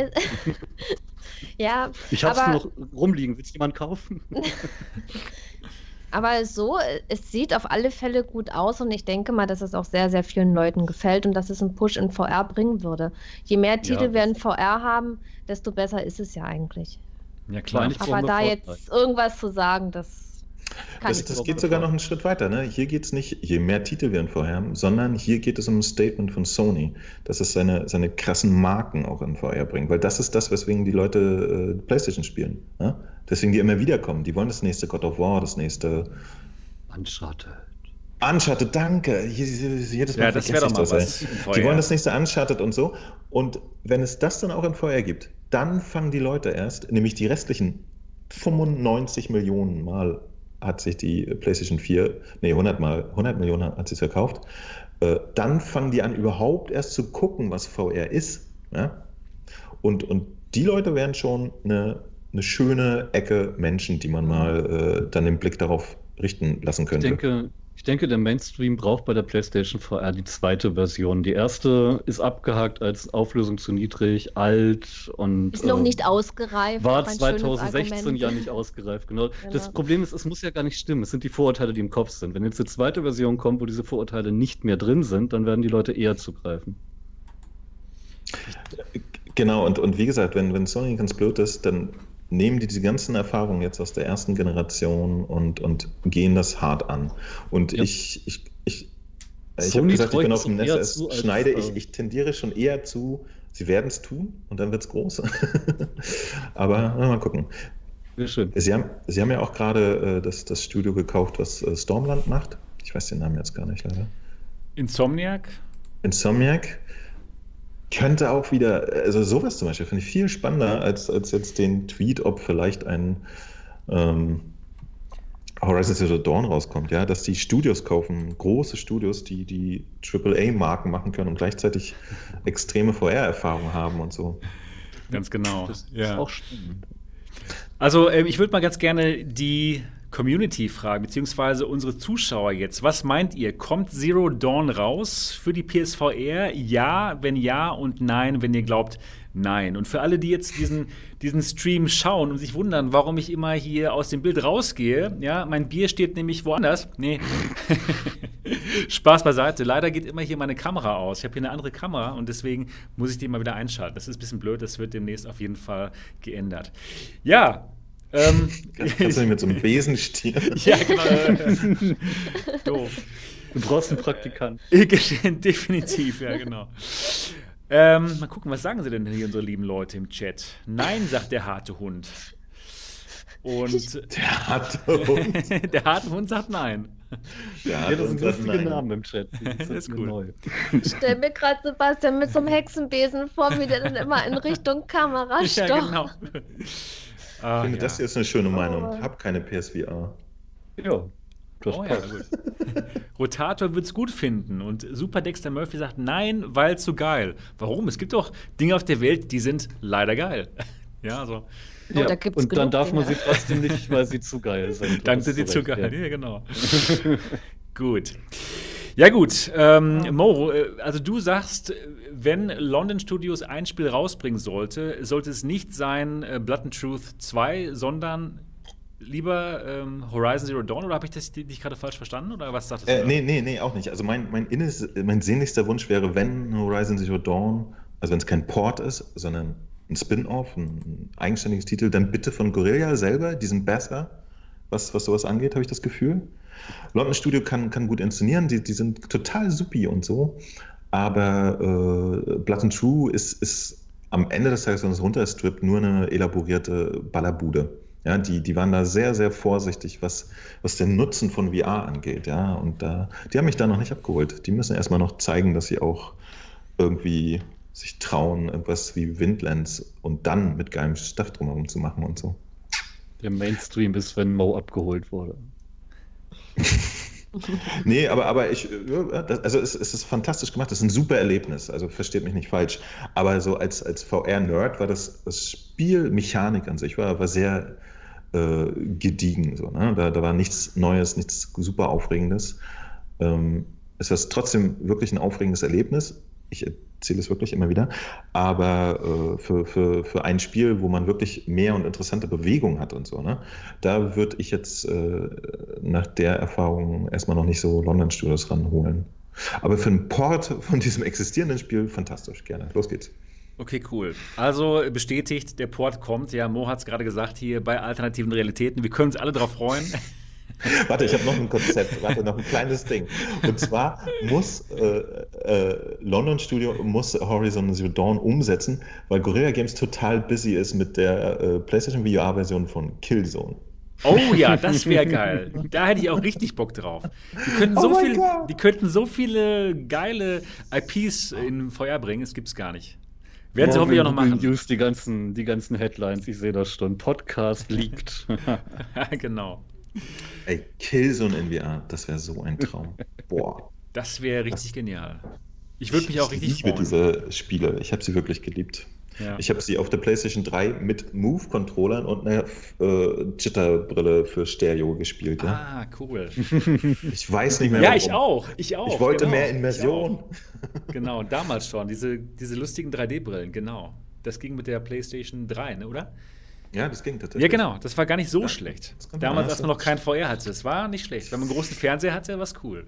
Ja, ich habe es noch rumliegen. Willst du jemand kaufen? Aber es sieht auf alle Fälle gut aus und ich denke mal, dass es auch sehr, sehr vielen Leuten gefällt und dass es einen Push in VR bringen würde. Je mehr Titel wir in VR haben, desto besser ist es ja eigentlich. Ja, klar. Aber da jetzt irgendwas zu sagen, das kann ich nicht. Das geht sogar noch einen Schritt weiter. Ne? Hier geht es nicht, je mehr Titel wir in VR haben, sondern hier geht es um ein Statement von Sony, dass es seine krassen Marken auch in VR bringt. Weil das ist das, weswegen die Leute PlayStation spielen. Ne? Deswegen die immer wieder kommen. Die wollen das nächste God of War, das nächste Uncharted, danke. Jedes Mal das wäre doch mal was. Die wollen das nächste Uncharted und so. Und wenn es das dann auch in VR gibt, dann fangen die Leute erst, nämlich die restlichen 95 Millionen Mal hat sich die PlayStation 4, 100 Millionen hat sie es verkauft, dann fangen die an, überhaupt erst zu gucken, was VR ist. Ja? Und die Leute werden schon eine schöne Ecke Menschen, die man mal dann den Blick darauf richten lassen könnte. Ich denke, der Mainstream braucht bei der PlayStation VR die zweite Version. Die erste ist abgehakt als Auflösung zu niedrig, alt und ist noch nicht ausgereift. War 2016 ja nicht ausgereift, genau. Das Problem ist, es muss ja gar nicht stimmen. Es sind die Vorurteile, die im Kopf sind. Wenn jetzt eine zweite Version kommt, wo diese Vorurteile nicht mehr drin sind, dann werden die Leute eher zugreifen. Genau, und wie gesagt, wenn Sony ganz blöd ist, dann nehmen die diese ganzen Erfahrungen jetzt aus der ersten Generation und gehen das hart an. Und ja. Ich habe gesagt, ich bin auf dem Netz, ich tendiere schon eher zu, sie werden es tun und dann wird es groß. Aber mal gucken. Schön. Sie haben ja auch gerade das Studio gekauft, was Stormland macht. Ich weiß den Namen jetzt gar nicht, leider. Insomniac. Könnte auch wieder, also sowas zum Beispiel finde ich viel spannender als jetzt den Tweet, ob vielleicht ein Horizon Zero Dawn rauskommt, ja, dass die Studios kaufen, große Studios, die AAA-Marken machen können und gleichzeitig extreme VR-Erfahrungen haben und so. Ganz genau. Das ist auch spannend. Also ich würde mal ganz gerne die Community fragen, beziehungsweise unsere Zuschauer jetzt. Was meint ihr? Kommt Zero Dawn raus für die PSVR? Ja, wenn ja und nein, wenn ihr glaubt, nein. Und für alle, die jetzt diesen Stream schauen und sich wundern, warum ich immer hier aus dem Bild rausgehe, ja, mein Bier steht nämlich woanders. Nee, Spaß beiseite. Leider geht immer hier meine Kamera aus. Ich habe hier eine andere Kamera und deswegen muss ich die mal wieder einschalten. Das ist ein bisschen blöd, das wird demnächst auf jeden Fall geändert. Ja, kannst du nicht mit so einem Besen stieren? Ja, genau. Doof. Du brauchst einen Praktikanten. Definitiv, ja, genau. Mal gucken, was sagen sie denn hier, unsere lieben Leute im Chat? Nein, sagt der harte Hund. Und der harte Hund? Der harte Hund sagt nein. Das sind lustige Namen im Chat. Das ist cool. Neu. Ich stelle mir gerade Sebastian mit so einem Hexenbesen vor, wie der dann immer in Richtung Kamera stoppt. Ja, genau. Ich finde, das hier ist eine schöne Meinung. Hab keine PSVR. Ja, das passt. Gut. Rotator wird es gut finden. Und Super Dexter Murphy sagt nein, weil zu geil. Warum? Es gibt doch Dinge auf der Welt, die sind leider geil. Ja, so. Oh, da gibt's und dann darf man sie trotzdem nicht, weil sie zu geil sind. Dann sind sie zu geil, ja, genau. Gut. Ja gut, Mo, also du sagst, wenn London Studios ein Spiel rausbringen sollte es nicht sein Blood and Truth 2, sondern lieber Horizon Zero Dawn oder habe ich dich gerade falsch verstanden? Oder was sagtest du? Nee, auch nicht. Also mein sehnlichster Wunsch wäre, wenn Horizon Zero Dawn, also wenn es kein Port ist, sondern ein Spin-off, ein eigenständiges Titel, dann bitte von Guerilla selber, diesen Besser, was sowas angeht, habe ich das Gefühl. London Studio kann gut inszenieren, die sind total supi und so, aber Blood and True ist am Ende des Tages, wenn es runterstrippt, nur eine elaborierte Ballerbude. Ja, die waren da sehr, sehr vorsichtig, was den Nutzen von VR angeht. Ja, und die haben mich da noch nicht abgeholt. Die müssen erstmal noch zeigen, dass sie auch irgendwie sich trauen, irgendwas wie Windlands und dann mit geilem Stuff drumherum zu machen und so. Der Mainstream ist, wenn Mo abgeholt wurde. Nee, aber es ist fantastisch gemacht, das ist ein super Erlebnis, also versteht mich nicht falsch, aber so als VR-Nerd war das Spielmechanik an sich war sehr gediegen, so, ne? Da war nichts Neues, nichts super Aufregendes. Es war trotzdem wirklich ein aufregendes Erlebnis, ich erzähle es wirklich immer wieder, aber für ein Spiel, wo man wirklich mehr und interessante Bewegung hat und so, ne, da würde ich jetzt nach der Erfahrung erstmal noch nicht so London Studios ranholen. Aber für einen Port von diesem existierenden Spiel fantastisch, gerne. Los geht's. Okay, cool. Also bestätigt, der Port kommt. Ja, Mo hat es gerade gesagt hier bei alternativen Realitäten. Wir können uns alle drauf freuen. Warte, ich habe noch ein Konzept, noch ein kleines Ding. Und zwar muss London Studio Horizon Zero Dawn umsetzen, weil Guerilla Games total busy ist mit der PlayStation VR-Version von Killzone. Oh ja, das wäre geil. Da hätte ich auch richtig Bock drauf. Die könnten so viele geile IPs in VR bringen, das gibt's gar nicht. Werden sie hoffentlich auch noch machen. News, die ganzen Headlines, ich sehe das schon. Podcast leakt. Genau. Ey, Killzone in VR, das wäre so ein Traum. Boah. Das wäre richtig genial. Ich würde mich auch richtig freuen. Ich liebe diese Spiele. Ich habe sie wirklich geliebt. Ja. Ich habe sie auf der PlayStation 3 mit Move-Controllern und einer Jitterbrille für Stereo gespielt. Ja? Ah, cool. Ich weiß nicht mehr, ja, warum. Ich auch. Ich wollte mehr Immersion. Genau, damals schon. Diese lustigen 3D-Brillen, genau. Das ging mit der PlayStation 3, ne, oder? Ja, das ging tatsächlich. Ja, genau. Das war gar nicht so schlecht. Damals, als man noch kein VR hatte. Das war nicht schlecht. Wenn man einen großen Fernseher hatte, war es cool.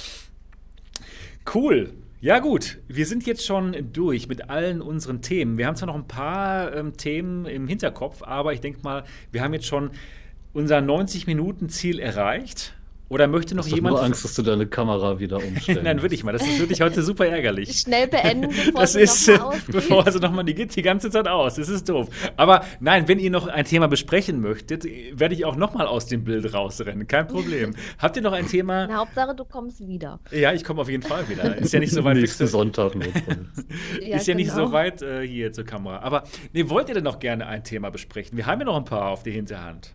Cool. Ja gut, wir sind jetzt schon durch mit allen unseren Themen. Wir haben zwar noch ein paar Themen im Hinterkopf, aber ich denke mal, wir haben jetzt schon unser 90-Minuten-Ziel erreicht. Oder möchte noch jemand... Ich habe Angst, dass du deine Kamera wieder umstellst. Nein, wirklich mal. Das ist wirklich heute super ärgerlich. Schnell beenden, bevor sie nochmal, die geht die ganze Zeit aus. Das ist doof. Aber nein, wenn ihr noch ein Thema besprechen möchtet, werde ich auch nochmal aus dem Bild rausrennen. Kein Problem. Habt ihr noch ein Thema? Na, Hauptsache, du kommst wieder. Ja, ich komme auf jeden Fall wieder. Ist ja nicht so weit. Nächsten Sonntag. Ist ja nicht so weit hier zur Kamera. Aber nee, wollt ihr denn noch gerne ein Thema besprechen? Wir haben ja noch ein paar auf die Hinterhand.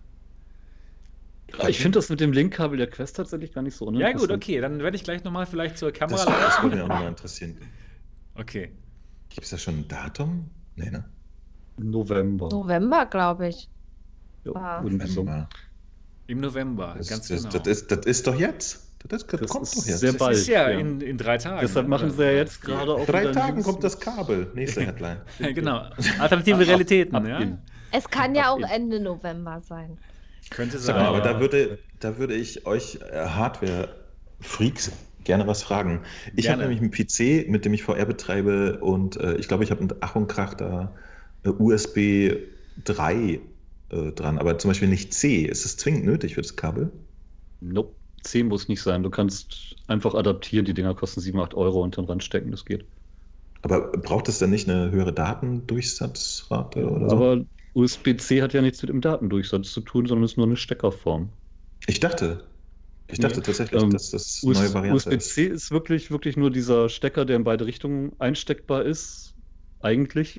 Ich finde das mit dem Linkkabel der Quest tatsächlich gar nicht so uninteressant. Ja gut, okay, dann werde ich gleich nochmal vielleicht zur Kamera Das würde mich auch nochmal interessieren. Okay. Gibt es da schon ein Datum? Nee, ne? November, glaube ich. Ja, November. Im November, ganz genau. Das ist doch jetzt. Das kommt doch jetzt. Sehr bald. Das ist ja in 3 Tagen. Deshalb machen sie ja jetzt gerade auch 3 Tagen kommt das Kabel. Nächste Headline. Genau. Alternative Realitäten, ja. Es kann ja auch Ende November sein. Könnte sein. Aber da würde ich euch Hardware-Freaks gerne was fragen. Ich habe nämlich einen PC, mit dem ich VR betreibe und ich glaube, ich habe einen Ach und Krach da USB 3 dran, aber zum Beispiel nicht C. Ist das zwingend nötig für das Kabel? Nope. C muss nicht sein. Du kannst einfach adaptieren. Die Dinger kosten 7-8 Euro und dann ranstecken. Das geht. Aber braucht es dann nicht eine höhere Datendurchsatzrate oder so? Aber USB-C hat ja nichts mit dem Datendurchsatz zu tun, sondern ist nur eine Steckerform. Ich dachte tatsächlich, dass das eine neue Variante ist. USB-C ist wirklich nur dieser Stecker, der in beide Richtungen einsteckbar ist, eigentlich.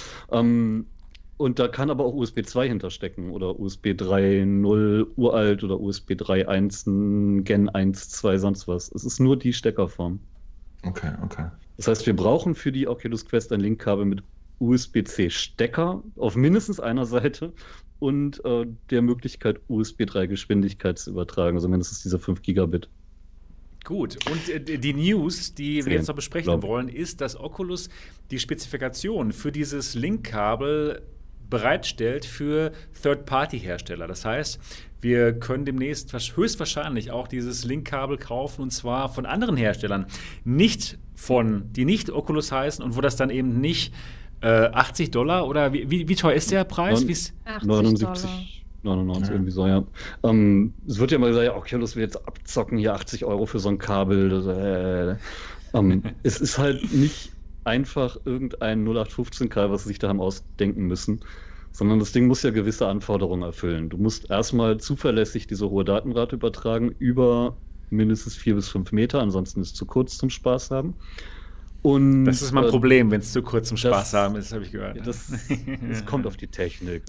Und da kann aber auch USB 2 hinterstecken oder USB 3.0 uralt oder USB 3.1 Gen 1, 2, sonst was. Es ist nur die Steckerform. Okay. Das heißt, wir brauchen für die Oculus Quest ein Linkkabel mit USB-C-Stecker auf mindestens einer Seite und der Möglichkeit, USB 3 Geschwindigkeit zu übertragen, also mindestens diese 5 Gigabit. Gut, und die News, die wir jetzt noch besprechen wollen, ist, dass Oculus die Spezifikation für dieses Linkkabel bereitstellt für Third-Party-Hersteller. Das heißt, wir können demnächst höchstwahrscheinlich auch dieses Link-Kabel kaufen, und zwar von anderen Herstellern, die nicht Oculus heißen und wo das dann eben nicht $80 oder wie teuer ist der Preis? 79, 99 irgendwie so, ja. Es wird ja mal gesagt, ja, Oculus will jetzt abzocken, hier €80 für so ein Kabel. Es ist halt nicht einfach irgendein 0815-Kabel, was sie sich da haben ausdenken müssen, sondern das Ding muss ja gewisse Anforderungen erfüllen. Du musst erstmal zuverlässig diese hohe Datenrate übertragen, über mindestens 4 bis 5 Meter, ansonsten ist es zu kurz zum Spaß haben. Und, das ist mein Problem, wenn es zu kurz zum Spaß haben ist, habe ich gehört. Ja, das kommt auf die Technik.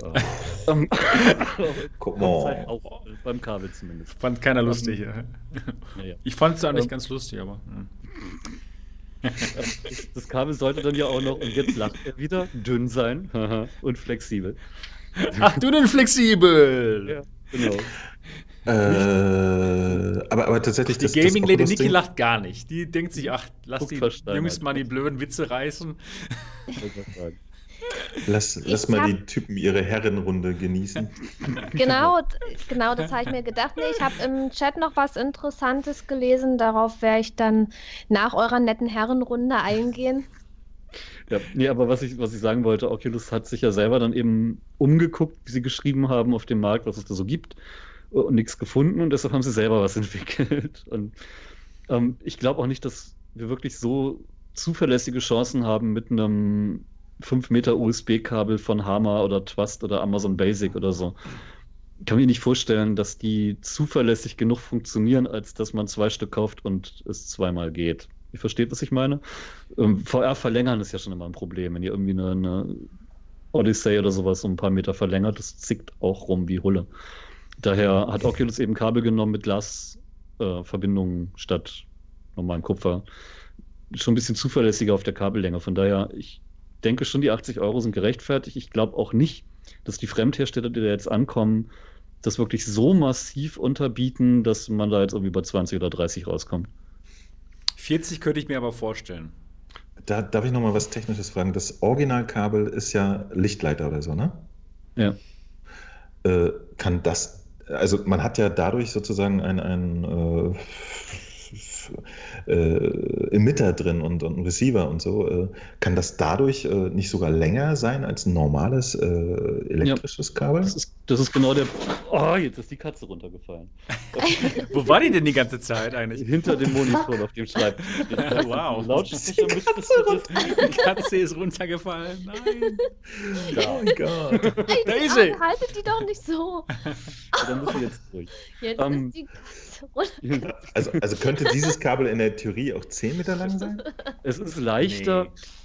Guck mal. Halt auch beim Kabel zumindest. Fand keiner lustig. Ja. Ich fand es eigentlich ganz lustig, aber... Das Kabel sollte dann ja auch noch, und jetzt lacht er wieder, dünn sein und flexibel. Ach, du denn flexibel! Ja, genau. Aber tatsächlich... Die Gaming-Lady Niki lacht gar nicht. Die denkt sich, ach, lass die Jungs halt. mal die blöden Witze reißen. Lass mal die Typen ihre Herrenrunde genießen. Genau, das habe ich mir gedacht. Nee, ich habe im Chat noch was Interessantes gelesen. Darauf werde ich dann nach eurer netten Herrenrunde eingehen. Ja, nee, aber was ich sagen wollte, Oculus hat sich ja selber dann eben umgeguckt, wie sie geschrieben haben auf dem Markt, was es da so gibt, und nichts gefunden, und deshalb haben sie selber was entwickelt. Und ich glaube auch nicht, dass wir wirklich so zuverlässige Chancen haben mit einem 5 Meter USB-Kabel von Hama oder Twast oder Amazon Basic oder so. Ich kann mir nicht vorstellen, dass die zuverlässig genug funktionieren, als dass man 2 Stück kauft und es zweimal geht. Ihr versteht, was ich meine? VR verlängern ist ja schon immer ein Problem. Wenn ihr irgendwie eine Odyssey oder sowas um ein paar Meter verlängert, das zickt auch rum wie Hulle. Daher hat Oculus eben Kabel genommen mit Glasverbindungen statt normalem Kupfer. Schon ein bisschen zuverlässiger auf der Kabellänge. Von daher, ich denke schon, die €80 sind gerechtfertigt. Ich glaube auch nicht, dass die Fremdhersteller, die da jetzt ankommen, das wirklich so massiv unterbieten, dass man da jetzt irgendwie bei 20 oder 30 rauskommt. 40 könnte ich mir aber vorstellen. Da darf ich noch mal was Technisches fragen. Das Originalkabel ist ja Lichtleiter oder so, ne? Ja. Kann das, also man hat ja dadurch sozusagen einen Emitter drin und einen Receiver und so. Kann das dadurch nicht sogar länger sein als ein normales elektrisches Kabel? Das ist genau der... Oh, jetzt ist die Katze runtergefallen. Wo war die denn die ganze Zeit eigentlich? Hinter dem Monitor auf dem Schreibtisch. Wow. Lautsprecher müsstest du das... Die Katze ist runtergefallen. Nein. Oh mein Gott. Da ist sie. Haltet die doch nicht so. Ja, dann müssen wir jetzt durch. Jetzt ist die Katze runter. Also könnte dieses Kabel in der Theorie auch 10 Meter lang sein? Es ist leichter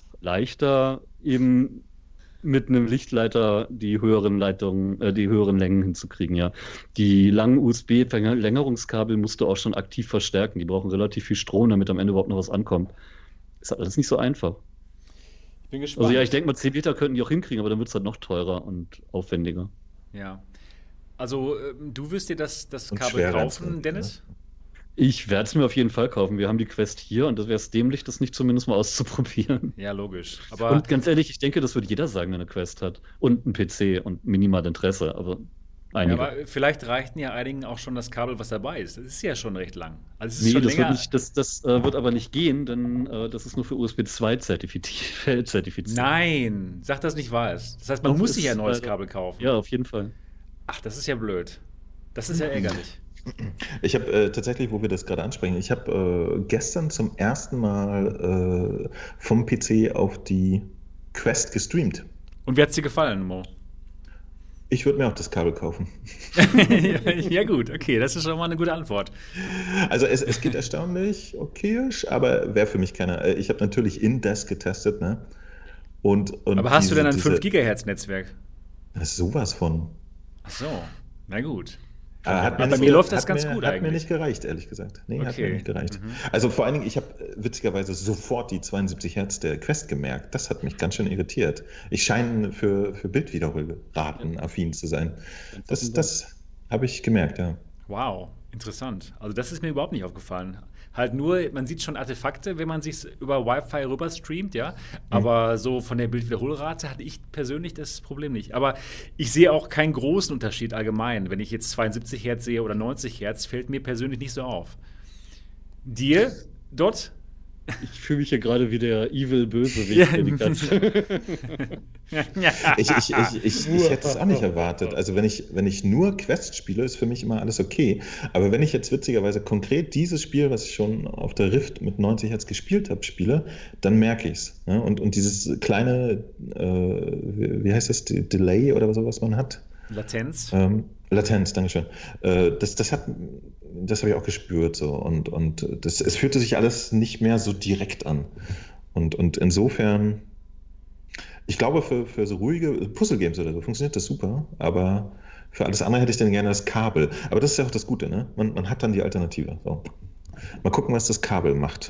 eben mit einem Lichtleiter die höheren Längen hinzukriegen, ja. Die langen USB-Verlängerungskabel musst du auch schon aktiv verstärken. Die brauchen relativ viel Strom, damit am Ende überhaupt noch was ankommt. Ist alles nicht so einfach. Ich bin gespannt. Also ja, ich denke mal, 10 Meter könnten die auch hinkriegen, aber dann wird es halt noch teurer und aufwendiger. Ja. Also, du wirst dir das Und Kabel schwerer kaufen, als- Dennis? Ich werde es mir auf jeden Fall kaufen. Wir haben die Quest hier und das wäre es dämlich, das nicht zumindest mal auszuprobieren. Ja, logisch. Aber Und ganz ehrlich, ich denke, das würde jeder sagen, der eine Quest hat. Und ein PC und minimal Interesse, aber einige. aber vielleicht reicht ja einigen auch schon das Kabel, was dabei ist. Das ist ja schon recht lang. Also es ist Nee, schon das länger. wird aber nicht gehen, denn das ist nur für USB 2 zertifiziert. Nein, sag das nicht wahr ist. Das heißt, man Doch, muss ist sich ein neues leider- Kabel kaufen. Ja, auf jeden Fall. Ach, das ist ja blöd. Das ist ja ärgerlich. Ich habe tatsächlich, wo wir das gerade ansprechen, ich habe gestern zum ersten Mal vom PC auf die Quest gestreamt. Und wie hat es dir gefallen, Mo? Ich würde mir auch das Kabel kaufen. Ja gut, okay, das ist schon mal eine gute Antwort. Also es geht erstaunlich okayisch, aber wäre für mich keiner. Ich habe natürlich in-Desk getestet, ne? Und Aber hast du denn ein diese- 5 Gigahertz Netzwerk? Sowas von. Ach so, na gut. Hat bei nicht mir ge- läuft das hat ganz mir, gut Hat mir eigentlich. nicht gereicht, ehrlich gesagt. Nee, hat Okay. mir nicht gereicht. Mhm. Also vor allen Dingen, ich habe witzigerweise sofort die 72 Hertz der Quest gemerkt. Das hat mich ganz schön irritiert. Ich scheine für Bildwiederholraten affin zu sein. Das habe ich gemerkt, ja. Wow, interessant. Also das ist mir überhaupt nicht aufgefallen. Halt nur, man sieht schon Artefakte, wenn man sich über Wi-Fi rüber streamt, ja. Aber so von der Bildwiederholrate hatte ich persönlich das Problem nicht. Aber ich sehe auch keinen großen Unterschied allgemein. Wenn ich jetzt 72 Hertz sehe oder 90 Hertz, fällt mir persönlich nicht so auf. Dir, Dot? Ich fühle mich hier gerade wie der Evil-Bösewicht. Ich hätte es auch nicht erwartet. Also wenn ich nur Quest spiele, ist für mich immer alles okay. Aber wenn ich jetzt witzigerweise konkret dieses Spiel, was ich schon auf der Rift mit 90 Hertz gespielt habe, spiele, dann merke ich es. Ne? Und dieses kleine, wie heißt das, Delay oder so, was man hat? Latenz. Latenz, Dankeschön. Das habe ich auch gespürt. So. Und es fühlte sich alles nicht mehr so direkt an. Und insofern, ich glaube, für so ruhige Puzzle-Games oder so funktioniert das super, aber für alles andere hätte ich dann gerne das Kabel. Aber das ist ja auch das Gute, ne? Man hat dann die Alternative. So. Mal gucken, was das Kabel macht.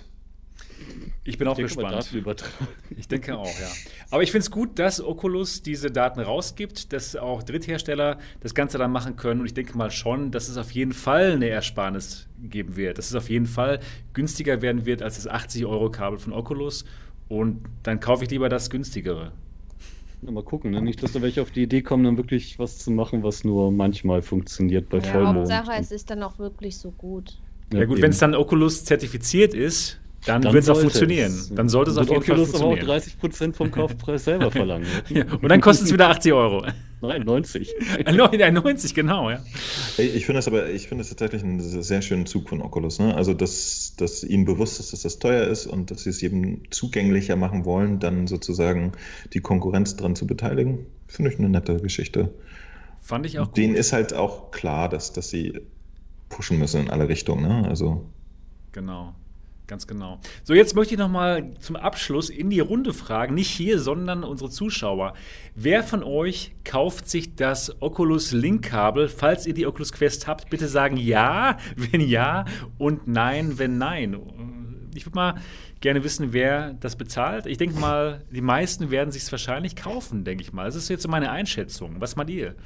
Ich bin auch gespannt. Ich denke auch, ja. Aber ich finde es gut, dass Oculus diese Daten rausgibt, dass auch Dritthersteller das Ganze dann machen können. Und ich denke mal schon, dass es auf jeden Fall eine Ersparnis geben wird. Dass es auf jeden Fall günstiger werden wird als das 80-Euro-Kabel von Oculus. Und dann kaufe ich lieber das günstigere. Ja, mal gucken, ne? Nicht, dass da welche auf die Idee kommen, dann wirklich was zu machen, was nur manchmal funktioniert bei Vollmond. Hauptsache, es ist dann auch wirklich so gut. Ja gut, wenn es dann Oculus zertifiziert ist, dann wird es auch funktionieren. Dann sollte es auf jeden Fall funktionieren. Aber auch 30% vom Kaufpreis selber verlangen. Ja, und dann kostet es wieder 80 Euro. Nein, 90. 90, genau, ja. Ich finde das tatsächlich einen sehr schönen Zug von Oculus. Ne? Also, dass ihnen bewusst ist, dass das teuer ist und dass sie es jedem zugänglicher machen wollen, dann sozusagen die Konkurrenz dran zu beteiligen, finde ich eine nette Geschichte. Fand ich auch gut. Denen ist halt auch klar, dass sie pushen müssen in alle Richtungen. Ne? Also. Genau. Ganz genau. So, jetzt möchte ich noch mal zum Abschluss in die Runde fragen, nicht hier, sondern unsere Zuschauer. Wer von euch kauft sich das Oculus Link-Kabel? Falls ihr die Oculus Quest habt, bitte sagen ja, wenn ja, und nein, wenn nein. Ich würde mal gerne wissen, wer das bezahlt. Ich denke mal, die meisten werden sich es wahrscheinlich kaufen, denke ich mal. Das ist jetzt so meine Einschätzung. Was meint ihr?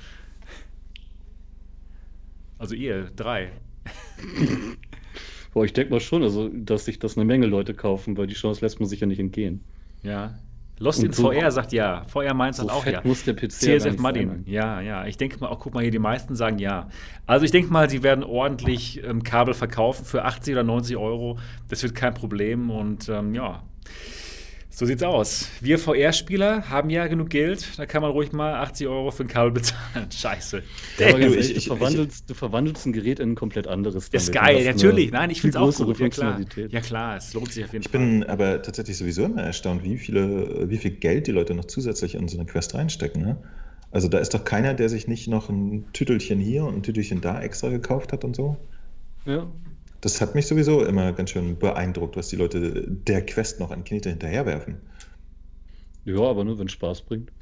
Also ihr, 3. Boah, ich denke mal schon, also, dass sich das eine Menge Leute kaufen, weil die Chance lässt man sich ja nicht entgehen. Ja. Lost in VR sagt ja. VR Mainz sagt auch ja. Muss der PC CSF Martin. Ja. Ich denke mal, auch guck mal hier, die meisten sagen ja. Also ich denke mal, sie werden ordentlich Kabel verkaufen für 80 oder 90 Euro. Das wird kein Problem und ja. So sieht's aus. Wir VR-Spieler haben ja genug Geld, da kann man ruhig mal 80 Euro für ein Kabel bezahlen. Scheiße. Ja, du verwandelst ein Gerät in ein komplett anderes. Das ist geil, natürlich. Nein, ich finde es auch gut. Ja klar, es lohnt sich auf jeden Fall. Ich bin aber tatsächlich sowieso immer erstaunt, wie viel Geld die Leute noch zusätzlich in so eine Quest reinstecken. Ne? Also da ist doch keiner, der sich nicht noch ein Tütelchen hier und ein Tütelchen da extra gekauft hat und so. Ja. Das hat mich sowieso immer ganz schön beeindruckt, was die Leute der Quest noch an Knete hinterherwerfen. Ja, aber nur, wenn es Spaß bringt.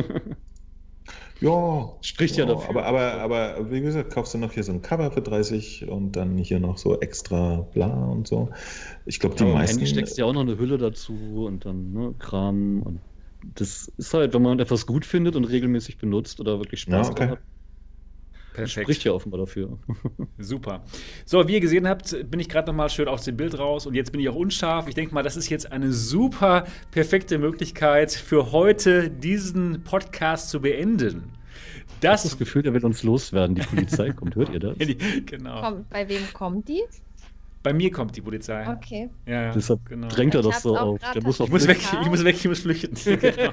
Ja. Spricht ja dafür. Aber wie gesagt, kaufst du noch hier so ein Cover für 30 und dann hier noch so extra bla und so. Ich glaube, die meisten... Handy steckst ja auch noch eine Hülle dazu und dann Kram. Und das ist halt, wenn man etwas gut findet und regelmäßig benutzt oder wirklich Spaß hat. Perfekt. Spricht ja offenbar dafür. Super. So, wie ihr gesehen habt, bin ich gerade noch mal schön aus dem Bild raus und jetzt bin ich auch unscharf. Ich denke mal, das ist jetzt eine super perfekte Möglichkeit für heute, diesen Podcast zu beenden. Ich habe das Gefühl, der wird uns loswerden. Die Polizei kommt, hört ihr das? Genau. Bei wem kommt die? Bei mir kommt die Polizei. Okay. Ja, deshalb drängt er das so auf. Der muss ich muss weg, ich muss flüchten. Genau.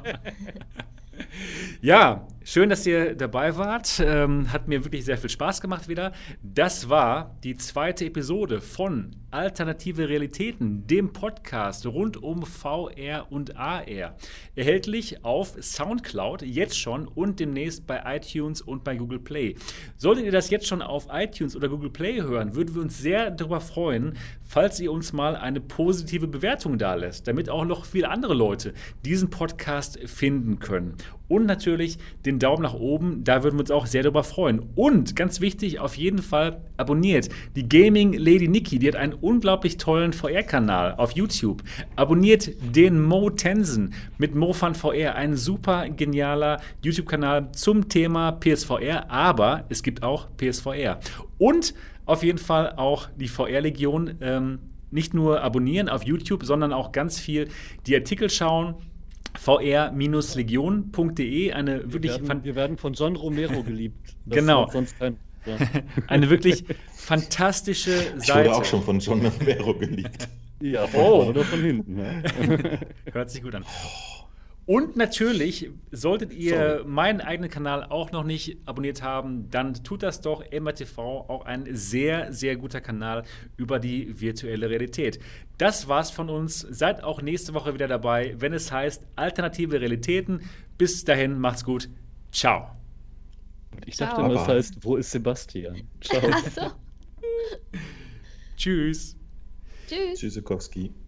Ja, schön, dass ihr dabei wart. Hat mir wirklich sehr viel Spaß gemacht wieder. Das war die 2. Episode von Alternative Realitäten, dem Podcast rund um VR und AR. Erhältlich auf Soundcloud jetzt schon und demnächst bei iTunes und bei Google Play. Solltet ihr das jetzt schon auf iTunes oder Google Play hören, würden wir uns sehr darüber freuen, falls ihr uns mal eine positive Bewertung dalässt, damit auch noch viele andere Leute diesen Podcast finden können. Und natürlich den Daumen nach oben, da würden wir uns auch sehr darüber freuen. Und ganz wichtig, auf jeden Fall abonniert die Gaming Lady Niki, die hat einen unglaublich tollen VR-Kanal auf YouTube. Abonniert den Mo Tensen mit MoFun VR, ein super genialer YouTube-Kanal zum Thema PSVR, aber es gibt auch PSVR. Und auf jeden Fall auch die VR-Legion nicht nur abonnieren auf YouTube, sondern auch ganz viel die Artikel schauen. vr-legion.de, eine wirklich Wir werden von John Romero geliebt. Das Genau. hat sonst kein, ja. eine wirklich fantastische Ich Seite. wurde auch schon von John Romero geliebt. Ja, von Oh. vorne oder von hinten. Ja. Hört sich gut an. Und natürlich, solltet ihr meinen eigenen Kanal auch noch nicht abonniert haben, dann tut das doch. MRTV, auch ein sehr, sehr guter Kanal über die virtuelle Realität. Das war's von uns. Seid auch nächste Woche wieder dabei, wenn es heißt Alternative Realitäten. Bis dahin, macht's gut. Ciao. Ich dachte Ciao. immer, das heißt, wo ist Sebastian? Ciao. Ach so. Tschüss. Tschüss. Tschüssikowski.